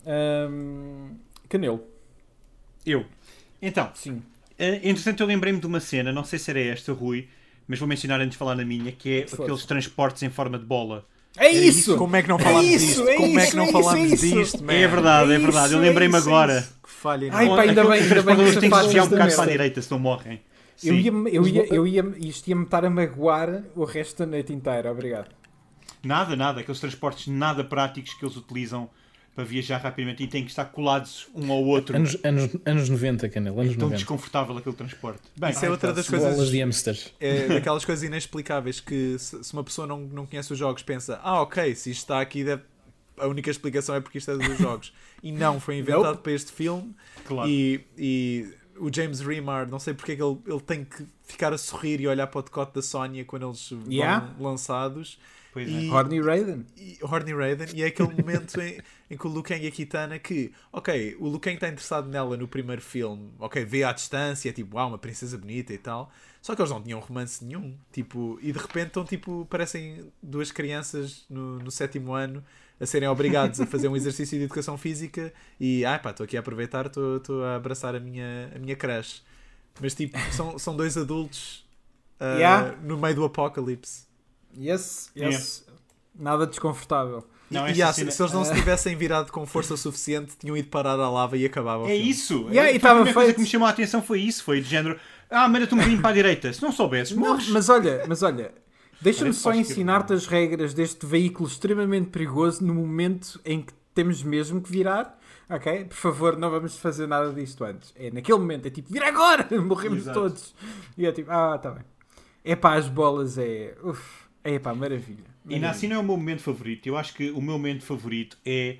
Ahm, Canelo. Eu. Então, Sim. eh, entretanto eu lembrei-me de uma cena, não sei se era esta, Rui, mas vou mencionar antes de falar na minha, que é Força. aqueles transportes em forma de bola. É isso! Como é que não falámos isso, disto? é Como é isso, que não é isso, falámos é isso. disto, man? É verdade, é, É verdade. isso, Eu é lembrei-me isso, é agora. isso. Que falha. Ai, não. pá, ainda Aquele- bem, os ainda bem que transportadores tu têm que fazes desviar um esta bocado para a merda. direita, senão morrem. Eu Sim. ia, eu, ia, eu ia, isto ia-me estar a magoar o resto da noite inteira, obrigado. Nada, nada. Aqueles transportes nada práticos que eles utilizam para viajar rapidamente e têm que estar colados um ao outro. Anos, anos, anos noventa, Canelo, anos Tão noventa. desconfortável aquele transporte. Bem, Isso é outra das Bolas coisas. de hamsters. É daquelas coisas inexplicáveis que se, se uma pessoa não, não conhece os jogos pensa, ah ok, se isto está aqui deve... a única explicação é porque isto é dos jogos. E não, foi inventado Nope. para este filme claro. e, e o James Remar, não sei porque é que ele, ele tem que ficar a sorrir e olhar para o decote da Sónia quando eles Yeah. vão lançados. Pois E- é. Horny Raiden. E Horny Raiden, e é aquele momento em, em que o Liu Kang e a Kitana que, ok, o Liu Kang está interessado nela no primeiro filme, ok, vê à distância, tipo, uau, uma princesa bonita e tal, só que eles não tinham romance nenhum, tipo, e de repente estão, tipo, parecem duas crianças no, no sétimo ano a serem obrigados a fazer um exercício de educação física e, ah pá, estou aqui a aproveitar, estou estou a abraçar a minha, a minha crush. Mas, tipo, são, são dois adultos ah, Yeah. no meio do apocalipse. Yes, yes. Nada desconfortável. Não, e, esta e ah, cena- se eles não se tivessem virado com força suficiente, tinham ido parar à lava e acabava o É filme. isso. Yeah, Foi e a estava primeira coisa feito. que me chamou a atenção foi isso. Foi de género, ah, manda-te um bocadinho para a direita. Se não soubesses, Não, morres. mas olha, mas olha, deixa-me Parece só fácil que- ensinar-te as regras deste veículo extremamente perigoso no momento em que temos mesmo que virar. Ok? Por favor, não vamos fazer nada disto antes. É naquele momento, é tipo, vira agora! Morremos Exato. todos. E é tipo, ah, tá bem. É pá, as bolas é. Uf, é pá, maravilha. E na assim não é o meu momento favorito. Eu acho que o meu momento favorito é.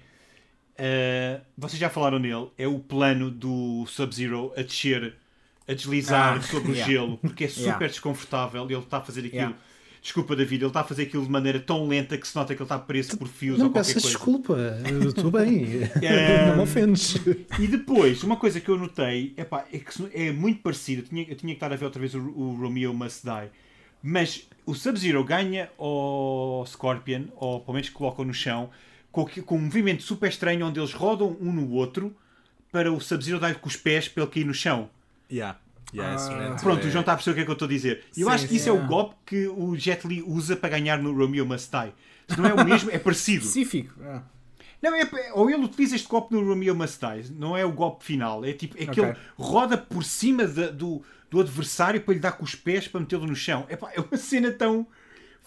Uh, vocês já falaram nele. É o plano do Sub-Zero a descer, a deslizar Ah, sobre yeah. o gelo, porque é super Yeah. desconfortável. Ele está a fazer aquilo. Yeah. Desculpa, David, ele está a fazer aquilo de maneira tão lenta que se nota que ele está preso por fios Não ou qualquer peças coisa. desculpa, eu estou bem. É. Não me ofendes. E depois, uma coisa que eu notei epá, é que é muito parecido. Eu tinha, eu tinha que estar a ver outra vez o, o Romeo Must Die. Mas o Sub-Zero ganha ao Scorpion, ou pelo menos colocam no chão, com, com um movimento super estranho onde eles rodam um no outro para o Sub-Zero dar com os pés para ele cair no chão. Yeah. Yeah, esse Ah. momento Pronto, é- o João está a perceber o que é que eu estou a dizer. E eu Sim, acho que isso sim. é o golpe que o Jet Li usa para ganhar no Romeo Must Die. Se não é o mesmo, é parecido. Específico. Ah. Não, é, ou ele utiliza este golpe no Romeo Must Die, não é o golpe final, é tipo, é que Ok. ele roda por cima da- do, do adversário para lhe dar com os pés para metê-lo no chão. Epá, é uma cena tão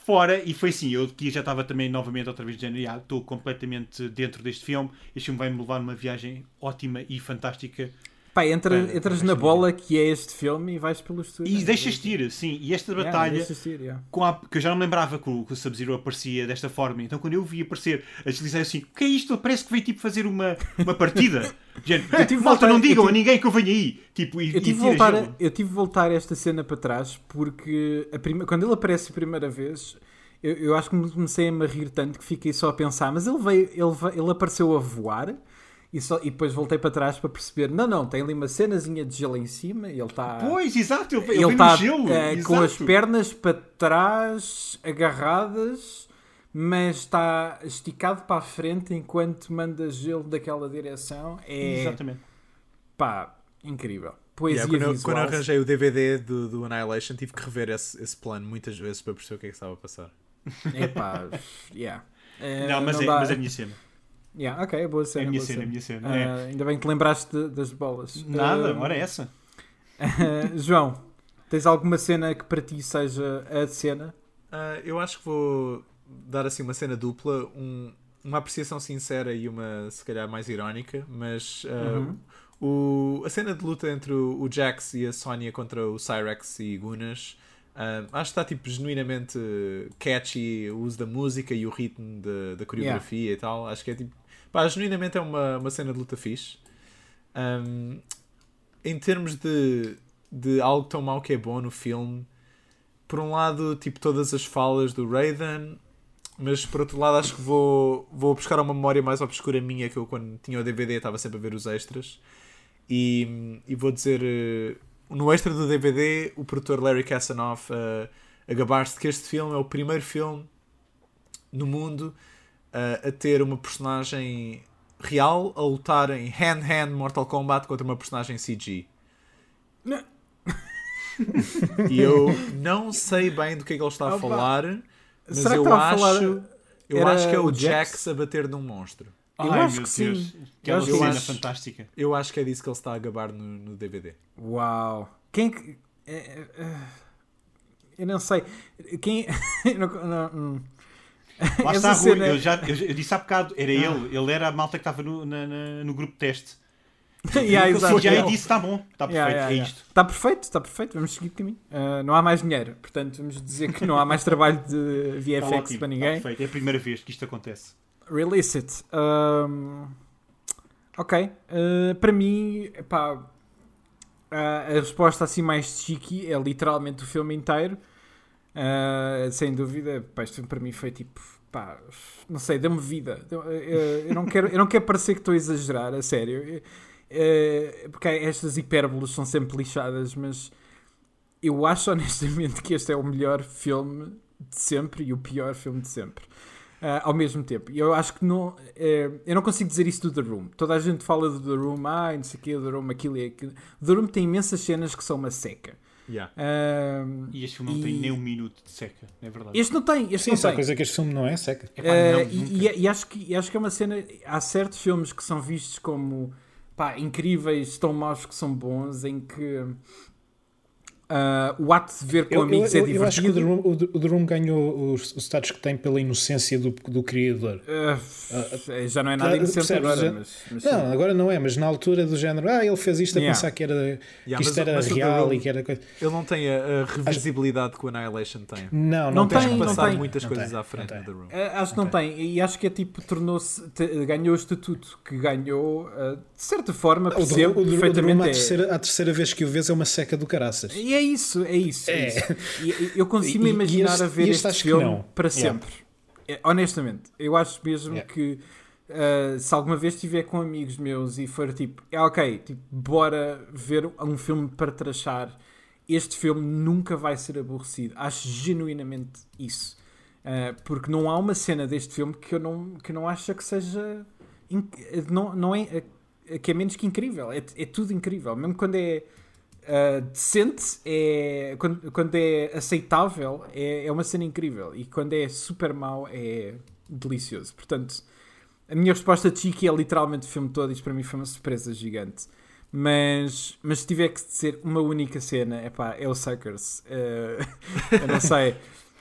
fora, e foi assim, eu aqui já estava também novamente outra vez de género, ah, estou completamente dentro deste filme, este filme vai-me levar numa viagem ótima e fantástica. Pá, entra, Para- entras para na esta bola que é este filme e vais pelos estúdios. E deixas-te ir, sim, e esta Yeah, batalha, deixas-te ir, yeah. com a, que eu já não me lembrava que o, que o Sub-Zero aparecia desta forma, então quando eu vi aparecer a deslizar assim, o que é isto? Parece que veio tipo fazer uma, uma partida. Gente, Eu tive malta, voltar- não digam eu a tive- ninguém que eu venha aí. Tipo, e, Eu e tive, tira voltar, gelo. eu tive de voltar esta cena para trás porque a prima, quando ele aparece a primeira vez, eu, eu acho que me comecei a me rir tanto que fiquei só a pensar, mas ele veio, ele, veio- ele apareceu a voar e, só, e depois voltei para trás para perceber, não, não, tem ali uma cenazinha de gelo em cima e ele está. Pois, exato, ele, ele, Ele vem está no gelo. eh, com as exato. pernas para trás, agarradas, mas está esticado para a frente enquanto manda gelo daquela direção. É, Exatamente. pá, incrível. Poesia Yeah, quando, eu, visual. quando eu arranjei o D V D do, do Annihilation, tive que rever esse, esse plano muitas vezes para perceber o que é que estava a passar. É pá, yeah. Eh, Não, mas, é, dá- mas é a minha cena. Yeah, ok, boa É cena. a minha boa cena, é a cena. minha cena. Ah, é. ainda bem que te lembraste de- das bolas. Nada, Ah, ora é essa. João, tens alguma cena que para ti seja a cena? Ah, eu acho que vou dar assim uma cena dupla, um- uma apreciação sincera e uma se calhar mais irónica, mas ah, Uhum. o, a cena de luta entre o, o Jax e a Sonya contra o Cyrex e Gunas, ah, acho que está tipo genuinamente catchy, o uso da música e o ritmo da, da coreografia e tal. Acho que é tipo, pá, genuinamente é uma, uma cena de luta fixe. Um, em termos de, de algo tão mau que é bom no filme, por um lado, tipo, todas as falas do Raiden, mas por outro lado acho que vou, vou buscar uma memória mais obscura minha, que eu quando tinha o D V D estava sempre a ver os extras, e, e vou dizer, eh, no extra do D V D, o produtor Larry Kasanoff eh, a gabar-se de que este filme é o primeiro filme no mundo eh, a ter uma personagem real a lutar em hand-hand Mortal Kombat contra uma personagem C G. Não. E eu não sei bem do que é que ele está a Opa. falar, mas Será que eu estava a acho, falar- eu era acho que é o o Jax? Jax a bater num monstro. Eu Ai, acho meu que sim. Deus. Eu Aquela acho que cena sim. fantástica. Eu acho que é disso que ele está a gabar no, no D V D. Uau. Quem que. é- é- é- eu não sei. Quem. eu não, não, hum. Lá Essa está, Rui. cena- Eu, já, eu, eu disse há bocado, era ele. Ele era a malta que estava no, na- na- no grupo de teste. Yeah, Ele exato. já Yeah. disse, está bom, está perfeito, Yeah, yeah, é yeah. isto. Está perfeito, está perfeito. Vamos seguir de caminho. Ah, não há mais dinheiro. Portanto, vamos dizer que não há mais trabalho de V Está F X ótimo, para está ninguém. perfeito. É a primeira vez que isto acontece. Release it. Um, ok. Uh, para mim, pá, a, a resposta assim mais cheeky é literalmente o filme inteiro. Uh, sem dúvida. Pá, este filme para mim foi tipo, pá, não sei, deu-me vida. Deu- uh, eu, não quero, eu não quero parecer que estou a exagerar, a sério. Uh, porque estas hipérboles são sempre lixadas, mas eu acho honestamente que este é o melhor filme de sempre e o pior filme de sempre. Uh, ao mesmo tempo. E eu acho que não... eh, eu não consigo dizer isso do The Room. Toda a gente fala do The Room, ah, não sei o quê, The Room, aquilo e aquilo. The Room tem imensas cenas que são uma seca. Yeah. Uh, E este filme não E- tem nem um minuto de seca, não é verdade? este não tem, este Sim, não só a tem. coisa que este filme não é seca. Epá, Uh, não, e, nunca. e- e acho que, e acho que é uma cena... Há certos filmes que são vistos como pá, incríveis, tão maus que são bons, em que... Uh, o ato de ver com Eu, amigos eu, é eu, eu acho que o The, divertido. Room, o, The- o The Room ganhou os, os status que tem pela inocência do, do criador. Uh, já não é nada Ah, inocente percebes? agora, Já- mas, mas sim. Não, agora não é, mas na altura do género, ah, ele fez isto a Yeah. pensar que, era, Yeah, que mas isto o- era mas o The real Room- e que era coisa. Ele não tem a, a revisibilidade que o Annihilation tem. Não, não, Não tens tem, que não passar Passar tem. muitas Não coisas tem, à frente não no The Room. Uh, acho que não tem. E acho que é tipo, tornou-se, te- ganhou o estatuto que ganhou, uh, de certa forma, O The percebo Room, o The- o The Room, perfeitamente. à é- terceira, à terceira vez que o vês, é uma seca do caraças. E é isso, é isso. é É. isso. E, e eu consigo E- e imaginar este- a ver e este, este acho que filme não. para Yeah. sempre. É, honestamente, eu acho mesmo Yeah. que uh, se alguma vez estiver com amigos meus e for tipo, é ok, tipo, bora ver um filme para trachar, este filme nunca vai ser aborrecido. Acho genuinamente isso. Uh, porque não há uma cena deste filme que eu não, que eu não acho que seja inc- não, não é, que é menos que incrível. É, é tudo incrível. Mesmo quando é uh, decente, é, quando, quando é aceitável, é, é uma cena incrível. E quando é super mau, é delicioso. Portanto, a minha resposta de Chiqui é literalmente o filme todo. Isto para mim foi uma surpresa gigante. Mas, mas se tiver que ser uma única cena, epá, é o Suckers. Uh, eu não sei.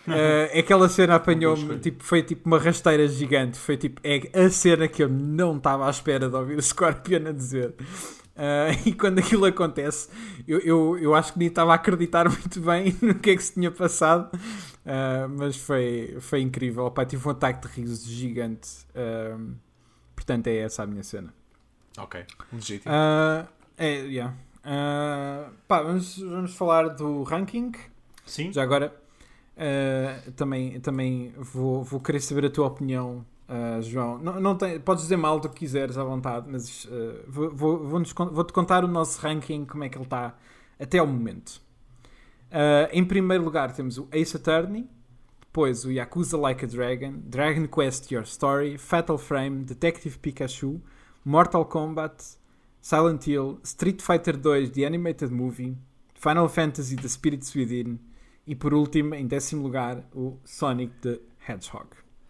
Uh, aquela cena apanhou-me, escolha. tipo, foi tipo uma rasteira gigante. Foi tipo, é a cena que eu não estava à espera de ouvir o Scorpion a dizer. Uh, e quando aquilo acontece, eu, eu, eu acho que nem estava a acreditar muito bem no que é que se tinha passado. Uh, mas foi, foi incrível. Opa, tive um ataque de riso gigante. Uh, portanto, é essa a minha cena. Ok, legítimo. Uh, é, yeah. Uh, pá, vamos, vamos falar do ranking. Sim. Já agora, uh, também, também vou, vou querer saber a tua opinião, uh, João. Não, não tem, podes dizer mal do que quiseres à vontade, mas uh, vou, vou, vou-nos, vou-te contar o nosso ranking, como é que ele está até ao momento. Uh, em primeiro lugar temos o Ace Attorney, depois o Yakuza Like a Dragon, Dragon Quest Your Story, Fatal Frame, Detective Pikachu, Mortal Kombat, Silent Hill, Street Fighter dois The Animated Movie, Final Fantasy The Spirits Within e por último, em décimo lugar, o Sonic the Hedgehog.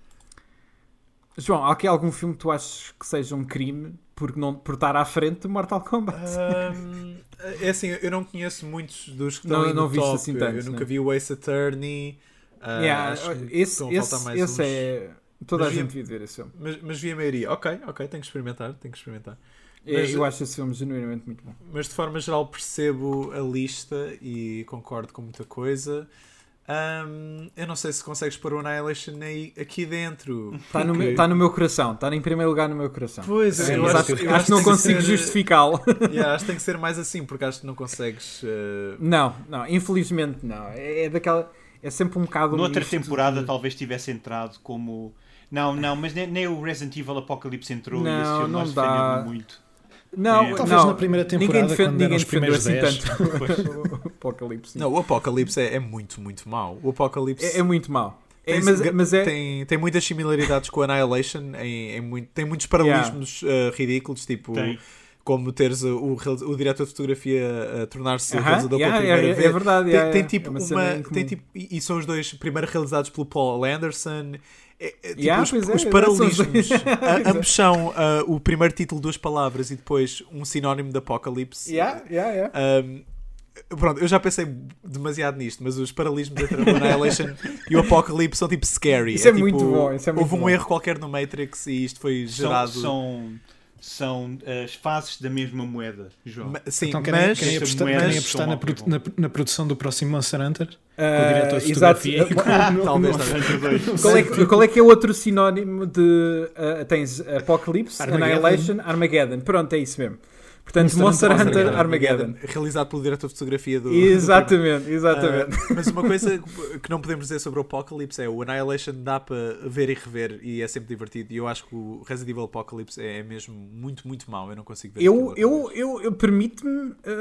João, há aqui algum filme que tu achas que seja um crime por, não, por estar à frente do Mortal Kombat? Um, é assim, eu não conheço muitos dos que estão Não- aí não no viste top. assim eu, tantos, eu nunca né? vi o Ace Attorney. uh, Yeah, acho que esse estão a faltar esse, mais esse uns. é... Toda Mas a vi- gente devia ver esse filme. Mas, mas vi a maioria. Ok, ok, tenho que experimentar, tenho que experimentar. É, Mas- eu acho esse filme genuinamente muito bom. Mas de forma geral percebo a lista e concordo com muita coisa. Um, eu não sei se consegues pôr o Annihilation aí, aqui dentro. Está no, porque- meu- tá no meu coração. Está em primeiro lugar no meu coração. Pois, Sim, eu mas acho acho, que- acho acho que não tem que consigo ser- justificá-lo. Yeah, acho que tem que ser mais assim, porque acho que não consegues. uh, Não, não. Infelizmente não. É, é daquela... É sempre um bocado... Noutra misto temporada de- talvez tivesse entrado como... Não, não, mas nem, nem o Resident Evil Apocalypse entrou e Não, esse filme não nós dá. defendemos muito. Não, É. Talvez não. na primeira Ninguém temporada, defende, quando eram ninguém os defendeu primeiros assim dez. tanto o Apocalipse. Não, o Apocalipse é, é muito, muito mau. O Apocalipse É, é muito mau. É, tem, mas, mas é... tem, tem muitas similaridades com o Annihilation. Em, em muito, tem muitos paralelismos uh, ridículos, tipo Tem. como teres o, o, real- o diretor de fotografia a tornar-se Aham, realizador yeah, pela primeira é, vez. é verdade. Tem, yeah, tem yeah. tipo É uma uma. cena em tem comum. tipo, e e são os dois primeiro realizados pelo Paul Anderson. É, é, tipo, Yeah, os, pois é, os são os paralelismos. dois. a- ambos são uh, o primeiro título, duas palavras, e depois um sinónimo de Apocalipse. Yeah, yeah, yeah. Um, pronto, eu já pensei demasiado nisto, mas os paralelismos entre o Annihilation e o Apocalipse são tipo scary. Isso é tipo, muito bom, isso é muito houve um bom. erro qualquer no Matrix e isto foi São, gerado. são, são as faces da mesma moeda, João. Ma- sim, Então querem, mas, querem Esta apostar, moeda querem são apostar na, ótimo. produ- na, na produção do próximo Monster Hunter? Ah, diretor de exato. fotografia. talvez, Não- talvez. Qual é, que, qual é que é o outro sinónimo de... ah, tens Apocalypse, Armageddon. Annihilation, Armageddon. Pronto, é isso mesmo. Portanto, Monster Monster Hunter, Hunter, Armageddon. Realizado pelo diretor de fotografia do. Exatamente, do exatamente. primeiro. Ah, mas uma coisa que não podemos dizer sobre o Apocalypse é o Annihilation dá para ver e rever e é sempre divertido. E eu acho que o Resident Evil Apocalypse é mesmo muito, muito mau. Eu não consigo ver Eu, aquilo eu, outra vez. eu, eu permito-me. ah,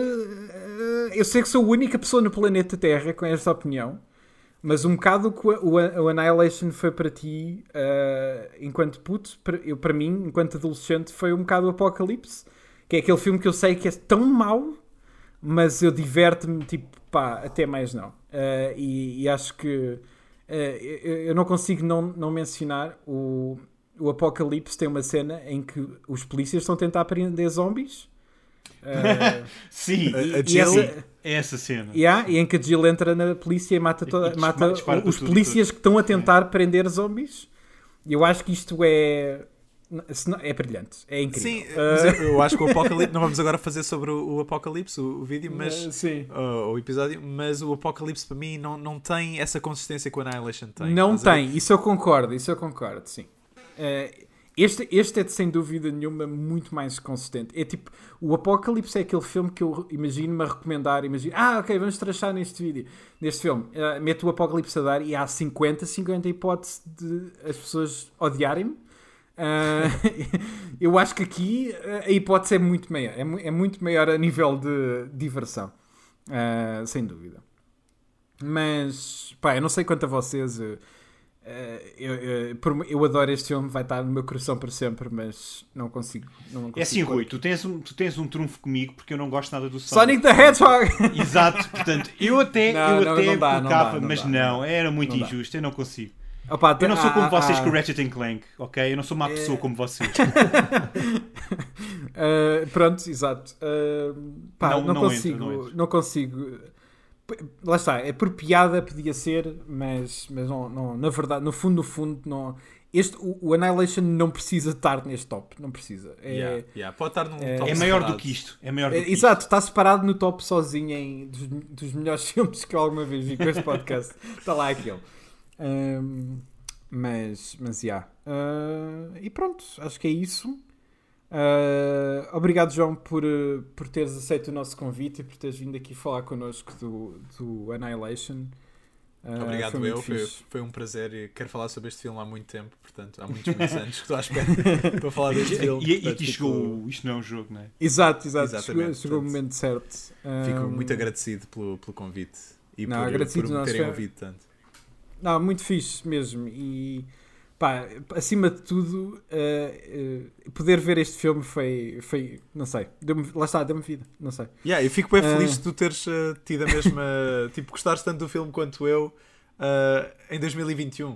ah, eu sei que sou a única pessoa no planeta Terra com esta opinião, mas um bocado que o, o, o Annihilation foi para ti, ah, enquanto puto, para, eu, para mim, enquanto adolescente, foi um bocado o Apocalipse, que é aquele filme que eu sei que é tão mau, mas eu diverto-me, tipo, pá, até mais não. Ah, e, e acho que ah, eu, eu não consigo não, não mencionar o. O Apocalipse tem uma cena em que os polícias estão a tentar prender zombies. Uh, Sim, A- a e, e Jill- essa, é essa cena. yeah, e em que a Jill entra na polícia e mata, toda, E dispara- mata dispara os tudo, polícias tudo. que estão a tentar prender zombies. E eu acho que isto é... se não- É brilhante. É incrível. Sim, Uh, mas eu, eu acho que o Apocalipse. Não vamos agora fazer sobre o, o Apocalipse, o, o vídeo, mas. uh, sim. uh, o episódio, mas o Apocalipse para mim não, não tem essa consistência que o Annihilation tem. Não Estás a ver? tem. Isso eu concordo. Isso eu concordo, sim. Uh, Este, este é de sem dúvida nenhuma muito mais consistente. É tipo, o Apocalipse é aquele filme que eu imagino-me a recomendar. Imagino, ah, ok, vamos trachar neste vídeo, neste filme. Uh, meto o Apocalipse a dar e há cinquenta, cinquenta hipóteses de as pessoas odiarem-me. Uh, eu acho que aqui uh, a hipótese é muito maior. É, mu- é muito maior a nível de diversão. Uh, sem dúvida. Mas, pá, eu não sei quanto a vocês. uh, Uh, eu, eu, por- eu adoro este filme, vai estar no meu coração para sempre, mas não consigo. Não consigo É assim, pôr. Rui, tu tens, um, tu tens um trunfo comigo porque eu não gosto nada do Sonic Sonic. the Hedgehog! Exato, portanto, eu até, Não, eu não, até não dá, não colocava, dá, não mas dá, não, não era muito não dá. injusto, eu não consigo. Opa, Eu não sou como ah, vocês ah, com o Ratchet and Clank, ok? Eu não sou uma É. pessoa como vocês. Uh, pronto, exato. Uh, pá, Não- não, não consigo, entra, não não, entra. consigo Lá está, é por piada, podia ser, mas, mas não, não, na verdade, no fundo, no fundo, não, este, o, o Annihilation não precisa estar neste top, não precisa. É, Yeah, yeah. Pode estar num é- top É maior separado. do que isto. É maior do é, que exato, está separado no top sozinho em, dos, dos melhores filmes que eu alguma vez vi com este podcast. Está lá aquele. Ahm, mas, mas, já. Yeah. Ah, e pronto, acho que é isso. Ah, obrigado, João, por, eh, por teres aceito o nosso convite e por teres vindo aqui falar connosco do, do Annihilation. Ah, Obrigado, foi muito eu. Foi, fixe. foi um prazer e quero falar sobre este filme há muito tempo, portanto, há muitos, muitos anos que estou à espera para falar deste isto. filme. E, e portanto, aqui fico, chegou. Isto não é um jogo, não é? Exato, exato. Exatamente, Chegou, chegou o portanto, momento certo. fico Ahm, muito agradecido pelo, pelo convite e Não, por, agradecido por me nós, terem foi- ouvido tanto. Não, muito fixe mesmo. E pá, acima de tudo, uh, uh, poder ver este filme foi, foi não sei, deu-me- lá está, deu-me vida, não sei. Yeah, eu fico bem Ah. feliz de tu teres uh, tido a mesma. Tipo, gostares tanto do filme quanto eu uh, em dois mil e vinte e um. Uh,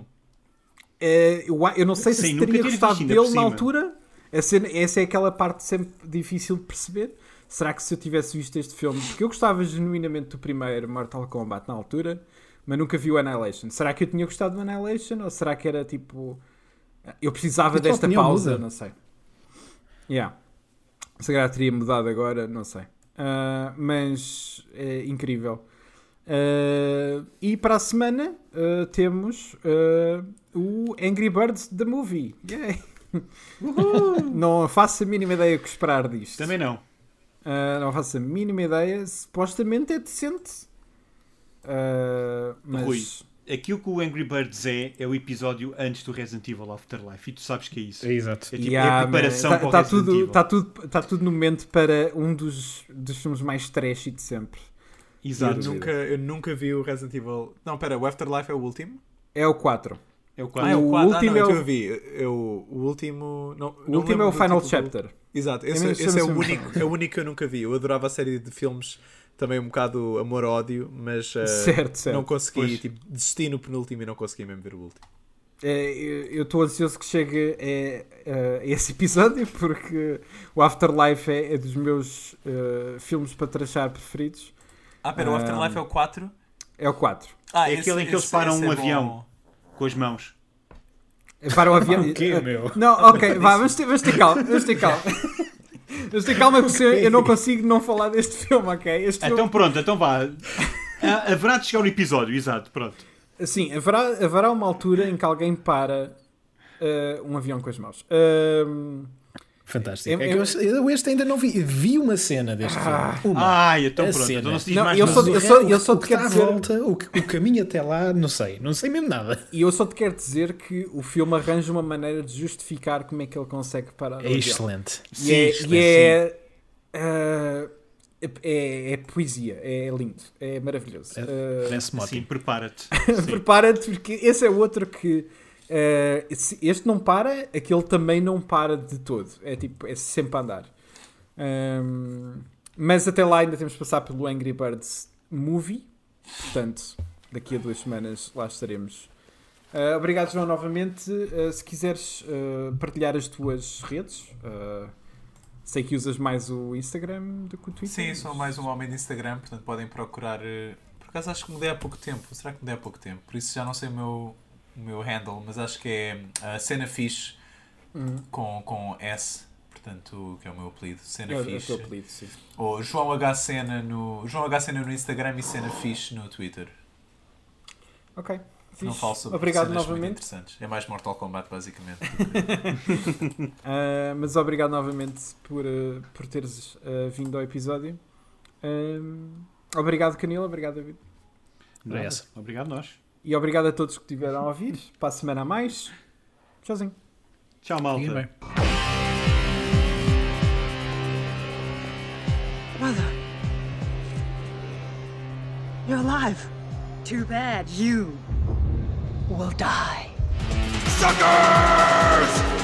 eu, a- eu não sei Sim, se nunca teria tinha gostado visto ainda dele por na cima. altura. Essa, essa é aquela parte sempre difícil de perceber. Será que se eu tivesse visto este filme, porque eu gostava genuinamente do primeiro Mortal Kombat na altura, mas nunca vi o Annihilation. Será que eu tinha gostado do Annihilation? Ou será que era tipo. Eu precisava A tua desta opinião pausa? muda. Não sei. Yeah. Se calhar teria mudado agora, não sei. Ah, mas é incrível. Ah, e para a semana ah, temos ah, o Angry Birds The Movie. Yay! Não faço a mínima ideia o que esperar disto. Também não. Ah, não faço a mínima ideia. Supostamente é decente. Ah, mas Rui. Aquilo que o Angry Birds é, é o episódio antes do Resident Evil Afterlife. E tu sabes que é isso. É exato. É tipo Yeah, é a preparação man. para o tá, tá Resident tudo, Evil. tá tudo, tá tudo no momento para um dos, dos filmes mais trashy de sempre. Exato. Eu nunca, eu nunca vi o Resident Evil. Não, pera, o Afterlife é o último? É o quatro. É o Ah, quatro. é o o quatro. último ah, não, é o- então eu vi. Eu, o último. Não, O último é o Final Chapter. Exato, É esse, mesmo, esse é, o chama-se único, é o único que eu nunca vi. Eu adorava a série de filmes, também um bocado amor-ódio, mas uh, Certo, certo. não consegui, Pois. tipo, desisti no penúltimo e não consegui mesmo ver o último. É, eu estou ansioso que chegue a, a esse episódio porque o Afterlife é, é dos meus uh, filmes para trachar preferidos. Ah, pera, o o Afterlife Afterlife é o quatro? É o quatro. Ah, É aquele em que eles param um avião. Com as mãos. É para o avião. O quê, meu? Não, ok, vá, vamos ter, vamos ter calma. Vamos ter calma. Vamos ter calma porque eu não consigo não falar deste filme, ok? Este filme, Então pronto, então vá. Ah, haverá de chegar o episódio, exato, pronto. Assim, haverá, haverá uma altura em que alguém para uh, um avião com as mãos. Ahm, Fantástico. Eu- É que eu- eu, eu este ainda não vi. Vi uma cena deste Ah. filme. Uma. Ai, então A pronto, cena. então não se diz Não, mais eu nada. sou- Mas eu o resto, eu só o te que quero está à dizer- volta, o, que- o caminho até lá, não sei. Não sei mesmo nada. e eu só te quero dizer que o filme arranja uma maneira de justificar como é que ele consegue parar o É avião. excelente. E Sim, é, excelente, e é, ah, é, é poesia, é lindo, é maravilhoso. É- Ah, Parece-me Sim, ótimo. prepara-te. Sim. Prepara-te, porque esse é outro que ah, se este não para, aquele também não para de todo. É tipo, é sempre a andar. Ahm, mas até lá ainda temos de passar pelo Angry Birds Movie. Portanto, daqui a duas semanas lá estaremos. Ah, obrigado, João, novamente. Ah, se quiseres ah, partilhar as tuas redes, ah, sei que usas mais o Instagram do que o Twitter. Sim, sou mais um homem de Instagram, portanto podem procurar. eh, Por acaso acho que mudei há pouco tempo. Será que mudei há pouco tempo? Por isso já não sei o meu, o meu handle, mas acho que é a Cena Fixe Hum, com, com S, portanto, que é o meu apelido. Cena é o- é o Fixe. teu apelido, sim. Ou João H. Cena no, João H. Cena no Instagram e Cena Fixe no Twitter. Ok. Não Fixe. falo sobre Obrigado cenas muito novamente. interessantes. É mais Mortal Kombat, basicamente. Ah, mas obrigado novamente por, ah, por teres ah, vindo ao episódio. Ahm, obrigado, Canila. Obrigado, David. Era essa. Obrigado nós. E obrigado a todos que estiveram a ouvir. Para a semana a mais. Tchauzinho. Tchau, malta. Fiquem bem. Mother. You're alive. Too bad you will die. Suckers!